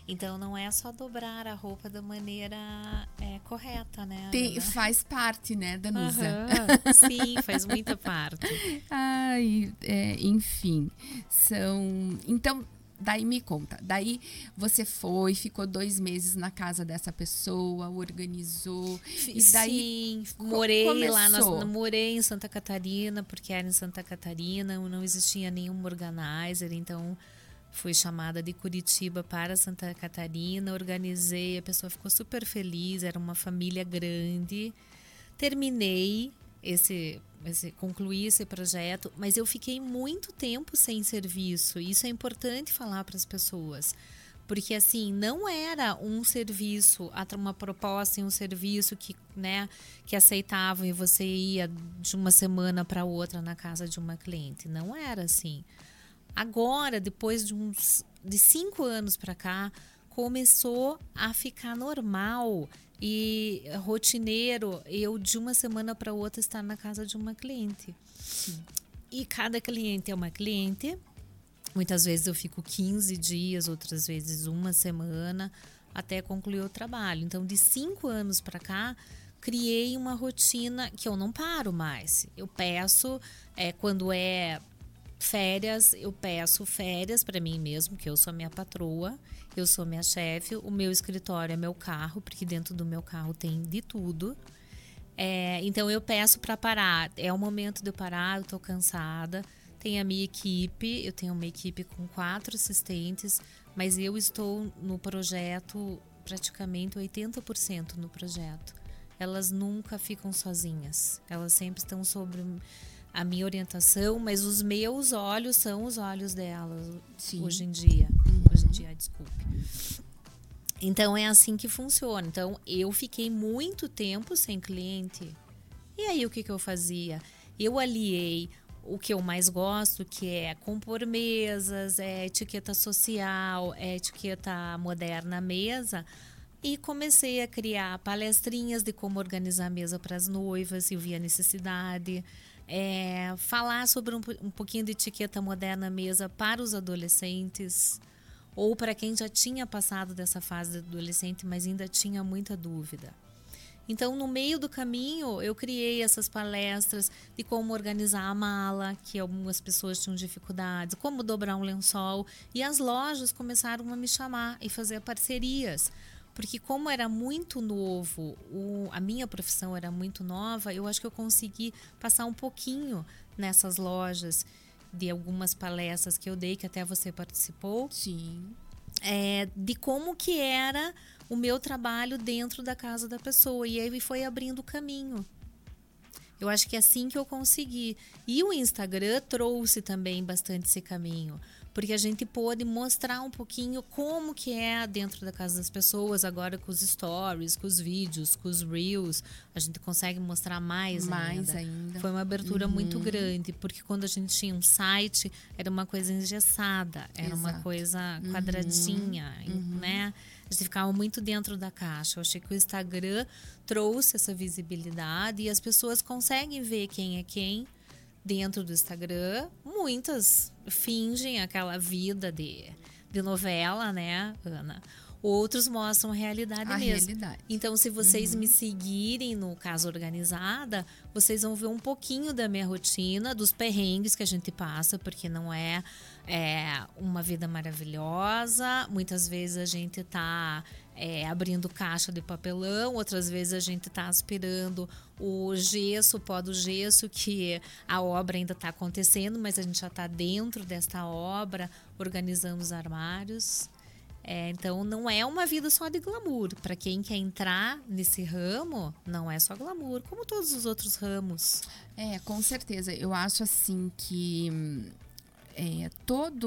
Então não é só dobrar a roupa da maneira é, correta, né? Tem, Ana? faz parte, né, Danusa? Aham, sim, faz muita parte. Ai, é, enfim, são... Então, daí me conta. Daí você foi, ficou dois meses na casa dessa pessoa, organizou. E daí Sim, morei lá, começou. na, morei em Santa Catarina, porque era em Santa Catarina, não existia nenhum organizer, então fui chamada de Curitiba para Santa Catarina, organizei, a pessoa ficou super feliz, era uma família grande. Terminei esse, esse concluí esse projeto, mas eu fiquei muito tempo sem serviço. Isso é importante falar para as pessoas, porque assim não era um serviço, uma proposta em um serviço que, né, que aceitavam e você ia de uma semana para outra na casa de uma cliente. Não era assim. Agora, depois de uns de cinco anos para cá, começou a ficar normal e rotineiro eu de uma semana para outra estar na casa de uma cliente. Sim. E cada cliente é uma cliente. Muitas vezes eu fico quinze dias, outras vezes uma semana, até concluir o trabalho. Então, de cinco anos para cá, criei uma rotina que eu não paro mais. Eu peço, é, quando é férias, eu peço férias para mim mesmo, que eu sou minha patroa, eu sou minha chefe, o meu escritório é meu carro, porque dentro do meu carro tem de tudo. É, então eu peço para parar, é o momento de eu parar, eu tô cansada. Tem a minha equipe, eu tenho uma equipe com quatro assistentes, mas eu estou no projeto praticamente oitenta por cento no projeto. Elas nunca ficam sozinhas, elas sempre estão sobre a minha orientação, mas os meus olhos são os olhos delas. Sim. Hoje em dia. Uhum. Hoje em dia, desculpe. Então, é assim que funciona. Então, eu fiquei muito tempo sem cliente. E aí, o que, que eu fazia? Eu aliei o que eu mais gosto, que é compor mesas, é etiqueta social, é etiqueta moderna mesa, e comecei a criar palestrinhas de como organizar a mesa para as noivas, eu vi a necessidade. É, falar sobre um, um pouquinho de etiqueta moderna mesa para os adolescentes ou para quem já tinha passado dessa fase de adolescente, mas ainda tinha muita dúvida. Então, no meio do caminho, eu criei essas palestras de como organizar a mala, que algumas pessoas tinham dificuldades, como dobrar um lençol, e as lojas começaram a me chamar e fazer parcerias. Porque como era muito novo, o, a minha profissão era muito nova, eu acho que eu consegui passar um pouquinho nessas lojas de algumas palestras que eu dei, que até você participou. Sim. É, de como que era o meu trabalho dentro da casa da pessoa. E aí foi abrindo o caminho. Eu acho que é assim que eu consegui. E o Instagram trouxe também bastante esse caminho. Porque a gente pôde mostrar um pouquinho como que é dentro da casa das pessoas, agora com os stories, com os vídeos, com os reels, a gente consegue mostrar mais, mais ainda. ainda. Foi uma abertura uhum. muito grande, porque quando a gente tinha um site, era uma coisa engessada, era Exato. Uma coisa quadradinha, uhum. né? A gente ficava muito dentro da caixa. Eu achei que o Instagram trouxe essa visibilidade e as pessoas conseguem ver quem é quem. Dentro do Instagram, muitas fingem aquela vida de, de novela, né, Ana? Outros mostram a realidade a mesmo. Realidade. Então, se vocês uhum. me seguirem no Casa Organizada, vocês vão ver um pouquinho da minha rotina, dos perrengues que a gente passa, porque não é, é uma vida maravilhosa. Muitas vezes a gente está é, abrindo caixa de papelão, outras vezes a gente está aspirando o gesso, o pó do gesso, que a obra ainda está acontecendo, mas a gente já está dentro desta obra, organizando os armários. É, então, não é uma vida só de glamour. Para quem quer entrar nesse ramo, não é só glamour, como todos os outros ramos. É, com certeza. Eu acho assim que é, todo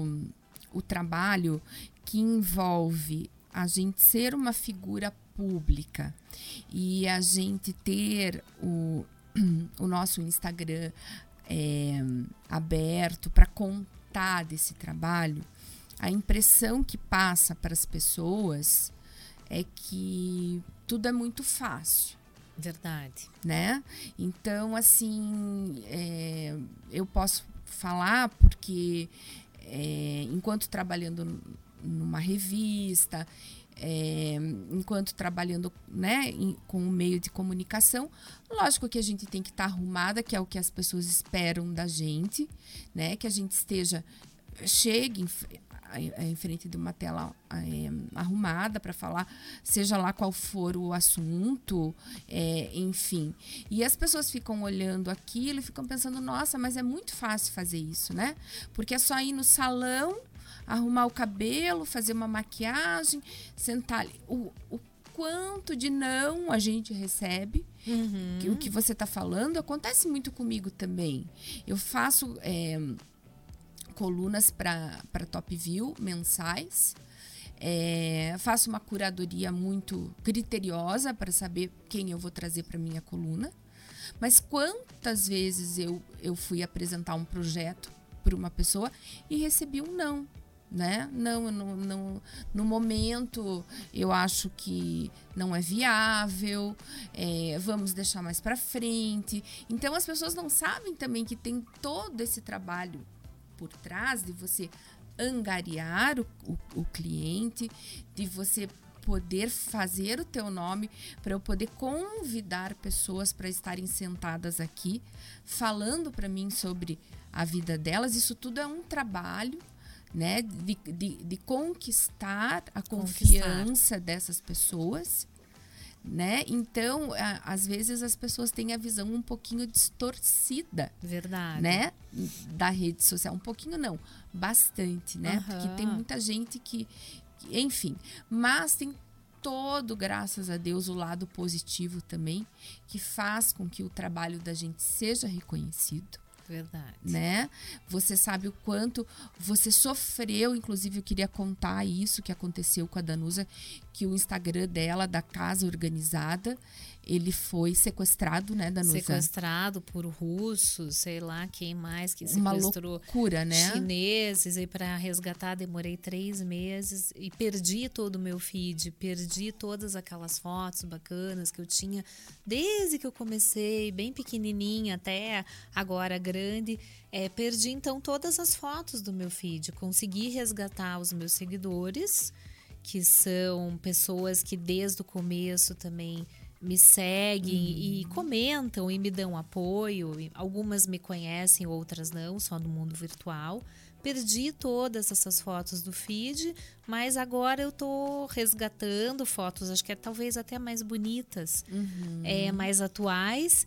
o trabalho que envolve a gente ser uma figura pública e a gente ter o, o nosso Instagram é, aberto para contar desse trabalho, a impressão que passa para as pessoas é que tudo é muito fácil. Verdade. Né? Então, assim, é, eu posso falar porque é, enquanto trabalhando numa revista, é, enquanto trabalhando, né, em, com o meio de comunicação. Lógico que a gente tem que estar tá arrumada, que é o que as pessoas esperam da gente, né, que a gente esteja, chegue em, em frente de uma tela é, arrumada para falar, seja lá qual for o assunto, é, enfim. E as pessoas ficam olhando aquilo e ficam pensando, nossa, mas é muito fácil fazer isso, né? Porque é só ir no salão, arrumar o cabelo, fazer uma maquiagem, sentar ali. O, o quanto de não a gente recebe, uhum. que o que você está falando acontece muito comigo também. Eu faço é, colunas para Top View mensais, é, faço uma curadoria muito criteriosa para saber quem eu vou trazer para minha coluna. Mas quantas vezes eu, eu fui apresentar um projeto para uma pessoa e recebi um não. Né? Não, no, no, no momento eu acho que não é viável, é, vamos deixar mais para frente. Então as pessoas não sabem também que tem todo esse trabalho por trás de você angariar o, o, o cliente, de você poder fazer o teu nome, para eu poder convidar pessoas para estarem sentadas aqui falando para mim sobre a vida delas. Isso tudo é um trabalho, né, de, de, de conquistar a confiança conquistar. dessas pessoas, né? Então, a, às vezes as pessoas têm a visão um pouquinho distorcida, verdade, né, da rede social. Um pouquinho não, bastante, né? Uhum. Porque tem muita gente que, que, enfim, mas tem todo, graças a Deus, o lado positivo também, que faz com que o trabalho da gente seja reconhecido. Verdade. Né? Você sabe o quanto você sofreu, inclusive eu queria contar isso que aconteceu com a Danusa, que o Instagram dela, da Casa Organizada, ele foi sequestrado, né, Danusa? Sequestrado por russos, sei lá quem mais que Uma sequestrou. Loucura, né? Chineses, e para resgatar demorei três meses e perdi todo o meu feed, perdi todas aquelas fotos bacanas que eu tinha desde que eu comecei, bem pequenininha até agora grande. É, perdi então todas as fotos do meu feed, consegui resgatar os meus seguidores, que são pessoas que desde o começo também me seguem uhum. e comentam e me dão apoio. Algumas me conhecem, outras não, só no mundo virtual. Perdi todas essas fotos do feed, mas agora eu tô resgatando fotos, acho que é talvez até mais bonitas, uhum. é, mais atuais.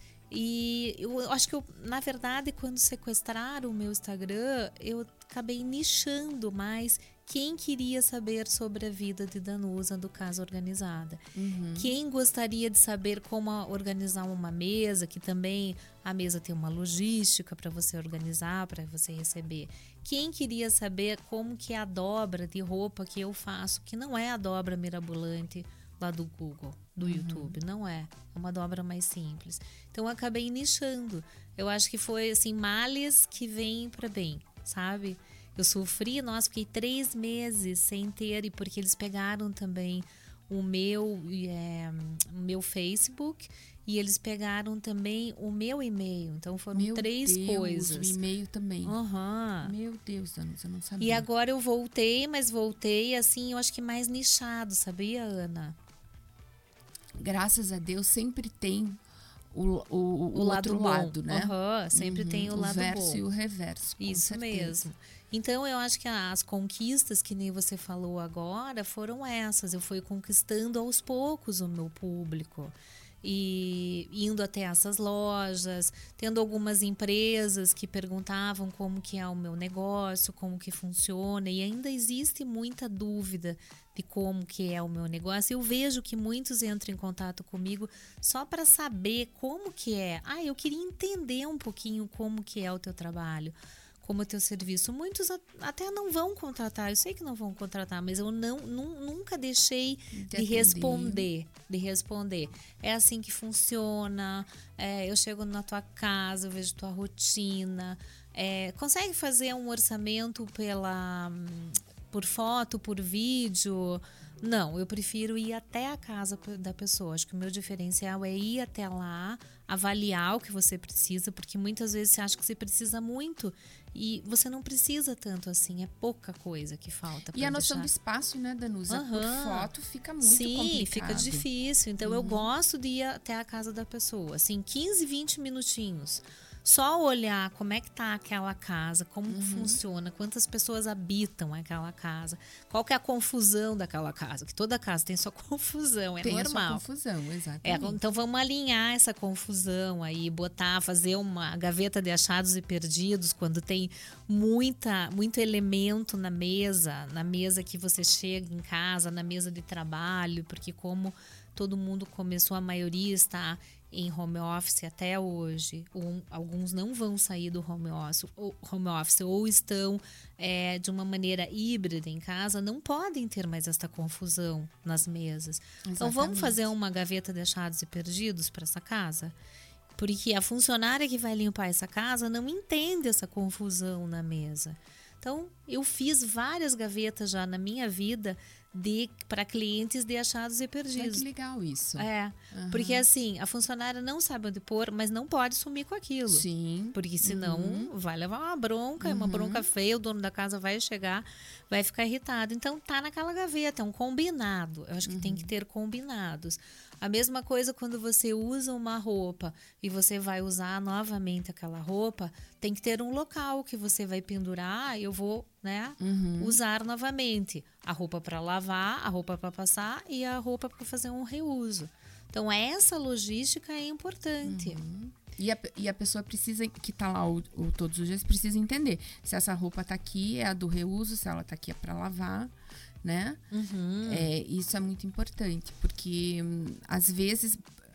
E eu acho que, eu, na verdade, quando sequestraram o meu Instagram, eu acabei nichando mais quem queria saber sobre a vida de Danusa do Casa Organizada. Uhum. Quem gostaria de saber como organizar uma mesa, que também a mesa tem uma logística para você organizar, para você receber. Quem queria saber como que é a dobra de roupa que eu faço, que não é a dobra mirabolante lá do Google, do uhum. YouTube, não é. É uma dobra mais simples. Então eu acabei nichando. Eu acho que foi assim, males que vêm para bem, sabe? Eu sofri, nossa, fiquei três meses sem ter, e porque eles pegaram também o meu, é, meu Facebook e eles pegaram também o meu e-mail. Então foram meu três Deus, coisas. O e-mail também. Uhum. Meu Deus, Danusa, eu não sabia. E agora eu voltei, mas voltei assim, eu acho que mais nichado, sabia, Ana? Graças a Deus sempre tem o, o, o, o outro lado, lado, né? Uhum, sempre uhum, tem o, o lado bom. O verso e o reverso. Isso certeza. mesmo. Então, eu acho que as conquistas que nem você falou agora foram essas. Eu fui conquistando aos poucos o meu público. E indo até essas lojas, tendo algumas empresas que perguntavam como que é o meu negócio, como que funciona. E ainda existe muita dúvida de como que é o meu negócio. Eu vejo que muitos entram em contato comigo só para saber como que é. Ah, eu queria entender um pouquinho como que é o teu trabalho, como o teu serviço. Muitos até não vão contratar, eu sei que não vão contratar, mas eu não, nunca deixei de, de responder, de responder. É assim que funciona, é, eu chego na tua casa, eu vejo tua rotina, é, consegue fazer um orçamento pela, por foto, por vídeo, Não, eu prefiro ir até a casa pe- da pessoa. Acho que o meu diferencial é ir até lá, avaliar o que você precisa, porque muitas vezes você acha que você precisa muito e você não precisa tanto assim, é pouca coisa que falta. E pra a noção deixar. do espaço, né, Danusa? Aham. Por foto fica muito Sim, complicado. fica difícil. Então eu gosto de ir até a casa da pessoa, assim, quinze, vinte minutinhos. Só olhar como é que tá aquela casa, como que funciona, quantas pessoas habitam aquela casa, qual que é a confusão daquela casa, que toda casa tem sua confusão, é Tem a normal. sua confusão, É, exatamente. então vamos alinhar essa confusão aí, botar, fazer uma gaveta de achados e perdidos quando tem muita, muito elemento na mesa, na mesa que você chega em casa, na mesa de trabalho, porque como todo mundo começou, a maioria está em home office até hoje, um, alguns não vão sair do home office, ou, home office, ou estão é, de uma maneira híbrida em casa, não podem ter mais esta confusão nas mesas. Então vamos Exatamente. fazer uma gaveta de achados e perdidos para essa casa? Porque a funcionária que vai limpar essa casa não entende essa confusão na mesa. Então, eu fiz várias gavetas já na minha vida de para clientes de achados e Ai, perdidos. que legal isso. É, Aham. porque assim, a funcionária não sabe onde pôr, mas não pode sumir com aquilo. Sim. Porque senão Uhum. vai levar uma bronca, uma Uhum. bronca feia, o dono da casa vai chegar, vai ficar irritado. Então tá naquela gaveta, é um combinado. Eu acho que tem que ter combinados. A mesma coisa quando você usa uma roupa e você vai usar novamente aquela roupa, tem que ter um local que você vai pendurar, eu vou, né, Uhum. usar novamente. A roupa para lavar, a roupa para passar e a roupa para fazer um reuso. Então essa logística é importante. E a, e a pessoa precisa, que tá lá o, o- todos os dias, precisa entender se essa roupa tá aqui, é a do reuso, se ela tá aqui é para lavar, né? Uhum. É, isso é muito importante, porque hum, às vezes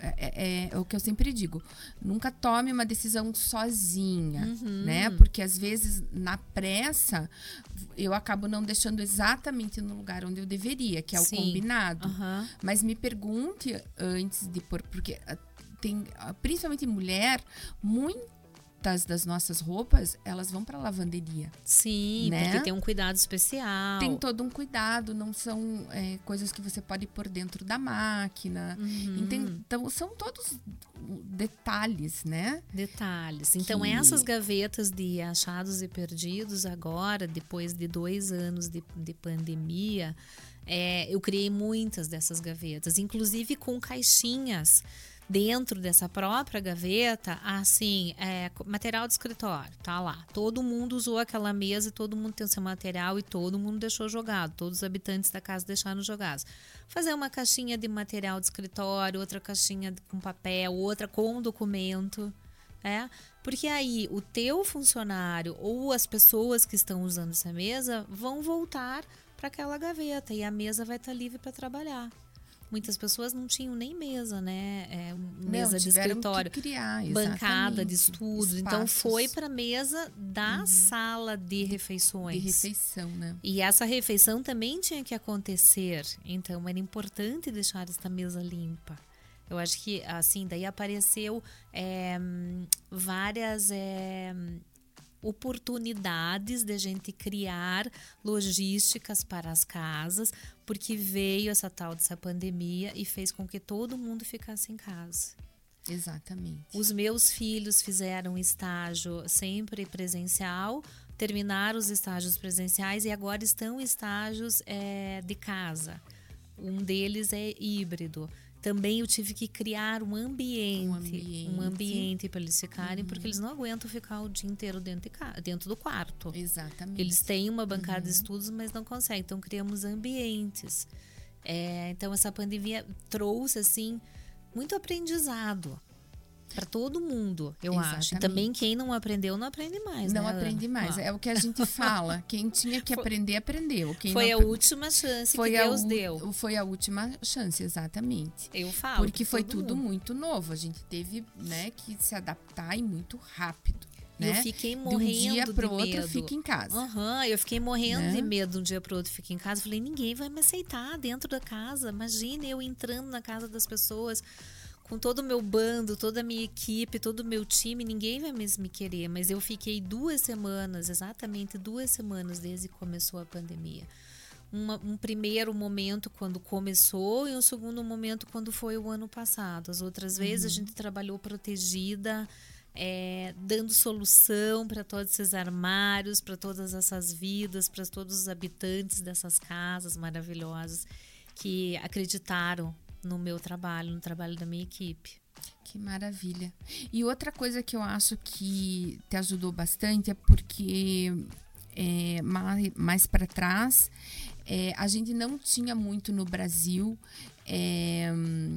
é, é- é o que eu sempre digo, nunca tome uma decisão sozinha, Uhum. né? Porque às vezes na pressa eu acabo não deixando exatamente no lugar onde eu deveria, que é o Sim. combinado. Aham. Mas me pergunte antes de pôr, porque ah, tem, ah, principalmente mulher, muitas das nossas roupas, elas vão para lavanderia. Sim, Né? porque tem um cuidado especial. Tem todo um cuidado, não são é, coisas que você pode pôr dentro da máquina. Uhum. Enten- Então, são todos detalhes, né? Detalhes. Então, Que- essas gavetas de achados e perdidos, agora, depois de dois anos de, de pandemia, é, eu criei muitas dessas gavetas, inclusive com caixinhas dentro dessa própria gaveta, assim, é, co- material de escritório, tá lá. Todo mundo usou aquela mesa e todo mundo tem o seu material e todo mundo deixou jogado. Todos os habitantes da casa deixaram jogados. Fazer uma caixinha de material de escritório, outra caixinha de- com papel, outra com documento. É, porque aí o teu funcionário ou as pessoas que estão usando essa mesa vão voltar para aquela gaveta e a mesa vai estar livre para trabalhar. Muitas pessoas não tinham nem mesa, né? É, mesa Não, de tiveram escritório, que criar, bancada de exatamente, estudos. Então espaços foi para a mesa da sala de refeições. de refeição, né? E essa refeição também tinha que acontecer. Então, era importante deixar esta mesa limpa. Eu acho que, assim, daí apareceu é, hum, várias é, hum, oportunidades de a gente criar logísticas para as casas, porque veio essa tal dessa pandemia e fez com que todo mundo ficasse em casa. Exatamente. Os meus filhos fizeram estágio sempre presencial, terminaram os estágios presenciais e agora estão em estágios é, de casa. Um deles é híbrido. Também eu tive que criar um ambiente, Um ambiente. um ambiente para eles ficarem, porque eles não aguentam ficar o dia inteiro dentro, de ca- dentro do quarto. Exatamente. Eles têm uma bancada de estudos, mas não conseguem. Então, criamos ambientes. É, então, essa pandemia trouxe, assim, muito aprendizado para todo mundo, eu acho. E Exatamente. também quem não aprendeu, não aprende mais, Não né, aprende Ana? mais. Ah. É o que a gente fala. Quem tinha que aprender, aprendeu. Quem Foi não a apre- última chance foi que a Deus u- deu. Foi a última chance, exatamente. Eu falo. Porque pra foi todo tudo mundo. muito novo. A gente teve, né, que se adaptar e muito rápido. E Né? eu fiquei De morrendo um dia pro de outro, medo. fica em casa. Aham, eu fiquei morrendo Né? de medo de um dia pro outro ficar em casa. Falei, ninguém vai me aceitar dentro da casa. Imagina eu entrando na casa das pessoas com todo o meu bando, toda a minha equipe, todo o meu time, ninguém vai mais me querer. Mas eu fiquei duas semanas, exatamente duas semanas desde que começou a pandemia, uma, um primeiro momento quando começou e um segundo momento quando foi o ano passado. As outras vezes a gente trabalhou protegida, é, dando solução para todos esses armários, para todas essas vidas, para todos os habitantes dessas casas maravilhosas que acreditaram no meu trabalho, no trabalho da minha equipe. Que maravilha. E outra coisa que eu acho que te ajudou bastante é porque é, mais, mais para trás é, a gente não tinha muito no Brasil é,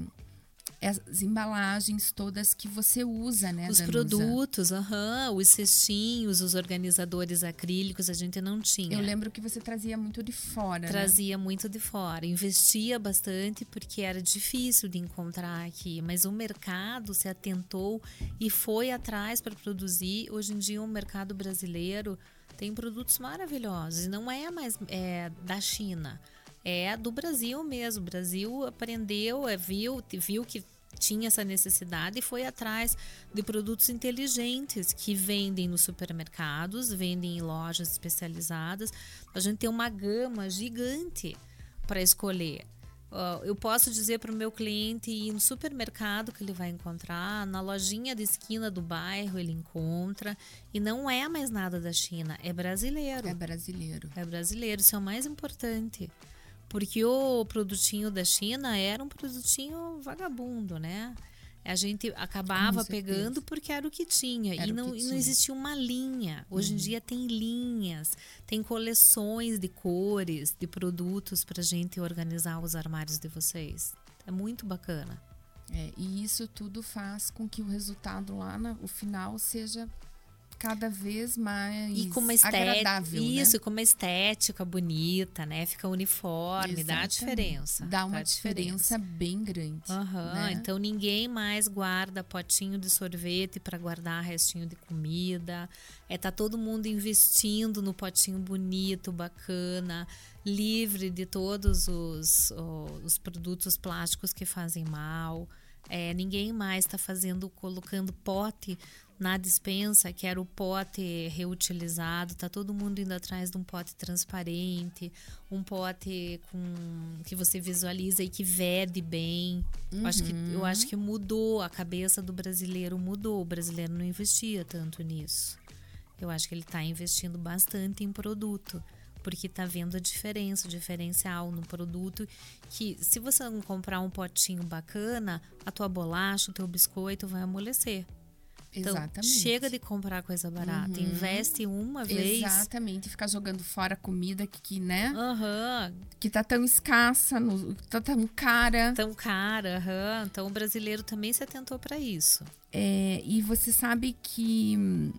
as embalagens todas que você usa, né, Os Danusa? produtos, aham, os cestinhos, os organizadores acrílicos, a gente não tinha. Eu lembro que você trazia muito de fora, Trazia né? muito de fora. Investia bastante porque era difícil de encontrar aqui. Mas o mercado se atentou e foi atrás para produzir. Hoje em dia o mercado brasileiro tem produtos maravilhosos. E não é mais é, da China. É do Brasil mesmo. O Brasil aprendeu, é, viu, viu que tinha essa necessidade e foi atrás de produtos inteligentes que vendem nos supermercados, vendem em lojas especializadas. A gente tem uma gama gigante para escolher. Uh, eu posso dizer para o meu cliente ir no supermercado que ele vai encontrar, na lojinha de esquina do bairro ele encontra, e não é mais nada da China, é brasileiro. É brasileiro. É brasileiro, isso é o mais importante. Porque o produtinho da China era um produtinho vagabundo, né? A gente acabava pegando porque era o que tinha. Era e o não, que e não tinha. existia uma linha. Hoje Uhum. em dia tem linhas, tem coleções de cores, de produtos para a gente organizar os armários de vocês. É muito bacana. É, e isso tudo faz com que o resultado lá no final seja cada vez mais E com uma estética, agradável, isso, né? com uma estética bonita, né? Fica uniforme, dá a Exatamente. diferença. Dá uma a diferença bem grande. Aham, né? Então ninguém mais guarda potinho de sorvete para guardar restinho de comida. É, tá todo mundo investindo no potinho bonito, bacana, livre de todos os, oh, os produtos plásticos que fazem mal. É, ninguém mais está fazendo, colocando pote na despensa, que era o pote reutilizado. Tá todo mundo indo atrás de um pote transparente, um pote com que você visualiza e que vede bem. Uhum. Eu acho que, eu acho que mudou, a cabeça do brasileiro mudou. O brasileiro não investia tanto nisso. Eu acho que ele está investindo bastante em produto, porque está vendo a diferença, o diferencial no produto, que se você não comprar um potinho bacana, a tua bolacha, o teu biscoito vai amolecer. Então, Exatamente. chega de comprar coisa barata, Uhum. investe uma vez. Exatamente, ficar jogando fora comida que, que né? Aham. Que tá tão escassa, no, tá tão cara. Tão cara, aham. Então o brasileiro também se atentou para isso. É, e você sabe que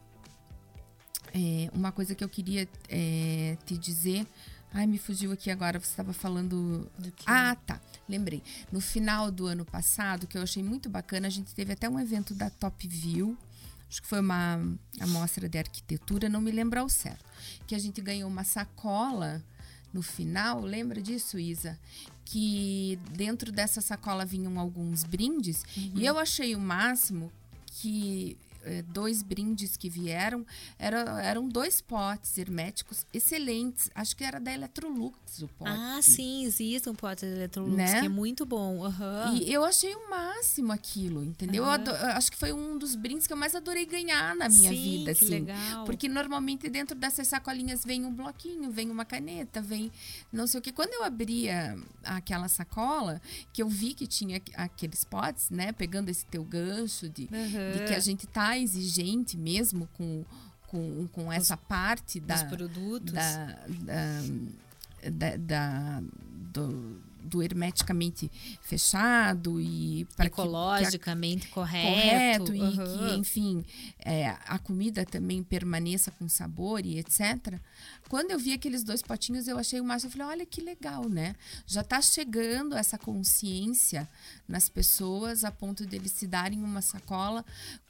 é, uma coisa que eu queria é, te dizer. Ai, me fugiu aqui agora, você estava falando... Do que? Ah, tá, lembrei. No final do ano passado, que eu achei muito bacana, a gente teve até um evento da Top View, acho que foi uma amostra de arquitetura, não me lembro ao certo, que a gente ganhou uma sacola no final, lembra disso, Isa? Que dentro dessa sacola vinham alguns brindes, Uhum. e eu achei o máximo que... dois brindes que vieram, era, eram dois potes herméticos excelentes. Acho que era da Electrolux o pote. Ah, sim, existe um pote de Electrolux, Né? que é muito bom. Aham. E eu achei o máximo aquilo, entendeu? Eu Aham. ado- eu acho que foi um dos brindes que eu mais adorei ganhar na minha Sim, vida. que assim. legal. Porque normalmente dentro dessas sacolinhas vem um bloquinho, vem uma caneta, vem não sei o que. Quando eu abria aquela sacola, que eu vi que tinha aqueles potes, né? Pegando esse teu gancho de, Aham. de que a gente tá exigente mesmo com, com, com essa parte da, Dos produtos. da, da, da, da- do, do hermeticamente fechado e para que- que a- Ecologicamente correto, correto. e aham. que, enfim, é, a comida também permaneça com sabor e etcétera. Quando eu vi aqueles dois potinhos, eu achei o máximo. Eu falei, olha que legal, né? Já está chegando essa consciência nas pessoas a ponto de eles se darem uma sacola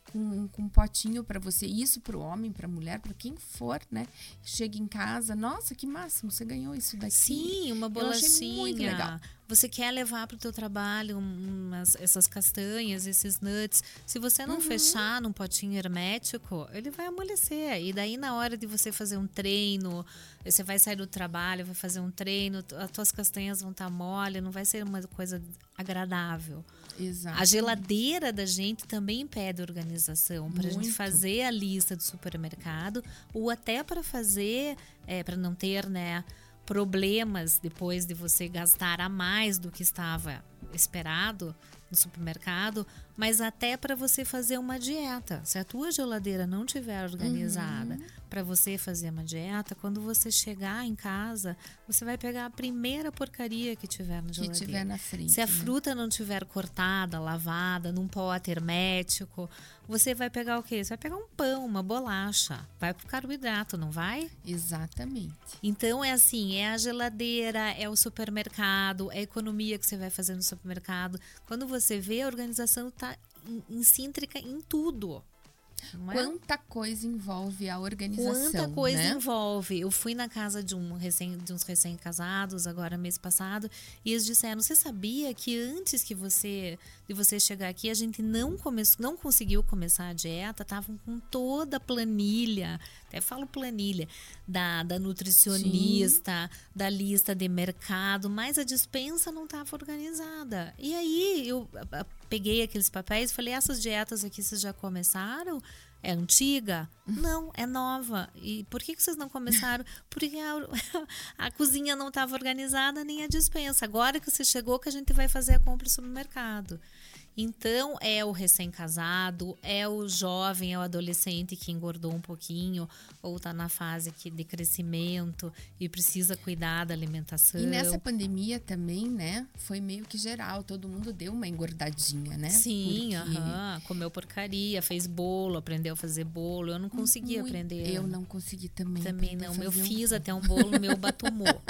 com, com um potinho para você. Isso para o homem, para a mulher, para quem for, né? Chega em casa, nossa, que máximo, você ganhou isso daqui. Sim, uma Eu achei bolachinha. muito legal. Você quer levar para o teu trabalho umas, essas castanhas, esses nuts. Se você não Uhum. fechar num potinho hermético, ele vai amolecer. E daí, na hora de você fazer um treino, você vai sair do trabalho, vai fazer um treino, as tuas castanhas vão estar mole, não vai ser uma coisa agradável. Exato. A geladeira da gente também pede organização para a gente Muito. fazer a lista do supermercado ou até para fazer, é, para não ter, né, problemas depois de você gastar a mais do que estava esperado no supermercado, mas até para você fazer uma dieta. Se a tua geladeira não tiver organizada Uhum. para você fazer uma dieta, quando você chegar em casa, você vai pegar a primeira porcaria que tiver na Que geladeira. tiver na frente. Se a né? fruta não tiver cortada, lavada, num pote hermético, você vai pegar o quê? Você vai pegar um pão, uma bolacha. Vai pro carboidrato, não vai? Exatamente. Então é assim, é a geladeira, é o supermercado, é a economia que você vai fazer no supermercado. Quando você vê, a organização está incíntrica em tudo. Não é? Quanta coisa envolve a organização, Quanta coisa né? envolve. Eu fui na casa de, um recém, de uns recém-casados, agora mês passado, e eles disseram, você sabia que antes que você de você chegar aqui, a gente não, come, não conseguiu começar a dieta, estavam com toda a planilha, até falo planilha, da, da nutricionista, Sim. da lista de mercado, mas a despensa não estava organizada. E aí eu a, a, peguei aqueles papéis e falei, essas dietas aqui vocês já começaram? É antiga? Não, é nova. E por que, que vocês não começaram? Porque a, a cozinha não estava organizada, nem a despensa. Agora que você chegou, que a gente vai fazer a compra no supermercado. Então, é o recém-casado, é o jovem, é o adolescente que engordou um pouquinho ou está na fase que, de crescimento e precisa cuidar da alimentação. E nessa pandemia também, né? Foi meio que geral, todo mundo deu uma engordadinha, né? Sim, Porque... aham, comeu porcaria, fez bolo, aprendeu a fazer bolo. Eu não consegui Muito. aprender. Eu não consegui também. Também não. Eu um fiz até um bolo, meu batumou.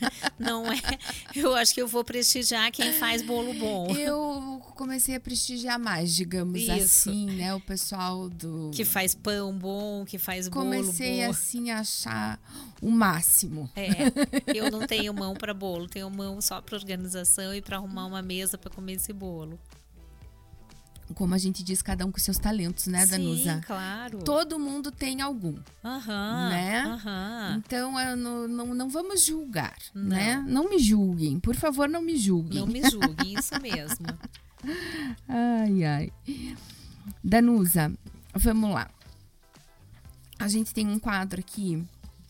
Não é? Eu acho que eu vou prestigiar quem faz bolo bom. Eu comecei a prestigiar mais, digamos Isso. assim, né? O pessoal do... Que faz pão bom, que faz comecei, bolo bom. Comecei assim a achar o máximo. É, eu não tenho mão para bolo, tenho mão só para organização e para arrumar uma mesa para comer esse bolo. Como a gente diz, cada um com seus talentos, né, Danusa? Sim, claro. Todo mundo tem algum, aham, né? Aham. Então, eu não, não, não vamos julgar, Não. né? Não me julguem, por favor, não me julguem. Não me julguem, isso mesmo. Ai, ai. Danusa, vamos lá. A gente tem um quadro aqui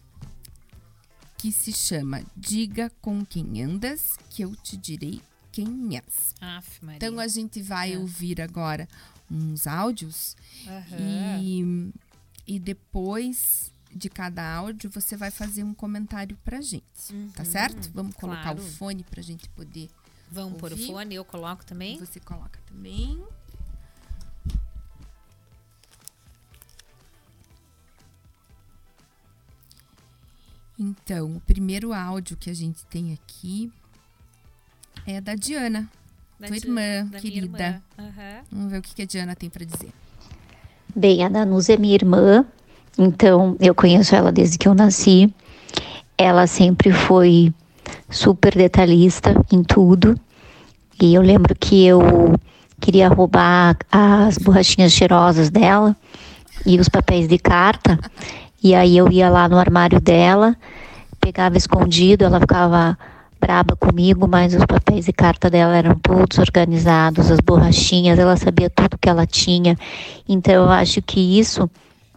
que se chama Diga com quem andas, que eu te direi quem és. Aff, Maria. Então a gente vai é. ouvir agora uns áudios uhum. e, e depois de cada áudio você vai fazer um comentário pra gente, uhum. tá certo? Vamos colocar claro. o fone pra gente poder Vamos ouvir. pôr o fone, eu coloco também? Você coloca também. Então, o primeiro áudio que a gente tem aqui é da Diana, da tua Di- irmã, da querida. Minha irmã. Uhum. Vamos ver o que que a Diana tem para dizer. Bem, a Danusa é minha irmã, então eu conheço ela desde que eu nasci. Ela sempre foi super detalhista em tudo. E eu lembro que eu queria roubar as borrachinhas cheirosas dela e os papéis de carta. E aí eu ia lá no armário dela, pegava escondido, ela ficava braba comigo, mas os papéis de carta dela eram todos organizados, as borrachinhas, ela sabia tudo que ela tinha. Então eu acho que isso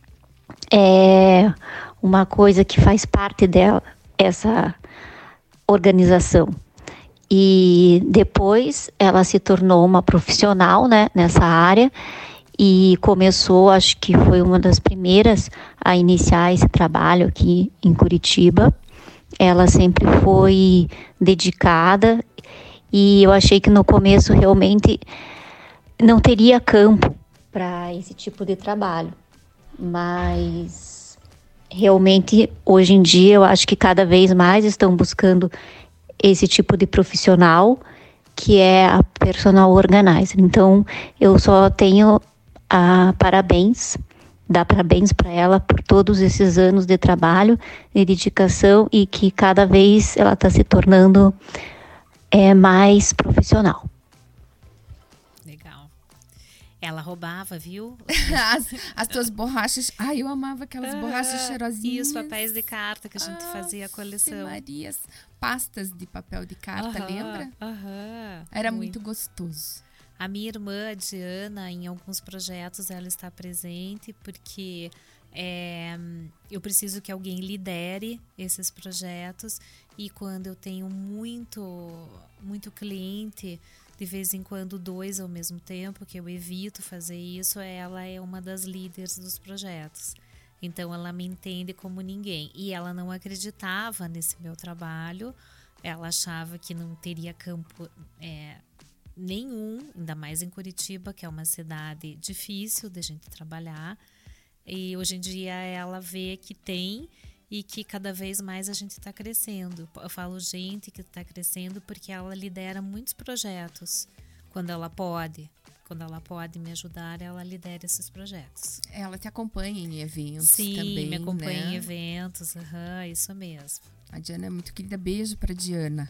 é uma coisa que faz parte dela, essa organização. E depois ela se tornou uma profissional, né, nessa área e começou, acho que foi uma das primeiras a iniciar esse trabalho aqui em Curitiba. Ela sempre foi dedicada e eu achei que no começo realmente não teria campo para esse tipo de trabalho, mas realmente hoje em dia eu acho que cada vez mais estão buscando esse tipo de profissional que é a personal organizer. Então eu só tenho a parabéns, dar parabéns para ela por todos esses anos de trabalho, de dedicação e que cada vez ela está se tornando é, mais profissional. Legal. Ela roubava, viu? as, as tuas borrachas. Ai, eu amava aquelas borrachas cheirosinhas. E os papéis de carta que a gente ah, fazia a coleção. Marias, pastas de papel de carta, Aham, lembra? Aham, Era muito. muito gostoso. A minha irmã, a Diana, em alguns projetos ela está presente porque é, eu preciso que alguém lidere esses projetos e quando eu tenho muito, muito cliente, de vez em quando dois ao mesmo tempo, que eu evito fazer isso, ela é uma das líderes dos projetos. Então ela me entende como ninguém. E ela não acreditava nesse meu trabalho, ela achava que não teria campo é, nenhum, ainda mais em Curitiba, que é uma cidade difícil de a gente trabalhar. E hoje em dia ela vê que tem e que cada vez mais a gente está crescendo. Eu falo gente que está crescendo porque ela lidera muitos projetos. Quando ela pode, quando ela pode me ajudar, ela lidera esses projetos. Ela te acompanha em eventos Sim, também, me acompanha né? em eventos, uhum, isso mesmo. A Diana é muito querida, beijo para Diana.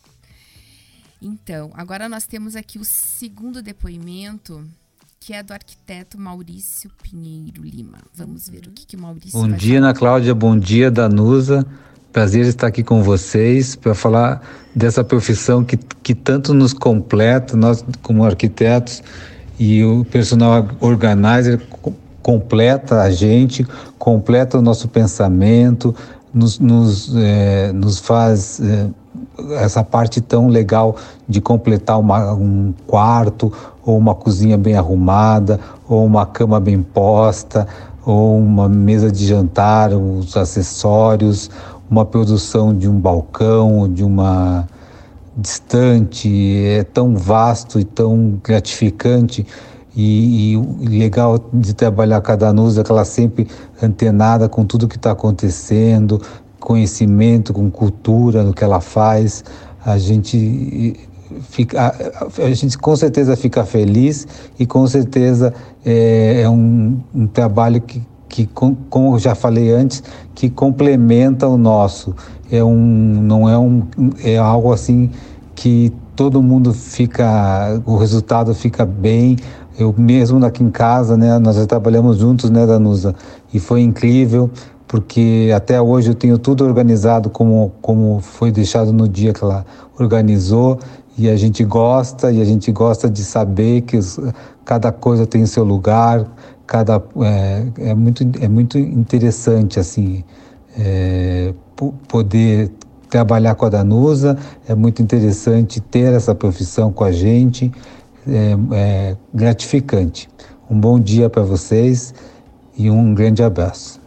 Então, agora nós temos aqui o segundo depoimento, que é do arquiteto Maurício Pinheiro Lima. Vamos ver o que, que o Maurício Bom vai dia, falar. Ana Cláudia. Bom dia, Danusa. Prazer estar aqui com vocês para falar dessa profissão que, que tanto nos completa, nós como arquitetos, e o personal organizer completa a gente, completa o nosso pensamento, nos, nos, é, nos faz... É, essa parte tão legal de completar uma, um quarto, ou uma cozinha bem arrumada, ou uma cama bem posta, ou uma mesa de jantar, os acessórios, uma produção de um balcão, de uma distante, é tão vasto e tão gratificante. E, e o legal de trabalhar com a Danusa é que ela é sempre antenada com tudo que está acontecendo, conhecimento, com cultura no que ela faz. A gente fica, a, a gente com certeza fica feliz e com certeza é, é um, um trabalho que, que, como eu já falei antes, que complementa o nosso. É um, não é um, é algo assim que todo mundo fica, o resultado fica bem. Eu mesmo aqui em casa, né, nós já trabalhamos juntos, né, Danusa, e foi incrível, porque até hoje eu tenho tudo organizado como, como foi deixado no dia que ela organizou, e a gente gosta, e a gente gosta de saber que os, cada coisa tem seu lugar, cada, é, é, muito, é muito interessante, assim, é, poder trabalhar com a Danusa, é muito interessante ter essa profissão com a gente, é, é gratificante. Um bom dia para vocês e um grande abraço.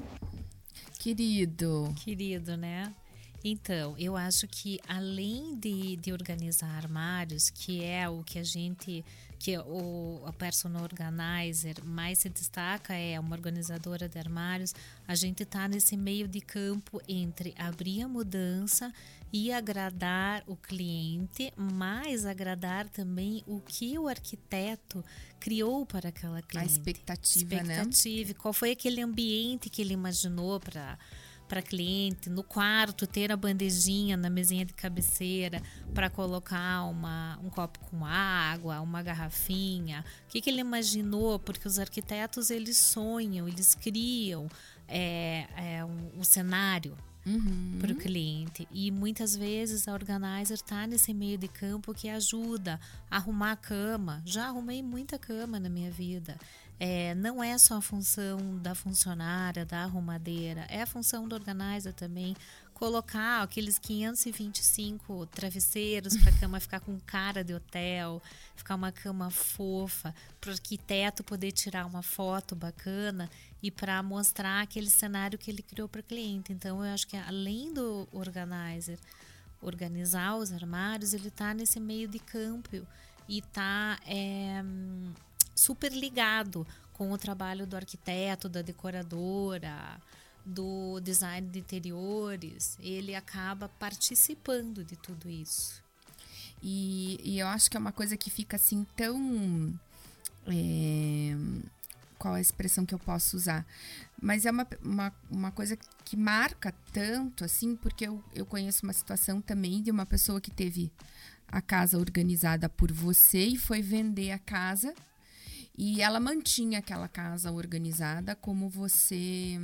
Querido. Querido, né? Então, eu acho que além de, de organizar armários, que é o que a gente, que o a personal organizer mais se destaca, é uma organizadora de armários, a gente está nesse meio de campo entre abrir a mudança e agradar o cliente, mas agradar também o que o arquiteto criou para aquela cliente. A expectativa, expectativa, né? Qual foi aquele ambiente que ele imaginou para para cliente, no quarto ter a bandejinha na mesinha de cabeceira para colocar uma, um copo com água, uma garrafinha. O que, que ele imaginou? Porque os arquitetos, eles sonham, eles criam é, é, um, um cenário uhum. para o cliente. E muitas vezes a organizer está nesse meio de campo que ajuda a arrumar a cama. Já arrumei muita cama na minha vida. É, não é só a função da funcionária, da arrumadeira, é a função do organizer também, colocar aqueles quinhentos e vinte e cinco travesseiros para a cama ficar com cara de hotel, ficar uma cama fofa, para o arquiteto poder tirar uma foto bacana e para mostrar aquele cenário que ele criou para o cliente. Então, eu acho que além do organizer organizar os armários, ele está nesse meio de campo e está... É, super ligado com o trabalho do arquiteto, da decoradora, do design de interiores. Ele acaba participando de tudo isso. E, e eu acho que é uma coisa que fica assim tão... É, qual é a expressão que eu posso usar. Mas é uma, uma, uma coisa que marca tanto, assim, porque eu, eu conheço uma situação também de uma pessoa que teve a casa organizada por você e foi vender a casa. E ela mantinha aquela casa organizada como você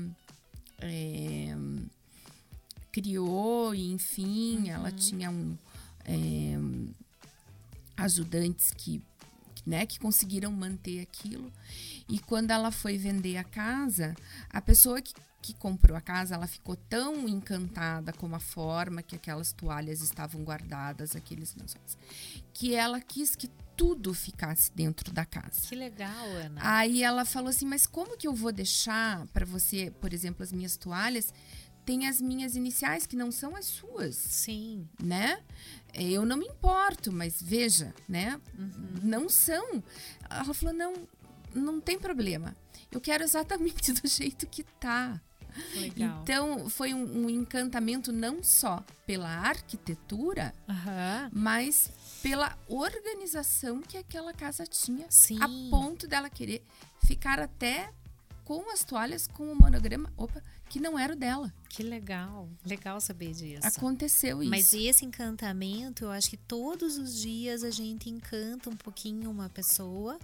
é, criou, e enfim, uhum. ela tinha um, é, ajudantes que, né, que conseguiram manter aquilo. E quando ela foi vender a casa, a pessoa que, que comprou a casa, ela ficou tão encantada com a forma que aquelas toalhas estavam guardadas, aqueles lençóis, que ela quis que tudo ficasse dentro da casa. Que legal, Ana. Aí ela falou assim, mas como que eu vou deixar para você, por exemplo, as minhas toalhas tem as minhas iniciais que não são as suas. Sim. Né? Eu não me importo, mas veja, né? Uhum. Não são. Ela falou, não, não tem problema. Eu quero exatamente do jeito que tá. Legal. Então, foi um, um encantamento não só pela arquitetura, uhum. mas pela organização que aquela casa tinha. Sim. A ponto dela querer ficar até com as toalhas com o monograma, opa, que não era o dela. Que legal. Legal saber disso. Aconteceu isso. Mas esse encantamento, eu acho que todos os dias a gente encanta um pouquinho uma pessoa.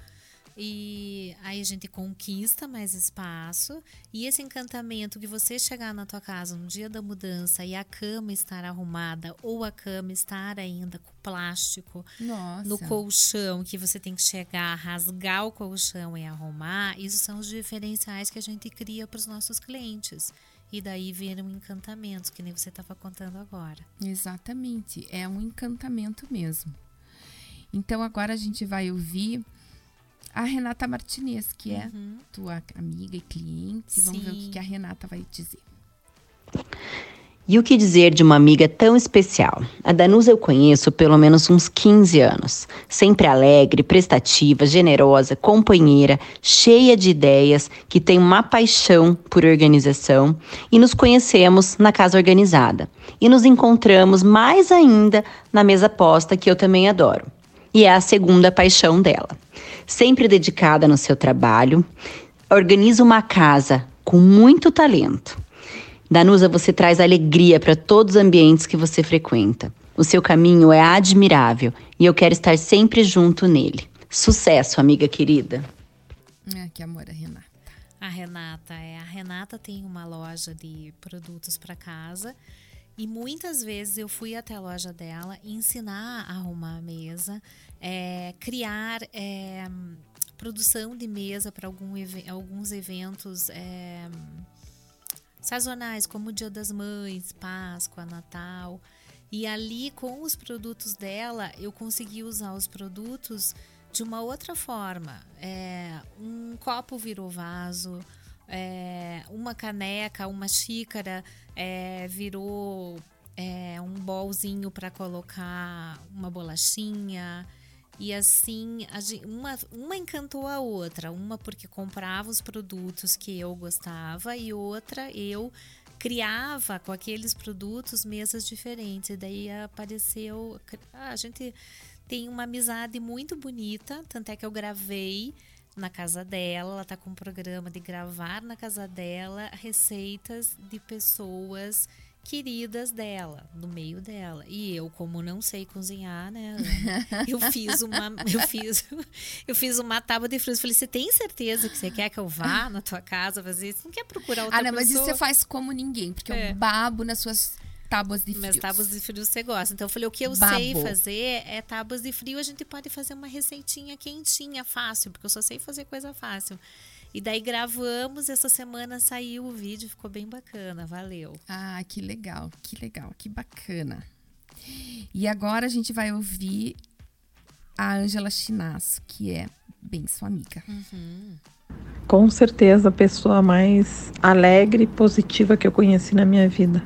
E aí a gente conquista mais espaço. E esse encantamento que você chegar na tua casa no dia da mudança e a cama estar arrumada ou a cama estar ainda com plástico Nossa. no colchão, que você tem que chegar, rasgar o colchão e arrumar, isso são os diferenciais que a gente cria para os nossos clientes. E daí viram encantamentos, que nem você estava contando agora. Exatamente, é um encantamento mesmo. Então agora a gente vai ouvir a Renata Martinez, que é uhum. tua amiga e cliente. Vamos ver o que, que a Renata vai dizer. E o que dizer de uma amiga tão especial? A Danusa eu conheço pelo menos uns quinze anos. Sempre alegre, prestativa, generosa, companheira, cheia de ideias, que tem uma paixão por organização. E nos conhecemos na Casa Organizada. E nos encontramos mais ainda na mesa posta, que eu também adoro. E é a segunda paixão dela. Sempre dedicada no seu trabalho, organiza uma casa com muito talento. Danusa, você traz alegria para todos os ambientes que você frequenta. O seu caminho é admirável e eu quero estar sempre junto nele. Sucesso, amiga querida. Ah, que amor, a Renata. A Renata, é. A Renata tem uma loja de produtos para casa. E muitas vezes eu fui até a loja dela ensinar a arrumar a mesa, é, criar é, produção de mesa para algum, alguns eventos é, sazonais, como o Dia das Mães, Páscoa, Natal. E ali, com os produtos dela, eu consegui usar os produtos de uma outra forma. É, um copo virou vaso. É, uma caneca, uma xícara é, virou é, um bolzinho para colocar uma bolachinha. E assim, a, uma, uma encantou a outra. Uma porque comprava os produtos que eu gostava e outra eu criava com aqueles produtos mesas diferentes. E daí apareceu... A gente tem uma amizade muito bonita, tanto é que eu gravei na casa dela, ela tá com um programa de gravar na casa dela receitas de pessoas queridas dela, no meio dela. E eu, como não sei cozinhar, né, Ana, eu fiz uma eu fiz eu fiz uma tábua de frutas. Falei, você tem certeza que você quer que eu vá na tua casa fazer isso? Não quer procurar outra pessoa? Ah, não, mas isso você faz como ninguém, porque é. eu babo nas suas tábuas de frio. Mas tábuas de frio você gosta. Então eu falei, o que eu Babo. sei fazer é tábuas de frio. A gente pode fazer uma receitinha quentinha, fácil, porque eu só sei fazer coisa fácil. E daí gravamos, essa semana saiu o vídeo, ficou bem bacana, valeu. Ah, que legal, que legal, que bacana. E agora a gente vai ouvir a Ângela Chinasso, que é bem sua amiga. Uhum. Com certeza a pessoa mais alegre e positiva que eu conheci na minha vida.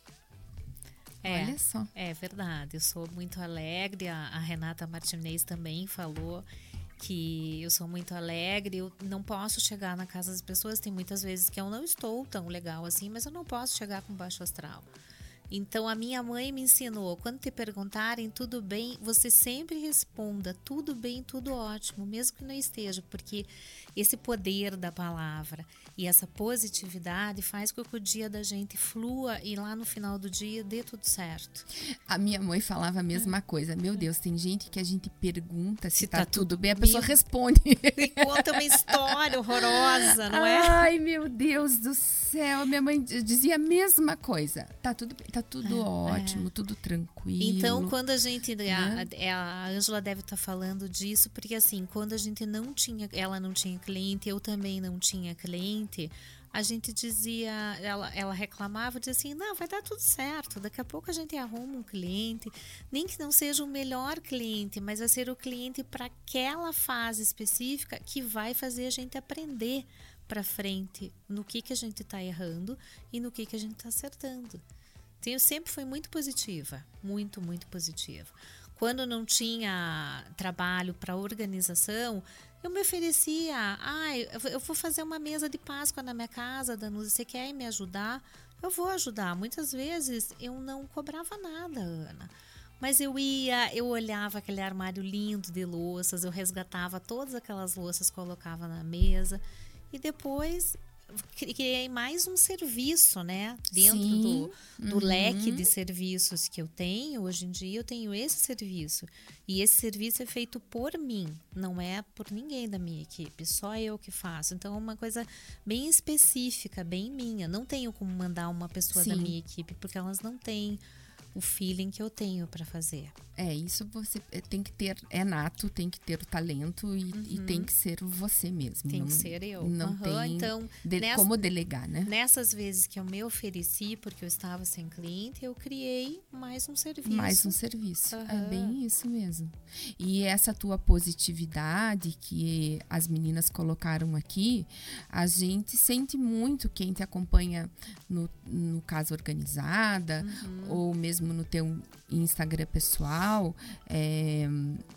É, Olha só. É verdade, eu sou muito alegre, a, a Renata Martinez também falou que eu sou muito alegre, eu não posso chegar na casa das pessoas, tem muitas vezes que eu não estou tão legal assim, mas eu não posso chegar com baixo astral. Então a minha mãe me ensinou, quando te perguntarem tudo bem, você sempre responda tudo bem, tudo ótimo, mesmo que não esteja, porque esse poder da palavra e essa positividade faz com que o dia da gente flua e lá no final do dia dê tudo certo. A minha mãe falava a mesma coisa. Meu Deus, tem gente que a gente pergunta se, Se tá, tá tudo tudo bem, a pessoa bem. responde. E conta uma história horrorosa, não é? Ai, meu Deus do céu. Minha mãe d- dizia a mesma coisa. Tá tudo bem, tá tudo ótimo, tudo tranquilo. Então, quando a gente. Né? A, a Ângela deve estar falando disso, porque assim, quando a gente não tinha. Ela não tinha cliente, eu também não tinha cliente. A gente dizia, ela, ela reclamava, dizia assim, não, vai dar tudo certo, daqui a pouco a gente arruma um cliente, nem que não seja o melhor cliente, mas vai ser o cliente para aquela fase específica que vai fazer a gente aprender para frente no que, que a gente está errando e no que, que a gente está acertando. Então, eu sempre fui muito positiva, muito, muito positiva. Quando não tinha trabalho para organização, eu me oferecia, ah, eu vou fazer uma mesa de Páscoa na minha casa, Danusa, você quer me ajudar? Eu vou ajudar. Muitas vezes eu não cobrava nada, Ana. Mas eu ia, eu olhava aquele armário lindo de louças, eu resgatava todas aquelas louças, colocava na mesa e depois criei mais um serviço, né? Dentro Sim. do, do Uhum. leque de serviços que eu tenho, hoje em dia eu tenho esse serviço. E esse serviço é feito por mim, não é por ninguém da minha equipe, só eu que faço. Então é uma coisa bem específica, bem minha. Não tenho como mandar uma pessoa da Sim. minha equipe, porque elas não têm o feeling que eu tenho para fazer. É, isso você tem que ter, é nato, tem que ter o talento e, e tem que ser você mesmo. Tem não, que ser eu. Não Aham, tem então, de- nessa- como delegar, né? Nessas vezes que eu me ofereci, porque eu estava sem cliente, eu criei mais um serviço. Mais um serviço. É Aham. bem isso mesmo. E essa tua positividade que as meninas colocaram aqui, a gente sente muito quem te acompanha no, no Casa Organizada, ou mesmo no teu Instagram pessoal. É,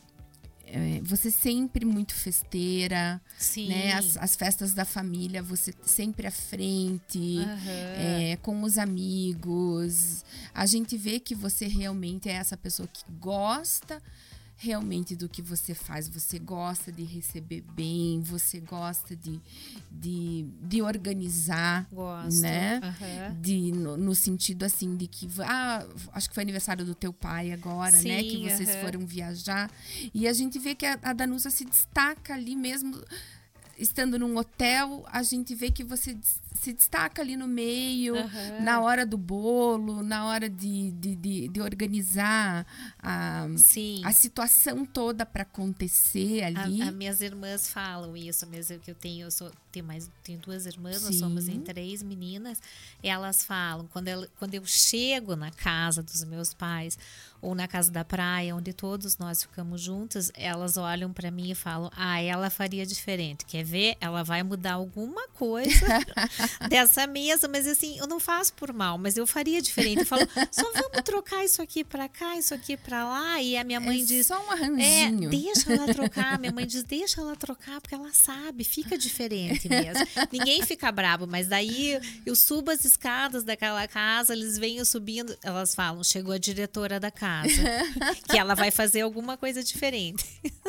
é, você sempre muito festeira, Sim. né? As, as festas da família, você sempre à frente, Aham. é, com os amigos. A gente vê que você realmente é essa pessoa que gosta realmente do que você faz. Você gosta de receber bem, você gosta de, de, de organizar, Gosto. né? Aham. De, no, no sentido assim de que ah, acho que foi aniversário do teu pai agora, né? Que Sim, vocês aham. foram viajar. E a gente vê que a, a Danusa se destaca ali mesmo. Estando num hotel, a gente vê que você des- se destaca ali no meio, Aham. na hora do bolo, na hora de, de, de, de organizar a, Sim. a situação toda para acontecer ali. A, a minhas irmãs falam isso mesmo que eu tenho, eu sou, tenho mais, tenho duas irmãs, nós Sim. somos em três meninas. Elas falam, quando, ela, quando eu chego na casa dos meus pais ou na casa da praia, onde todos nós ficamos juntas, elas olham para mim e falam, ah, ela faria diferente. Quer ver? Ela vai mudar alguma coisa dessa mesa, mas assim, eu não faço por mal, mas eu faria diferente. Eu falo, só vamos trocar isso aqui para cá, isso aqui para lá. E a minha mãe é diz, só um é, arranjinho. deixa ela trocar. Minha mãe diz, deixa ela trocar, porque ela sabe, fica diferente mesmo. Ninguém fica bravo, mas daí eu subo as escadas daquela casa, eles vêm eu subindo, elas falam, chegou a diretora da casa, que ela vai fazer alguma coisa diferente.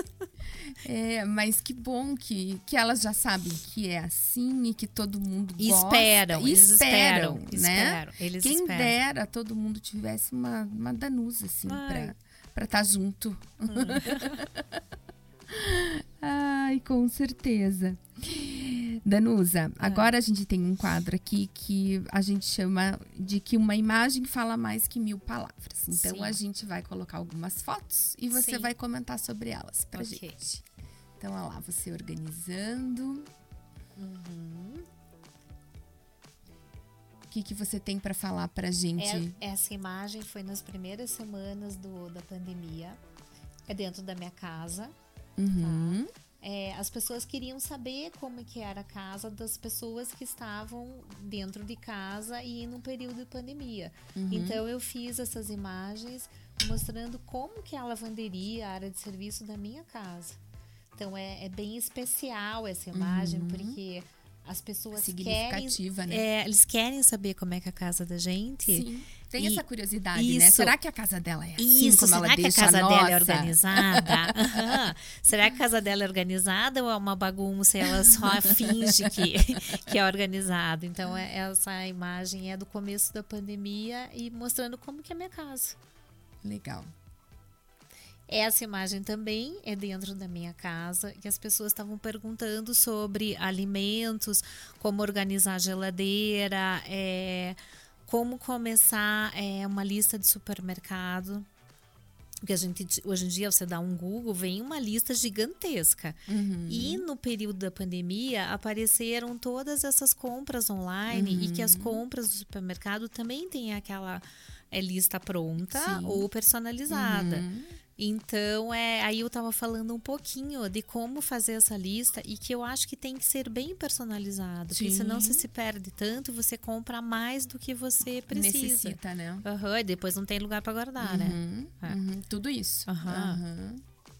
É, mas que bom que, que elas já sabem que é assim e que todo mundo E gosta. esperam, E eles esperam, esperam, né? esperam, eles Quem esperam. dera todo mundo tivesse uma, uma Danusa, assim, Ai. pra estar junto. Ai, com certeza. Danusa, agora a gente tem um quadro aqui que a gente chama de que uma imagem fala mais que mil palavras. Então Sim. a gente vai colocar algumas fotos e você Sim. vai comentar sobre elas pra Ok. gente. Então, olha lá, você organizando. O que, que você tem pra falar pra gente? É- essa imagem foi nas primeiras semanas do, da pandemia. É dentro da minha casa. Uhum. É, as pessoas queriam saber como que era a casa das pessoas que estavam dentro de casa e no período de pandemia. Então eu fiz essas imagens mostrando como que é a lavanderia, a área de serviço da minha casa. Então é, é bem especial essa imagem, porque as pessoas significativa, querem, né? é, eles querem saber como é que é a casa da gente. Sim. Tem E essa curiosidade, isso, né? Será que a casa dela é assim isso, como será ela que a deixa casa a dela é nossa? organizada? Aham. Será que a casa dela é organizada ou é uma bagunça e ela só finge que, que é organizada? Então, é, essa imagem é do começo da pandemia e mostrando como que é a minha casa. Legal. Essa imagem também é dentro da minha casa, que as pessoas estavam perguntando sobre alimentos, como organizar a geladeira, é, como começar é, uma lista de supermercado. Porque a gente, hoje em dia, você dá um Google, vem uma lista gigantesca. Uhum. E no período da pandemia, apareceram todas essas compras online Uhum. e que as compras do supermercado também têm aquela é, lista pronta Sim. ou personalizada. Uhum. Então, é, aí eu estava falando um pouquinho de como fazer essa lista e que eu acho que tem que ser bem personalizado. Porque Sim. senão você se perde tanto e você compra mais do que você precisa. Necessita, né? Aham, e depois não tem lugar para guardar, né? Uhum. É. Uhum. Tudo isso. Aham. Uhum.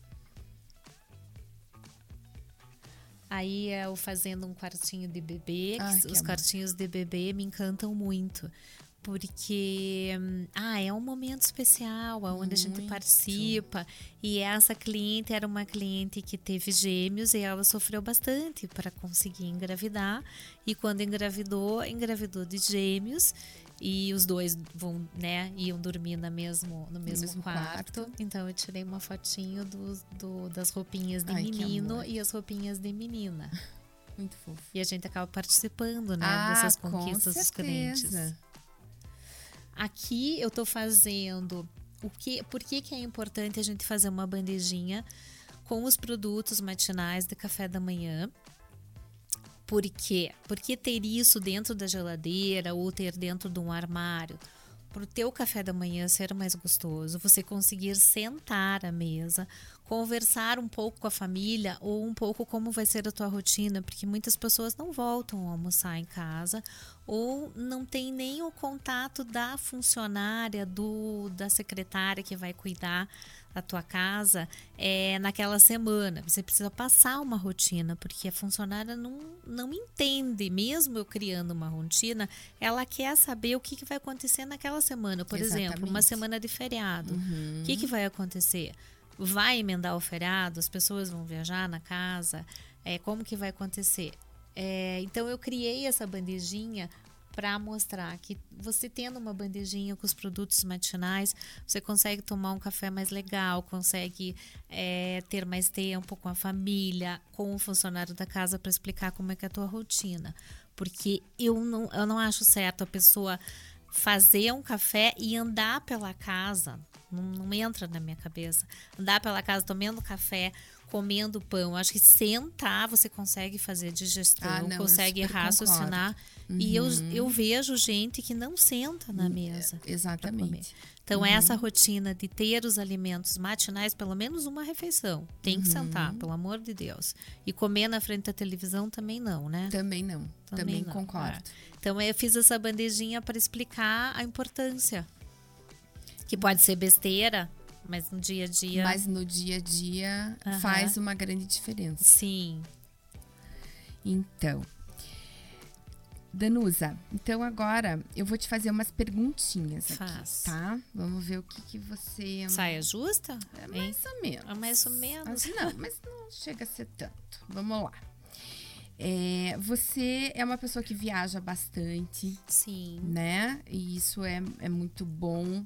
Aí eu fazendo um quartinho de bebê, que Ai, os que amor. quartinhos de bebê me encantam muito. Porque hum, ah, é um momento especial, onde a gente Muito. participa. E essa cliente era uma cliente que teve gêmeos e ela sofreu bastante para conseguir engravidar. E quando engravidou, engravidou de gêmeos. E os dois vão, né, iam dormir na mesmo, no mesmo, mesmo quarto. quarto. Então eu tirei uma fotinho do, do- das roupinhas de Ai, que menino amor. e as roupinhas de menina. Muito fofo. E a gente acaba participando, né, Ah, dessas com conquistas dos clientes. certeza. Aqui eu tô fazendo o que, por que que é importante a gente fazer uma bandejinha com os produtos matinais de café da manhã? Por quê? Porque ter isso dentro da geladeira ou ter dentro de um armário, para o teu café da manhã ser mais gostoso, você conseguir sentar à mesa, conversar um pouco com a família ou um pouco como vai ser a tua rotina, porque muitas pessoas não voltam a almoçar em casa ou não tem nem o contato da funcionária, do, da secretária que vai cuidar da tua casa é, naquela semana. Você precisa passar uma rotina, porque a funcionária não, não entende, mesmo eu criando uma rotina, ela quer saber o que, que vai acontecer naquela semana. Por exemplo, uma Exatamente. semana de feriado. Uhum. O que, que vai acontecer? Vai emendar o feriado? As pessoas vão viajar na casa? É, como que vai acontecer? É, então eu criei essa bandejinha para mostrar que você tendo uma bandejinha com os produtos matinais, você consegue tomar um café mais legal, consegue é, ter mais tempo com a família, com o funcionário da casa para explicar como é que é a tua rotina. Porque eu não, eu não acho certo a pessoa fazer um café e andar pela casa. Não, não entra na minha cabeça. Andar pela casa tomando café, comendo pão. Acho que sentar você consegue fazer digestão, Ah, não, eu consegue super raciocinar. concordo. E eu, Uhum. eu vejo gente que não senta na mesa. Exatamente. Então, essa rotina de ter os alimentos matinais, pelo menos uma refeição. Tem que sentar, pelo amor de Deus. E comer na frente da televisão também não, né? Também não. Também, não. concordo. É. Então, eu fiz essa bandejinha para explicar a importância. Que pode ser besteira, mas no dia a dia... Mas no dia a dia Aham. faz uma grande diferença. Sim. Então, Danusa, então agora eu vou te fazer umas perguntinhas aqui, Faz. tá? Vamos ver o que, que você... Saia justa? É hein? mais ou menos. É mais ou menos. Assim, não, mas não chega a ser tanto. Vamos lá. É, você é uma pessoa que viaja bastante, Sim. né? E isso é, é muito bom.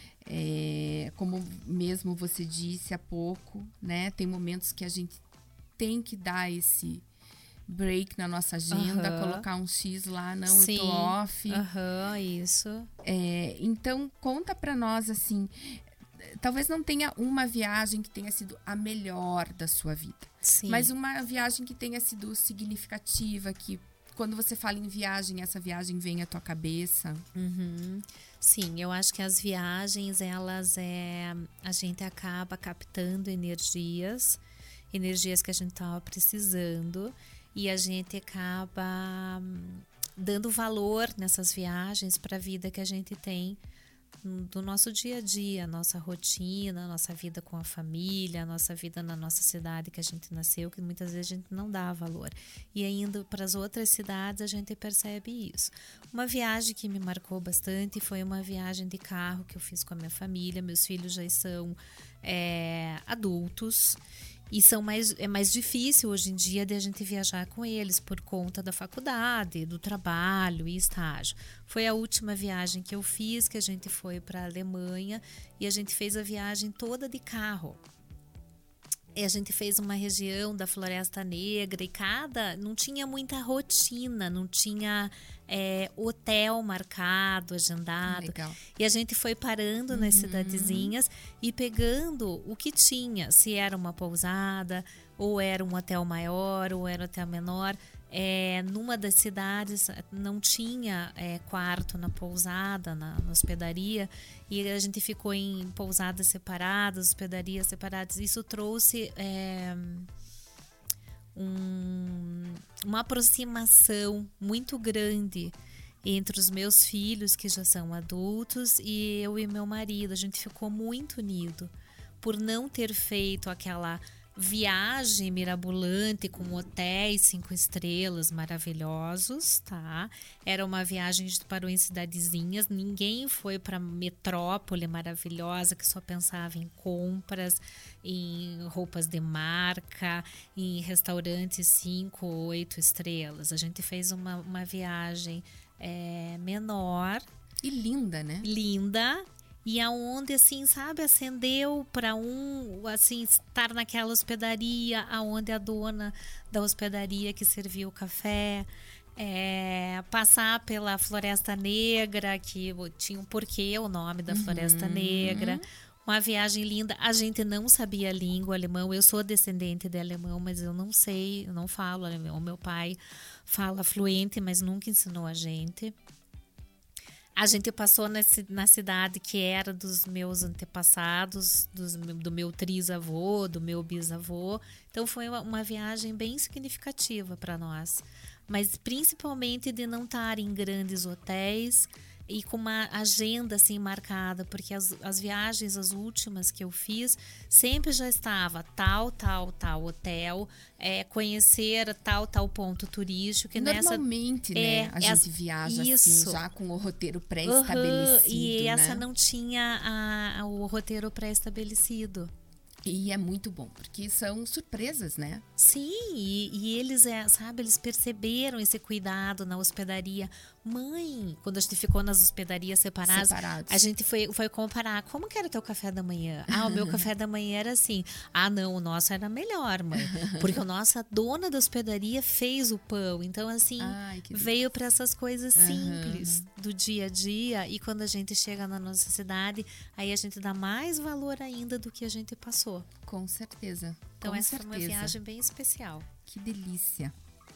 É, como mesmo você disse há pouco, né? Tem momentos que a gente tem que dar esse break na nossa agenda, Aham. colocar um X lá, não, Sim. eu tô off. Aham, isso. É, então, conta pra nós, assim, talvez não tenha uma viagem que tenha sido a melhor da sua vida, Sim. mas uma viagem que tenha sido significativa, que quando você fala em viagem, essa viagem vem à tua cabeça. Uhum. Sim, eu acho que as viagens, elas é... A gente acaba captando energias, energias que a gente estava precisando, e a gente acaba hum, dando valor nessas viagens para a vida que a gente tem do nosso dia a dia, nossa rotina, nossa vida com a família, nossa vida na nossa cidade que a gente nasceu, que muitas vezes a gente não dá valor. E ainda para as outras cidades a gente percebe isso. Uma viagem que me marcou bastante foi uma viagem de carro que eu fiz com a minha família. Meus filhos já são é, adultos. E são mais, é mais difícil hoje em dia de a gente viajar com eles por conta da faculdade, do trabalho e estágio. Foi a última viagem que eu fiz, que a gente foi para a Alemanha e a gente fez a viagem toda de carro. E a gente fez uma região da Floresta Negra e cada... não tinha muita rotina, não tinha é, hotel marcado, agendado. Legal. E a gente foi parando uhum. nas cidadezinhas e pegando o que tinha. Se era uma pousada, ou era um hotel maior, ou era um hotel menor. É, numa das cidades não tinha é, quarto na pousada, na, na hospedaria, e a gente ficou em pousadas separadas, hospedarias separadas. Isso trouxe é, um, uma aproximação muito grande entre os meus filhos, que já são adultos, e eu e meu marido. A gente ficou muito unido por não ter feito aquela viagem mirabolante com hotéis cinco estrelas maravilhosos, tá? Era uma viagem, a gente parou em cidadezinhas, ninguém foi para metrópole maravilhosa que só pensava em compras, em roupas de marca, em restaurantes cinco ou oito estrelas. A gente fez uma, uma viagem é, menor. E linda, né? Linda. E aonde, assim, sabe, acendeu para um, assim, estar naquela hospedaria, aonde a dona da hospedaria que serviu o café, é, passar pela Floresta Negra, que tinha um porquê o nome da uhum. Floresta Negra. Uma viagem linda. A gente não sabia a língua alemão. Eu sou descendente de alemão, mas eu não sei, eu não falo alemão. Meu pai fala fluente, mas nunca ensinou a gente. A gente passou nesse, na cidade que era dos meus antepassados, dos, do meu trisavô, do meu bisavô. Então foi uma, uma viagem bem significativa para nós. Mas principalmente de não estar em grandes hotéis e com uma agenda assim marcada, porque as, as viagens, as últimas que eu fiz, sempre já estava tal, tal, tal hotel, é, conhecer tal, tal ponto turístico. Que normalmente, nessa, né, é, a gente essa, viaja isso. assim, já com o roteiro pré-estabelecido. Uhum, e né? essa não tinha a, a, o roteiro pré-estabelecido. E é muito bom, porque são surpresas, né? Sim, e, e eles, é, sabe, eles perceberam esse cuidado na hospedaria. Mãe, quando a gente ficou nas hospedarias separadas, Separados. a gente foi, foi comparar. Como que era o teu café da manhã? Ah, o meu café da manhã era assim. Ah, não, o nosso era melhor, mãe. Porque a nossa dona da hospedaria fez o pão. Então, assim, Ai, veio para essas coisas uhum. simples do dia a dia. E quando a gente chega na nossa cidade, aí a gente dá mais valor ainda do que a gente passou. Com certeza. Então, Com essa certeza. foi uma viagem bem especial. Que delícia.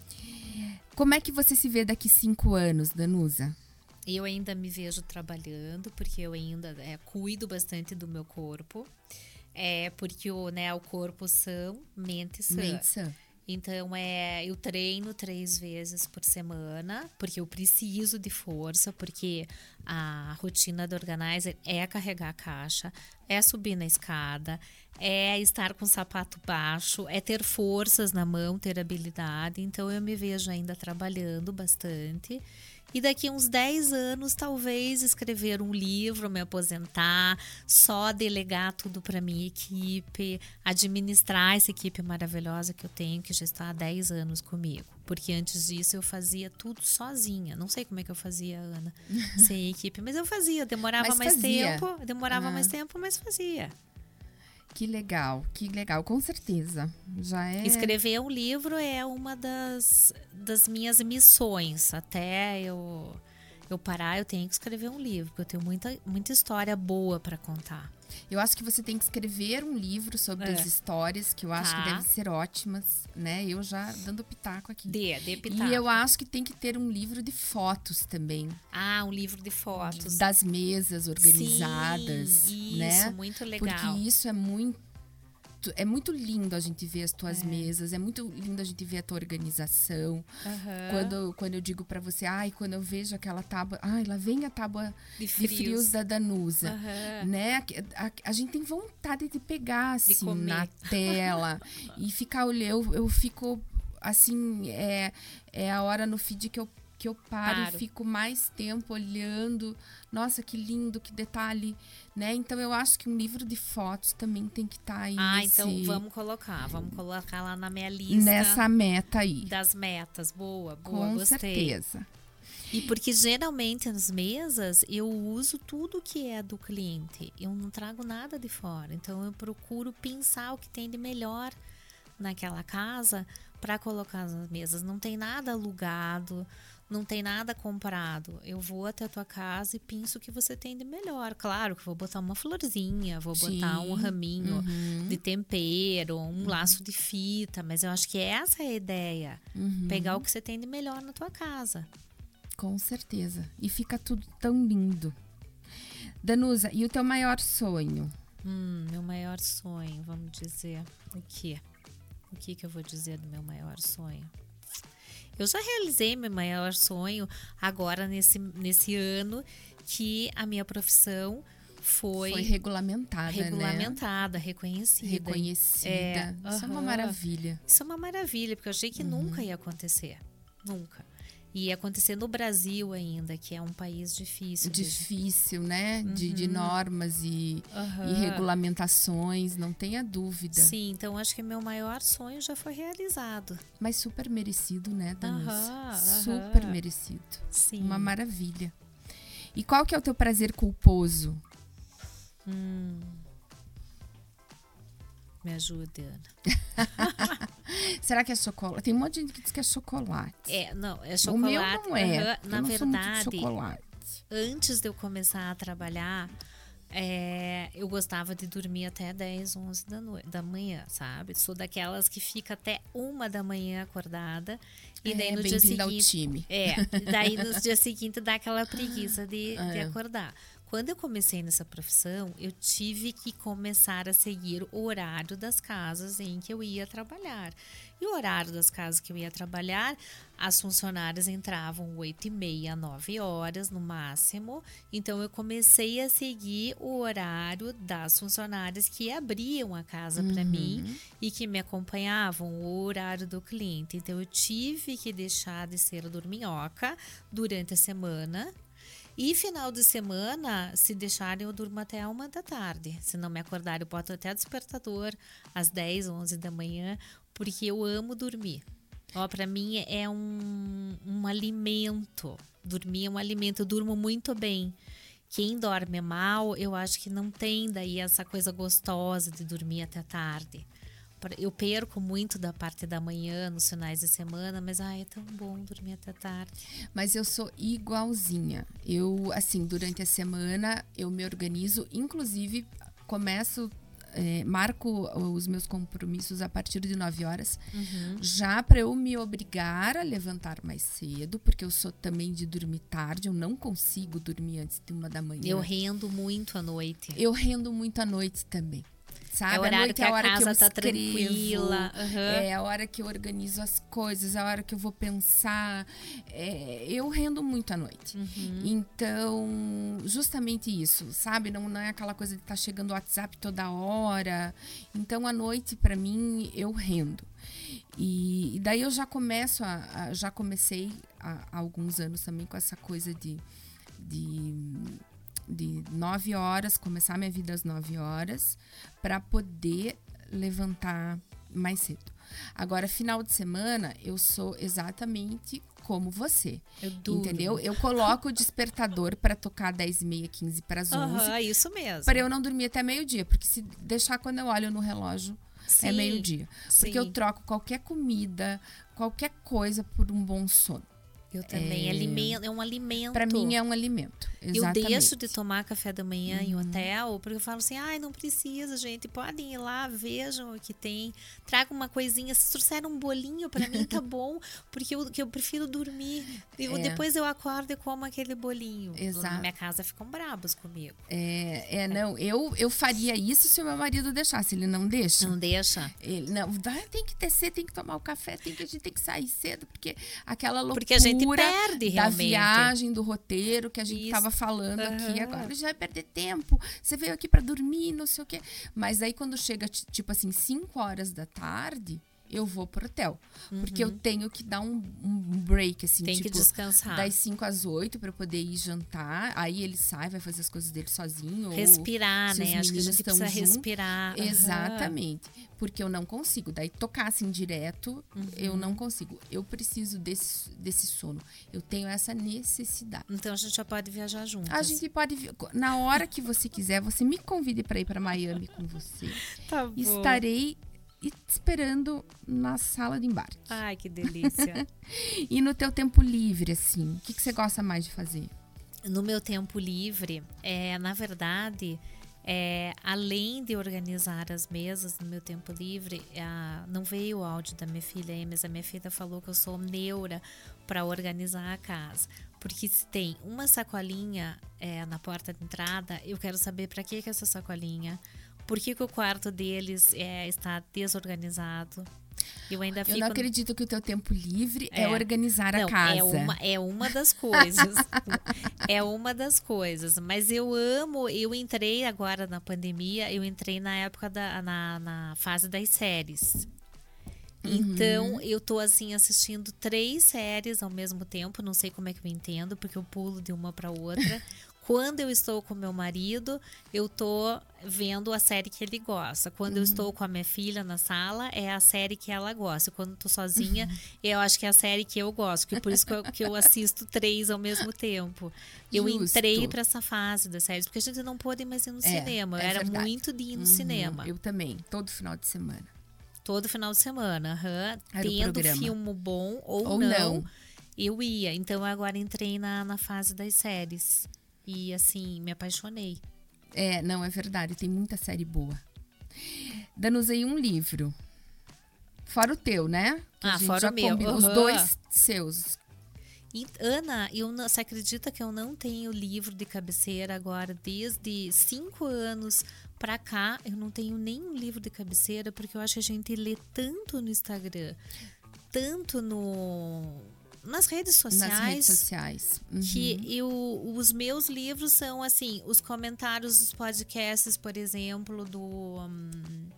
Como é que você se vê daqui cinco anos, Danusa? Eu ainda me vejo trabalhando, porque eu ainda é, cuido bastante do meu corpo. É, porque o, né, o corpo são, mente sã. Mente sã. Então, é, eu treino três vezes por semana, porque eu preciso de força, porque a rotina do Organizer é carregar a caixa, é subir na escada, é estar com o sapato baixo, é ter forças na mão, ter habilidade. Então, eu me vejo ainda trabalhando bastante. E daqui a uns dez anos, talvez, escrever um livro, me aposentar, só delegar tudo para minha equipe, administrar essa equipe maravilhosa que eu tenho, que já está há dez anos comigo. Porque antes disso eu fazia tudo sozinha. Não sei como é que eu fazia, Ana, sem equipe, mas eu fazia. Demorava mas mais fazia. tempo, demorava ah. mais tempo, mas fazia. Que legal, que legal, com certeza. Já é... Escrever um livro é uma das, das minhas missões. Até eu, eu parar, eu tenho que escrever um livro, porque eu tenho muita, muita história boa para contar. Eu acho que você tem que escrever um livro sobre é. as histórias, que eu acho tá. que devem ser ótimas, né? Eu já dando pitaco aqui. Dê, dê pitaco. E eu acho que tem que ter um livro de fotos também. Ah, um livro de fotos. Das mesas organizadas, Sim, né? Isso, muito legal. Porque isso é muito muito, é muito lindo a gente ver as tuas É. mesas, é muito lindo a gente ver a tua organização. Aham. Quando, quando eu digo pra você, ai, quando eu vejo aquela tábua, ai, lá vem a tábua De de frios, frios. da Danusa. Aham. Né? A, a- a gente tem vontade de pegar assim comer. na tela e ficar olhando. Eu, eu fico assim, é, é a hora no feed que eu, que eu paro, Paro. e fico mais tempo olhando. Nossa, que lindo, que detalhe, né? Então eu acho que um livro de fotos também tem que estar aí Ah, nesse, então vamos colocar. Vamos colocar lá na minha lista nessa meta aí. das metas. Boa, boa, Com gostei. certeza. E porque geralmente nas mesas eu uso tudo que é do cliente. Eu não trago nada de fora. Então eu procuro pensar o que tem de melhor naquela casa para colocar nas mesas. Não tem nada alugado, não tem nada comprado. Eu vou até a tua casa e penso o que você tem de melhor. Claro que vou botar uma florzinha, vou botar Sim. um raminho Uhum. de tempero, um laço de fita. Mas eu acho que essa é a ideia. Uhum. Pegar o que você tem de melhor na tua casa. Com certeza. E fica tudo tão lindo. Danusa, e o teu maior sonho? Hum, meu maior sonho, vamos dizer. O quê? O que que eu vou dizer do meu maior sonho? Eu já realizei meu maior sonho agora nesse, nesse ano que a minha profissão foi, Foi regulamentada, né? regulamentada, reconhecida. Reconhecida. É, Isso é uma aham. maravilha. Isso é uma maravilha, porque eu achei que nunca ia acontecer. Nunca. E ia acontecer no Brasil ainda, que é um país difícil. de- Difícil, né? De, de normas e, Aham. e regulamentações, não tenha dúvida. Sim, então acho que meu maior sonho já foi realizado. Mas super merecido, né, Danusa? Aham, aham. Super merecido. Sim. Uma maravilha. E qual que é o teu prazer culposo? Hum. Me ajude, Ana. Será que é chocolate? Tem um monte de gente que diz que é chocolate. É, não, é O chocolate. meu não é. aham. Eu Na não sou muito de verdade, chocolate. antes de eu começar a trabalhar, é, eu gostava de dormir até dez, onze da, no... da manhã, sabe? Sou daquelas que fica até uma da manhã acordada. E daí É, no dia bem-vinda ao seguinte. time. É, daí no dia seguinte dá aquela preguiça de, de É. acordar. Quando eu comecei nessa profissão, eu tive que começar a seguir o horário das casas em que eu ia trabalhar. E o horário das casas que eu ia trabalhar, as funcionárias entravam oito e meia, nove horas no máximo. Então eu comecei a seguir o horário das funcionárias que abriam a casa para mim e que me acompanhavam, o horário do cliente. Então eu tive que deixar de ser dorminhoca durante a semana. E final de semana, se deixarem, eu durmo até a uma da tarde. Se não me acordar, eu boto até despertador às dez, onze da manhã, porque eu amo dormir. Ó, para mim é um, um alimento. Dormir é um alimento. Eu durmo muito bem. Quem dorme mal, eu acho que não tem daí essa coisa gostosa de dormir até tarde. Eu perco muito da parte da manhã, nos finais de semana, mas ai, é tão bom dormir até tarde. Mas eu sou igualzinha. Eu, assim, durante a semana, eu me organizo. Inclusive, começo, é, marco os meus compromissos a partir de nove horas. Uhum. Já para eu me obrigar a levantar mais cedo. Porque eu sou também de dormir tarde. Eu não consigo dormir antes de uma da manhã. Eu rendo muito à noite. Eu rendo muito à noite também. Sabe? É o horário à noite que é a a hora casa que eu tá escrevo, tranquila. Uhum. É a hora que eu organizo as coisas, é a hora que eu vou pensar. É, eu rendo muito à noite. Uhum. Então, justamente isso, sabe? Não, não é aquela coisa de estar chegando o WhatsApp toda hora. Então, à noite, para mim, eu rendo. E, e daí eu já começo, a, a, já comecei há, há alguns anos também com essa coisa de... de de nove horas, começar minha vida às nove horas, para poder levantar mais cedo. Agora, final de semana, eu sou exatamente como você. Eu durmo. Entendeu? Eu coloco o despertador para tocar dez e meia, quinze para as onze. Aham, isso mesmo. Para eu não dormir até meio-dia, porque se deixar quando eu olho no relógio, Sim, é meio-dia. Porque sim. eu troco qualquer comida, qualquer coisa por um bom sono. Eu também. É, Alimento, é um alimento. Para mim é um alimento. Eu Exatamente. deixo de tomar café da manhã Uhum. em hotel, porque eu falo assim, ai, não precisa, gente, podem ir lá, vejam o que tem, traga uma coisinha, se trouxeram um bolinho pra mim, tá bom, porque eu, que eu prefiro dormir, eu, É. depois eu acordo e como aquele bolinho. Exato. Na minha casa ficam bravos comigo. É, é, não, eu, eu faria isso se o meu marido deixasse. Ele não deixa. Não deixa? Ele, não, vai, tem que descer, tem que tomar o café, tem que, a gente tem que sair cedo, porque aquela loucura Porque a gente perde, da realmente. viagem, do roteiro que a gente Isso. estava falando aqui Aham. agora. A gente vai perder tempo, você veio aqui para dormir, não sei o quê. Mas aí quando chega, ti- tipo assim, cinco horas da tarde, eu vou pro hotel. Porque eu tenho que dar um, um break, assim, Tem que tipo, descansar. das cinco às oito para eu poder ir jantar. Aí ele sai, vai fazer as coisas dele sozinho. ou Respirar, se os né? Acho que a meninos gente estão precisa junto. respirar. Aham. Exatamente. Porque eu não consigo. Daí tocar assim direto, eu Uhum. não consigo. Eu preciso desse, desse sono. Eu tenho essa necessidade. Então a gente já pode viajar juntas. A gente pode, vi- na hora que você quiser, você me convide para ir para Miami com você. Tá bom. Estarei esperando na sala de embarque. Ai, que delícia. E no teu tempo livre, assim, o que, que você gosta mais de fazer? No meu tempo livre, é, na verdade, é, além de organizar as mesas no meu tempo livre, a- não veio o áudio da minha filha aí, mas a minha filha falou que eu sou neura para organizar a casa. Porque se tem uma sacolinha é, na porta de entrada, eu quero saber para que, que é essa sacolinha. Por que, que o quarto deles é, está desorganizado. Eu ainda fico... Eu não acredito que o teu tempo livre é, É. organizar Não, a casa. É uma, é uma das coisas. é uma das coisas. Mas eu amo, eu entrei agora na pandemia, eu entrei na época da na, na fase das séries. Então, eu tô assim assistindo três séries ao mesmo tempo, não sei como é que eu entendo, porque eu pulo de uma para outra. Quando eu estou com meu marido, eu tô vendo a série que ele gosta. Quando eu estou com a minha filha na sala, é a série que ela gosta. Quando eu tô sozinha, eu acho que é a série que eu gosto. Que por isso que eu, que eu assisto três ao mesmo tempo. Eu Justo. entrei para essa fase das séries, porque a gente não pôde mais ir no É, cinema. Eu é era verdade. muito de ir no Uhum, cinema. Eu também, todo final de semana. Todo final de semana. aham. Era o Tendo programa. filme bom ou, Ou não, não. eu ia. Então, eu agora entrei na, na fase das séries. E, assim, me apaixonei. É, não, é verdade, tem muita série boa. Danusei um livro. Fora o teu, né? Que a Ah, gente fora já o meu. combinou. Os Aham. dois seus. E, Ana, eu não, você acredita que eu não tenho livro de cabeceira agora? Desde cinco anos pra cá, eu não tenho nenhum livro de cabeceira, porque eu acho que a gente lê tanto no Instagram, tanto no... nas redes sociais. Nas redes sociais. Uhum. Que eu, os meus livros são assim, os comentários dos podcasts, por exemplo, do hum,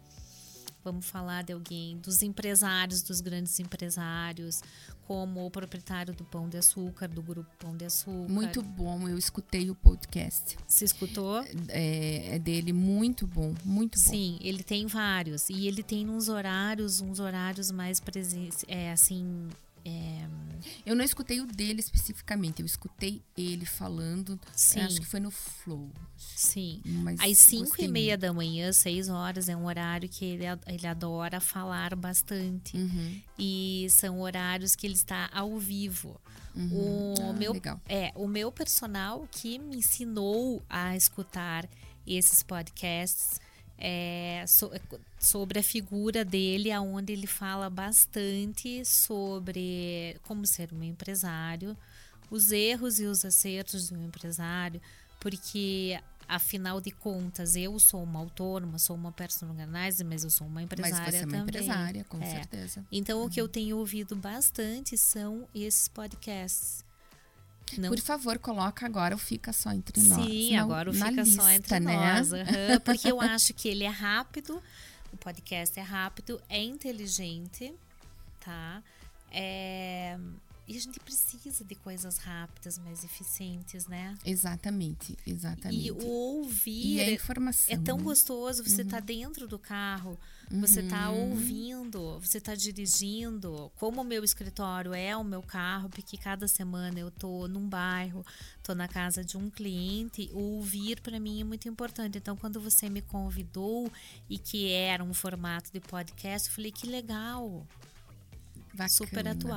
vamos falar de alguém, dos empresários, dos grandes empresários, como o proprietário do Pão de Açúcar, do grupo Pão de Açúcar. Muito bom, eu escutei o podcast. Se escutou? É, é dele, muito bom, muito bom. Sim, ele tem vários. E ele tem uns horários, uns horários mais presentes, é, assim... É... Eu não escutei o dele especificamente, eu escutei ele falando. Sim. Acho que foi no Flow. Sim. Mas Às cinco gostei e meia muito. da manhã, seis horas, é um horário que ele, ele adora falar bastante. Uhum. E são horários que ele está ao vivo. Uhum. O, Ah, meu, legal. é, o meu personal que me ensinou a escutar esses podcasts é, so- sobre a figura dele, aonde ele fala bastante sobre como ser um empresário, os erros e os acertos de um empresário, porque afinal de contas eu sou uma autônoma, sou uma personal organizer, mas eu sou uma empresária Mas você é uma também. empresária, com É. certeza. Então, o que eu tenho ouvido bastante são esses podcasts. Não... Por favor, coloca agora o Fica Só Entre Nós. Sim, na- agora o na Fica lista, Só Entre né? Nós. aham, porque eu acho que ele é rápido, o podcast é rápido, é inteligente, tá? É... E a gente precisa de coisas rápidas, mais eficientes, né? Exatamente, exatamente. E o ouvir E a é- informação. é tão né? gostoso. Você tá dentro do carro, você tá Uhum. ouvindo, você tá dirigindo. Como o meu escritório é o meu carro, porque cada semana eu tô num bairro, tô na casa de um cliente, o ouvir para mim é muito importante. Então, quando você me convidou e que era um formato de podcast, eu falei que legal, Bacana. super atual.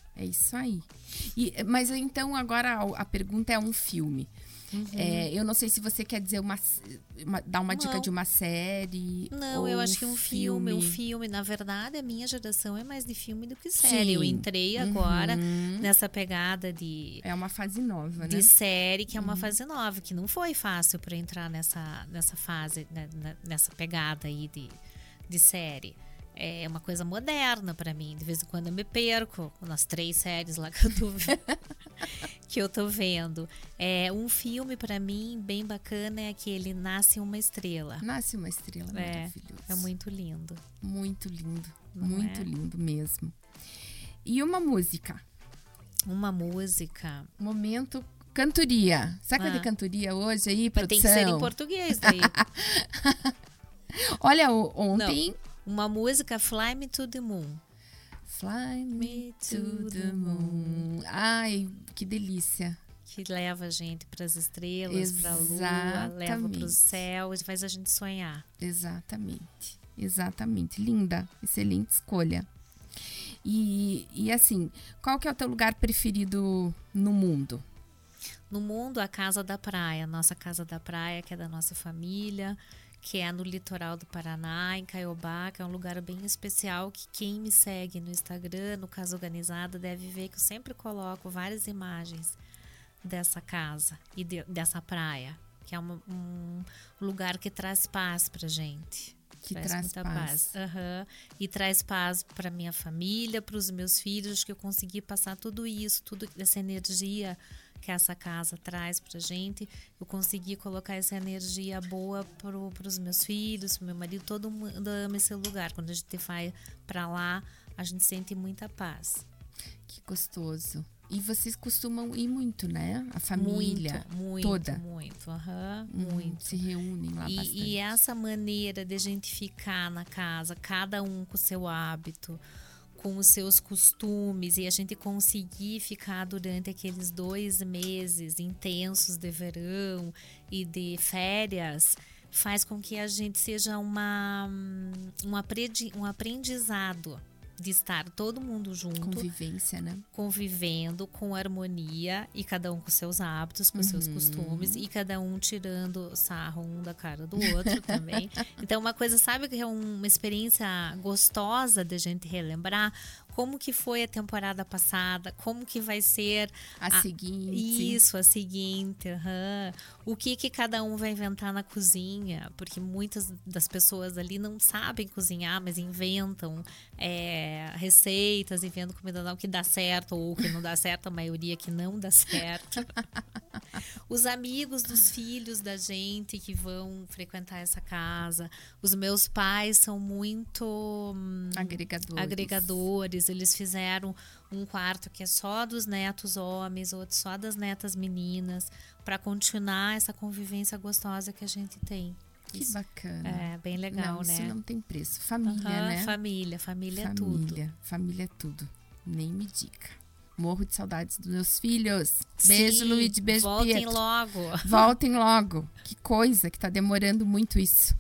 É isso aí. E, mas então agora a, a pergunta é um filme. Uhum. É, eu não sei se você quer dizer uma, uma dar uma dica Não. de uma série. Não, ou eu acho que um filme, um filme, na verdade, a minha geração é mais de filme do que Sim. série. Eu entrei agora Uhum. nessa pegada de, É uma fase nova, né? de série, que é uma fase nova, que não foi fácil para entrar nessa, nessa fase, né, né, nessa pegada aí de, de série. É uma coisa moderna para mim. De vez em quando eu me perco nas três séries lá que eu tô, que eu tô vendo. É, um filme para mim bem bacana é aquele Nasce uma Estrela. Nasce uma Estrela, É, maravilhoso. é muito lindo. Muito lindo. Não muito é? lindo mesmo. E uma música. Uma música. Momento cantoria. Será que vai Ah. ter cantoria hoje aí, Mas produção? tem que ser em português daí. Olha, o- ontem... Uma música Fly Me to the Moon. Fly me to the moon. Ai, que delícia. Que leva a gente para as estrelas, para a lua, leva para o Exatamente. céu e faz a gente sonhar. Exatamente. Exatamente. Linda. Excelente escolha. E, e assim, qual que é o teu lugar preferido no mundo? No mundo, a Casa da Praia, nossa Casa da Praia, que é da nossa família, que é no litoral do Paraná, em Caiobá, que é um lugar bem especial, que quem me segue no Instagram, no Casa Organizada, deve ver que eu sempre coloco várias imagens dessa casa e de- dessa praia, que é uma- um lugar que traz paz pra gente. Que traz muita paz. Aham. E traz paz para minha família, para os meus filhos, que eu consegui passar tudo isso, tudo essa energia que essa casa traz pra gente. Eu consegui colocar essa energia boa para os meus filhos, pro meu marido, todo mundo ama esse lugar. Quando a gente vai para lá, a gente sente muita paz. Que gostoso. E vocês costumam ir muito, né? A família muito, muito, toda. muito, aham, Hum, muito. Se reúnem lá bastante. E, e essa maneira de a gente ficar na casa, cada um com o seu hábito, com os seus costumes, e a gente conseguir ficar durante aqueles dois meses intensos de verão e de férias, faz com que a gente seja uma, um, aprendi, um aprendizado de estar todo mundo junto. Convivência, né? Convivendo com harmonia e cada um com seus hábitos, com seus costumes e cada um tirando sarro um da cara do outro também. Então, uma coisa, sabe que é uma experiência gostosa de a gente relembrar como que foi a temporada passada, como que vai ser A seguinte. Isso, a seguinte, aham. O que que cada um vai inventar na cozinha, porque muitas das pessoas ali não sabem cozinhar, mas inventam é, receitas, inventam comida nova que dá certo ou que não dá certo, a maioria que não dá certo. Os amigos dos filhos da gente que vão frequentar essa casa. Os meus pais são muito hum, Agregadores. agregadores. Eles fizeram um quarto que é só dos netos homens, outro só das netas meninas, para continuar essa convivência gostosa que a gente tem. Que Isso bacana. é bem legal, não, né? Isso não tem preço. Família, Aham, né? Família, família, é tudo. Família. Família é tudo. Nem me diga. Morro de saudades dos meus filhos. Beijo, Sim, Luíde. Beijo, voltem Pietro. logo. Voltem logo. Que coisa que tá demorando muito isso.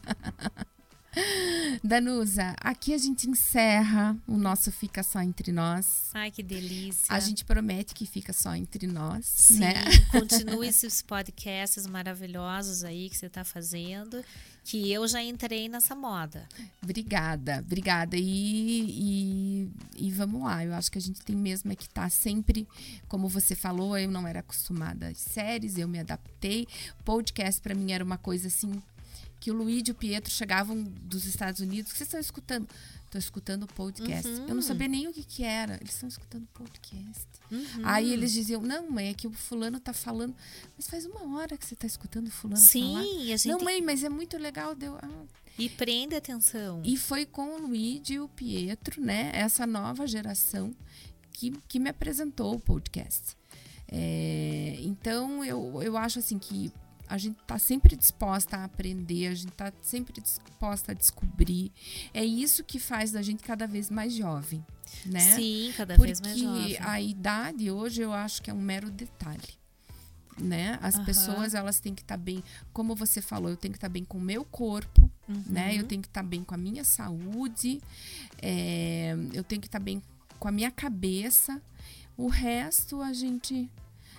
Danusa, aqui a gente encerra o nosso Fica Só Entre Nós. Ai, que delícia. A gente promete que fica só entre nós, Sim, né? continue esses podcasts maravilhosos aí que você está fazendo, que eu já entrei nessa moda. Obrigada, obrigada. E, e, e vamos lá, eu acho que a gente tem mesmo é que estar sempre, como você falou, eu não era acostumada às séries, eu me adaptei. Podcast para mim era uma coisa assim, que o Luíde e o Pietro chegavam dos Estados Unidos. O que vocês estão escutando? Estou escutando podcast. Uhum. Eu não sabia nem o que que era. Eles estão escutando podcast. Uhum. Aí eles diziam, não, mãe, é que o fulano tá falando. Mas faz uma hora que você tá escutando o fulano Sim, falar. e a gente... Não, mãe, mas é muito legal. Deu... Ah. E prende atenção. E foi com o Luíde e o Pietro, né? Essa nova geração que, que me apresentou o podcast. É, então, eu, eu acho assim que a gente está sempre disposta a aprender, a gente está sempre disposta a descobrir. É isso que faz da gente cada vez mais jovem, né? Sim, cada Porque vez mais jovem. a idade hoje eu acho que é um mero detalhe, né? As Aham. pessoas, elas têm que estar bem, como você falou, eu tenho que estar bem com o meu corpo, Uhum. né? Eu tenho que estar bem com a minha saúde, é, eu tenho que estar bem com a minha cabeça. O resto a gente...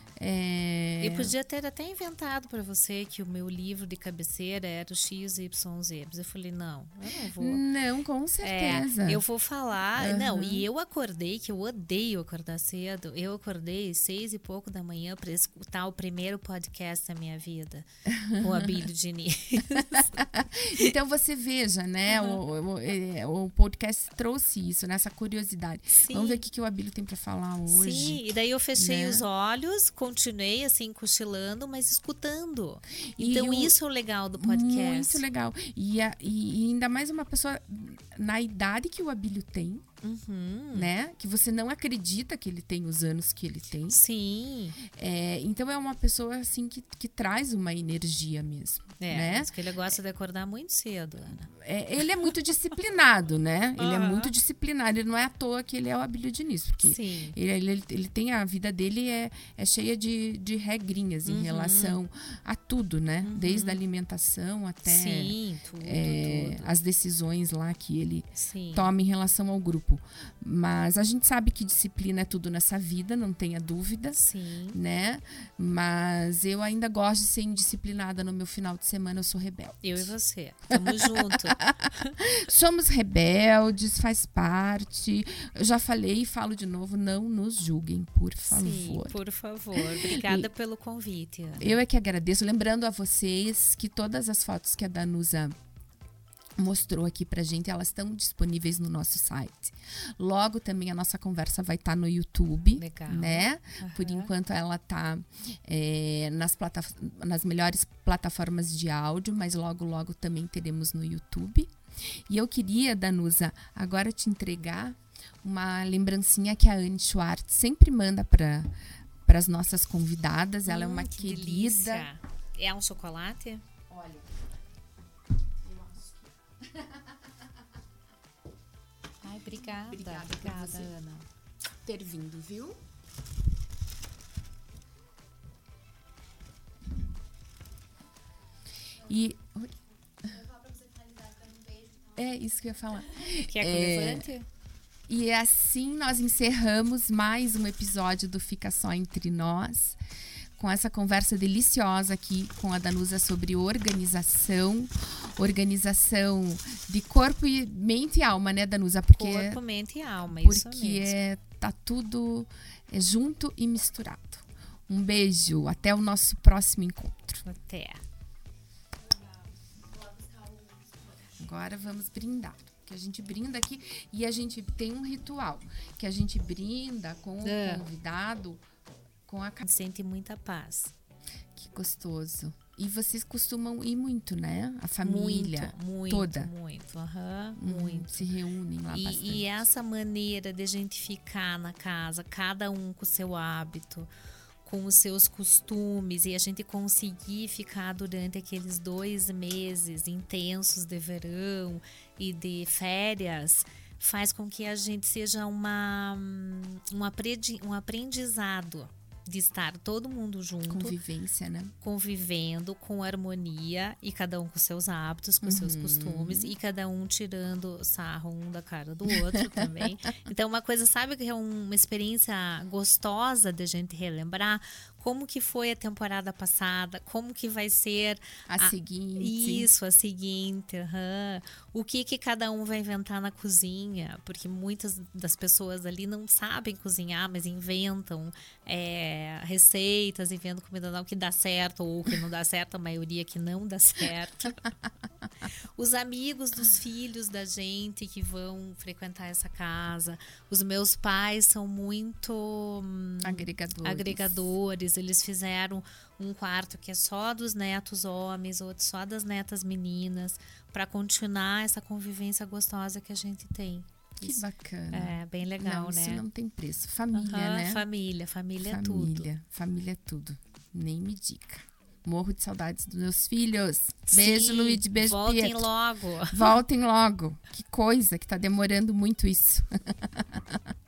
É... Eu podia ter até inventado para você que o meu livro de cabeceira era o X Y Z. Mas eu falei, não, eu não vou. Não, com certeza. É, eu vou falar. Uhum. Não, e eu acordei, que eu odeio acordar cedo. Eu acordei seis e pouco da manhã para escutar o primeiro podcast da minha vida, com o Abílio Diniz. Então você veja, né? Uhum. O, o, o podcast trouxe isso, né? Essa curiosidade. Sim. Vamos ver o que, que o Abílio tem para falar hoje. Sim, e daí eu fechei né? os olhos, continuei assim cochilando, mas escutando. Então o, isso é o legal do podcast. Muito legal. E, a, e ainda mais uma pessoa na idade que o Abílio tem, uhum. né? Que você não acredita que ele tem os anos que ele tem. Sim. É, então é uma pessoa assim que, que traz uma energia mesmo. É, né? mas que ele gosta de acordar muito cedo, Ana. É, ele é muito disciplinado, né? Ele uhum. é muito disciplinado. Ele não é à toa que ele é o Abílio Diniz, porque Sim. Ele, ele, ele tem a vida dele é, é cheia de, de regrinhas em uhum. relação a tudo, né? Uhum. Desde a alimentação até Sim, tudo, é, tudo. as decisões lá que ele Sim. toma em relação ao grupo. Mas a gente sabe que disciplina é tudo nessa vida, não tenha dúvida. Sim. Né? Mas eu ainda gosto de ser indisciplinada no meu final de semana, eu sou rebelde. Eu e você, tamo junto. Somos rebeldes, faz parte. Eu já falei e falo de novo, não nos julguem, por favor. Sim, por favor. Obrigada e pelo convite, Ana. Eu é que agradeço. Lembrando a vocês que todas as fotos que a Danusa mostrou aqui pra gente, elas estão disponíveis no nosso site. Logo também a nossa conversa vai estar tá no YouTube. Legal. Né? Uhum. Por enquanto ela tá é, nas, plataf- nas melhores plataformas de áudio, mas logo, logo também teremos no YouTube. E eu queria, Danusa, agora te entregar uma lembrancinha que a Anne Schwartz sempre manda para para as nossas convidadas. Ela hum, é uma que querida. Delícia. É um chocolate? Olha. Ai, obrigada. Obrigada, obrigada Ana. Ter vindo, viu? E é isso que eu ia falar. Quer que eu levante? E assim nós encerramos mais um episódio do Fica Só Entre Nós, com essa conversa deliciosa aqui com a Danusa sobre organização, organização de corpo e mente e alma, né, Danusa? Porque corpo, mente e alma, porque isso mesmo. É, tá tudo é, junto e misturado. Um beijo, até o nosso próximo encontro. Até. Agora vamos brindar. Que a gente brinda aqui e a gente tem um ritual que a gente brinda com é. o convidado com a sente muita paz. Que gostoso. E vocês costumam ir muito, né? A família muito, muito, toda. Muito, uhum, hum, muito. Se reúnem lá e, bastante. E essa maneira de a gente ficar na casa, cada um com o seu hábito, com os seus costumes, e a gente conseguir ficar durante aqueles dois meses intensos de verão e de férias, faz com que a gente seja uma, um, aprendi, um aprendizado de estar todo mundo junto. Convivência, né? Convivendo com harmonia e cada um com seus hábitos, com uhum. seus costumes e cada um tirando sarro um da cara do outro também. Então, uma coisa, sabe que é uma experiência gostosa de a gente relembrar como que foi a temporada passada, como que vai ser a, a seguinte. Isso, a seguinte. Uhum. O que que cada um vai inventar na cozinha, porque muitas das pessoas ali não sabem cozinhar, mas inventam é, receitas, inventam comida não, que dá certo ou que não dá certo, a maioria que não dá certo. Os amigos dos filhos da gente que vão frequentar essa casa. Os meus pais são muito hum, agregadores. agregadores. Eles fizeram um quarto que é só dos netos homens, outro só das netas meninas, para continuar essa convivência gostosa que a gente tem. Que isso bacana. É bem legal, não, né? Isso não tem preço. Família, uhum, né? Família, família, família é tudo. Família, família é tudo. Nem me diga. Morro de saudades dos meus filhos. Beijo, Sim, Luiz, beijo, voltem Pietro. logo. Voltem logo. Que coisa, que tá demorando muito isso.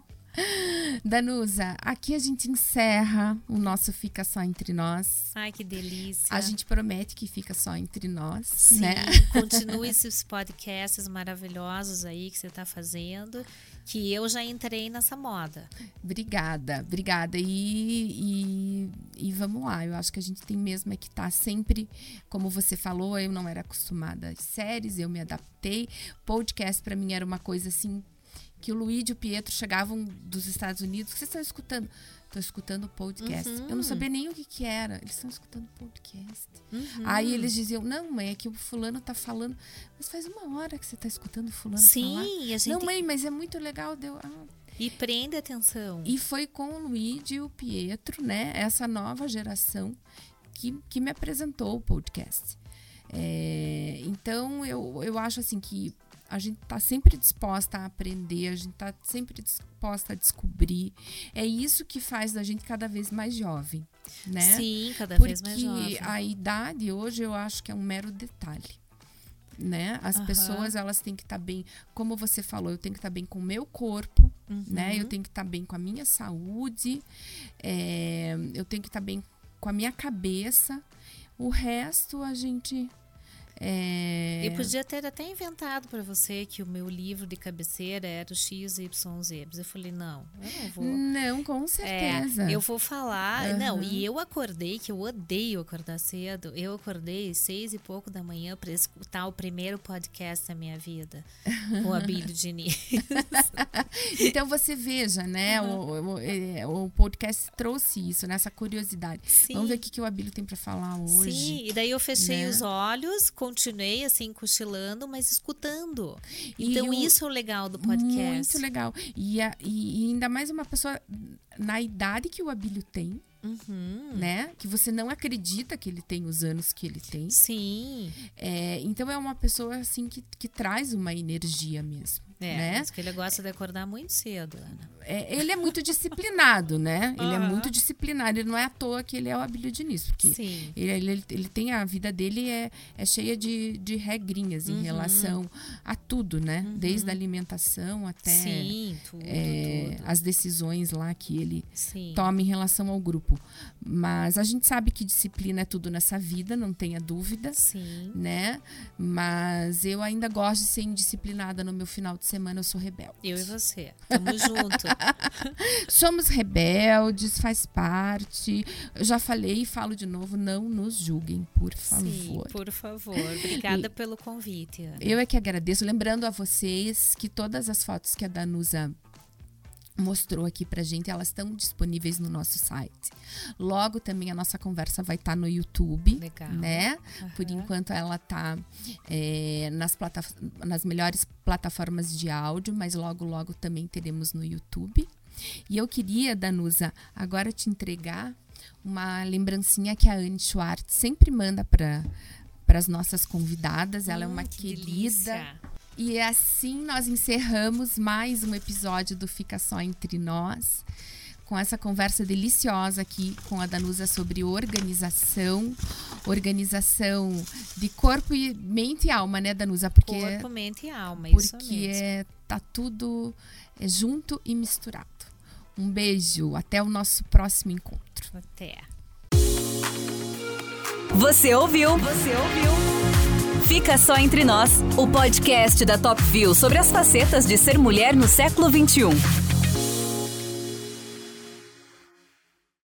Danusa, aqui a gente encerra o nosso Fica Só Entre Nós. Ai, que delícia. A gente promete que fica só entre nós, Sim, né? continue esses podcasts maravilhosos aí que você está fazendo, que eu já entrei nessa moda. Obrigada, obrigada. E, e, e vamos lá, eu acho que a gente tem mesmo é que estar sempre, como você falou, eu não era acostumada às séries, eu me adaptei. Podcast para mim era uma coisa assim, que o Luigi e o Pietro chegavam dos Estados Unidos. O que vocês estão escutando? Estou escutando podcast. Uhum. Eu não sabia nem o que que era. Eles estão escutando podcast. Uhum. Aí eles diziam, não, mãe, é que o fulano tá falando. Mas faz uma hora que você tá escutando o fulano Sim, falar. e a gente... Não, mãe, mas é muito legal. Deu... Ah. E prende atenção. E foi com o Luigi e o Pietro, né? Essa nova geração que, que me apresentou o podcast. É, então, eu, eu acho assim que a gente tá sempre disposta a aprender, a gente tá sempre disposta a descobrir. É isso que faz da gente cada vez mais jovem, né? Sim, cada Porque vez mais jovem. Porque a idade hoje eu acho que é um mero detalhe, né? As Aham. pessoas, elas têm que estar bem, como você falou, eu tenho que estar bem com o meu corpo, Uhum. né? Eu tenho que estar bem com a minha saúde, é, eu tenho que estar bem com a minha cabeça. O resto a gente... É... Eu podia ter até inventado para você que o meu livro de cabeceira era o X Y Z. Mas eu falei, não, eu não vou. Não, com certeza. É, eu vou falar. Uhum. Não, e eu acordei, que eu odeio acordar cedo. Eu acordei seis e pouco da manhã para escutar o primeiro podcast da minha vida, com o Abílio Diniz. Então você veja, né? Uhum. O, o, o podcast trouxe isso, né? Essa curiosidade. Sim. Vamos ver o que, que o Abílio tem para falar hoje. Sim, e daí eu fechei né? os olhos, continuei assim, cochilando, mas escutando. Então, o, isso é o legal do podcast. Muito legal. E, a, e, e ainda mais uma pessoa na idade que o Abílio tem, uhum. né? Que você não acredita que ele tem os anos que ele tem. Sim. É, então, é uma pessoa, assim, que, que traz uma energia mesmo. É, né? mas que ele gosta de acordar muito cedo, Ana. É, ele é muito disciplinado, né? Ele Uhum. é muito disciplinado. Ele não é à toa que ele é o Abílio Diniz. Porque Sim. Ele, ele, ele tem a vida dele é, é cheia de, de regrinhas em uhum. relação a tudo, né? Uhum. Desde a alimentação até Sim, tudo, é, tudo. as decisões lá que ele Sim. toma em relação ao grupo. Mas a gente sabe que disciplina é tudo nessa vida, não tenha dúvida. Sim. Né? Mas eu ainda gosto de ser indisciplinada no meu final de semana, eu sou rebelde. Eu e você. Tamo junto. Somos rebeldes, faz parte. Eu já falei e falo de novo, não nos julguem, por favor. Sim, por favor. Obrigada E pelo convite, Ana. eu é que agradeço. Lembrando a vocês que todas as fotos que a Danusa mostrou aqui pra gente, elas estão disponíveis no nosso site. Logo também a nossa conversa vai estar tá no YouTube. Legal. Né? Uhum. Por enquanto ela tá é, nas, plataf- nas melhores plataformas de áudio, mas logo, logo também teremos no YouTube. E eu queria, Danusa, agora te entregar uma lembrancinha que a Anne Schwartz sempre manda para as nossas convidadas. Ela hum, é uma que querida. Delícia. E assim nós encerramos mais um episódio do Fica Só Entre Nós, com essa conversa deliciosa aqui com a Danusa sobre organização, organização de corpo e mente e alma, né, Danusa? Porque, corpo, mente e alma, porque isso mesmo. é, tá tudo é, junto e misturado. Um beijo, até o nosso próximo encontro. Até. Você ouviu? Você ouviu? Fica Só Entre Nós, o podcast da Top View sobre as facetas de ser mulher no século vinte e um.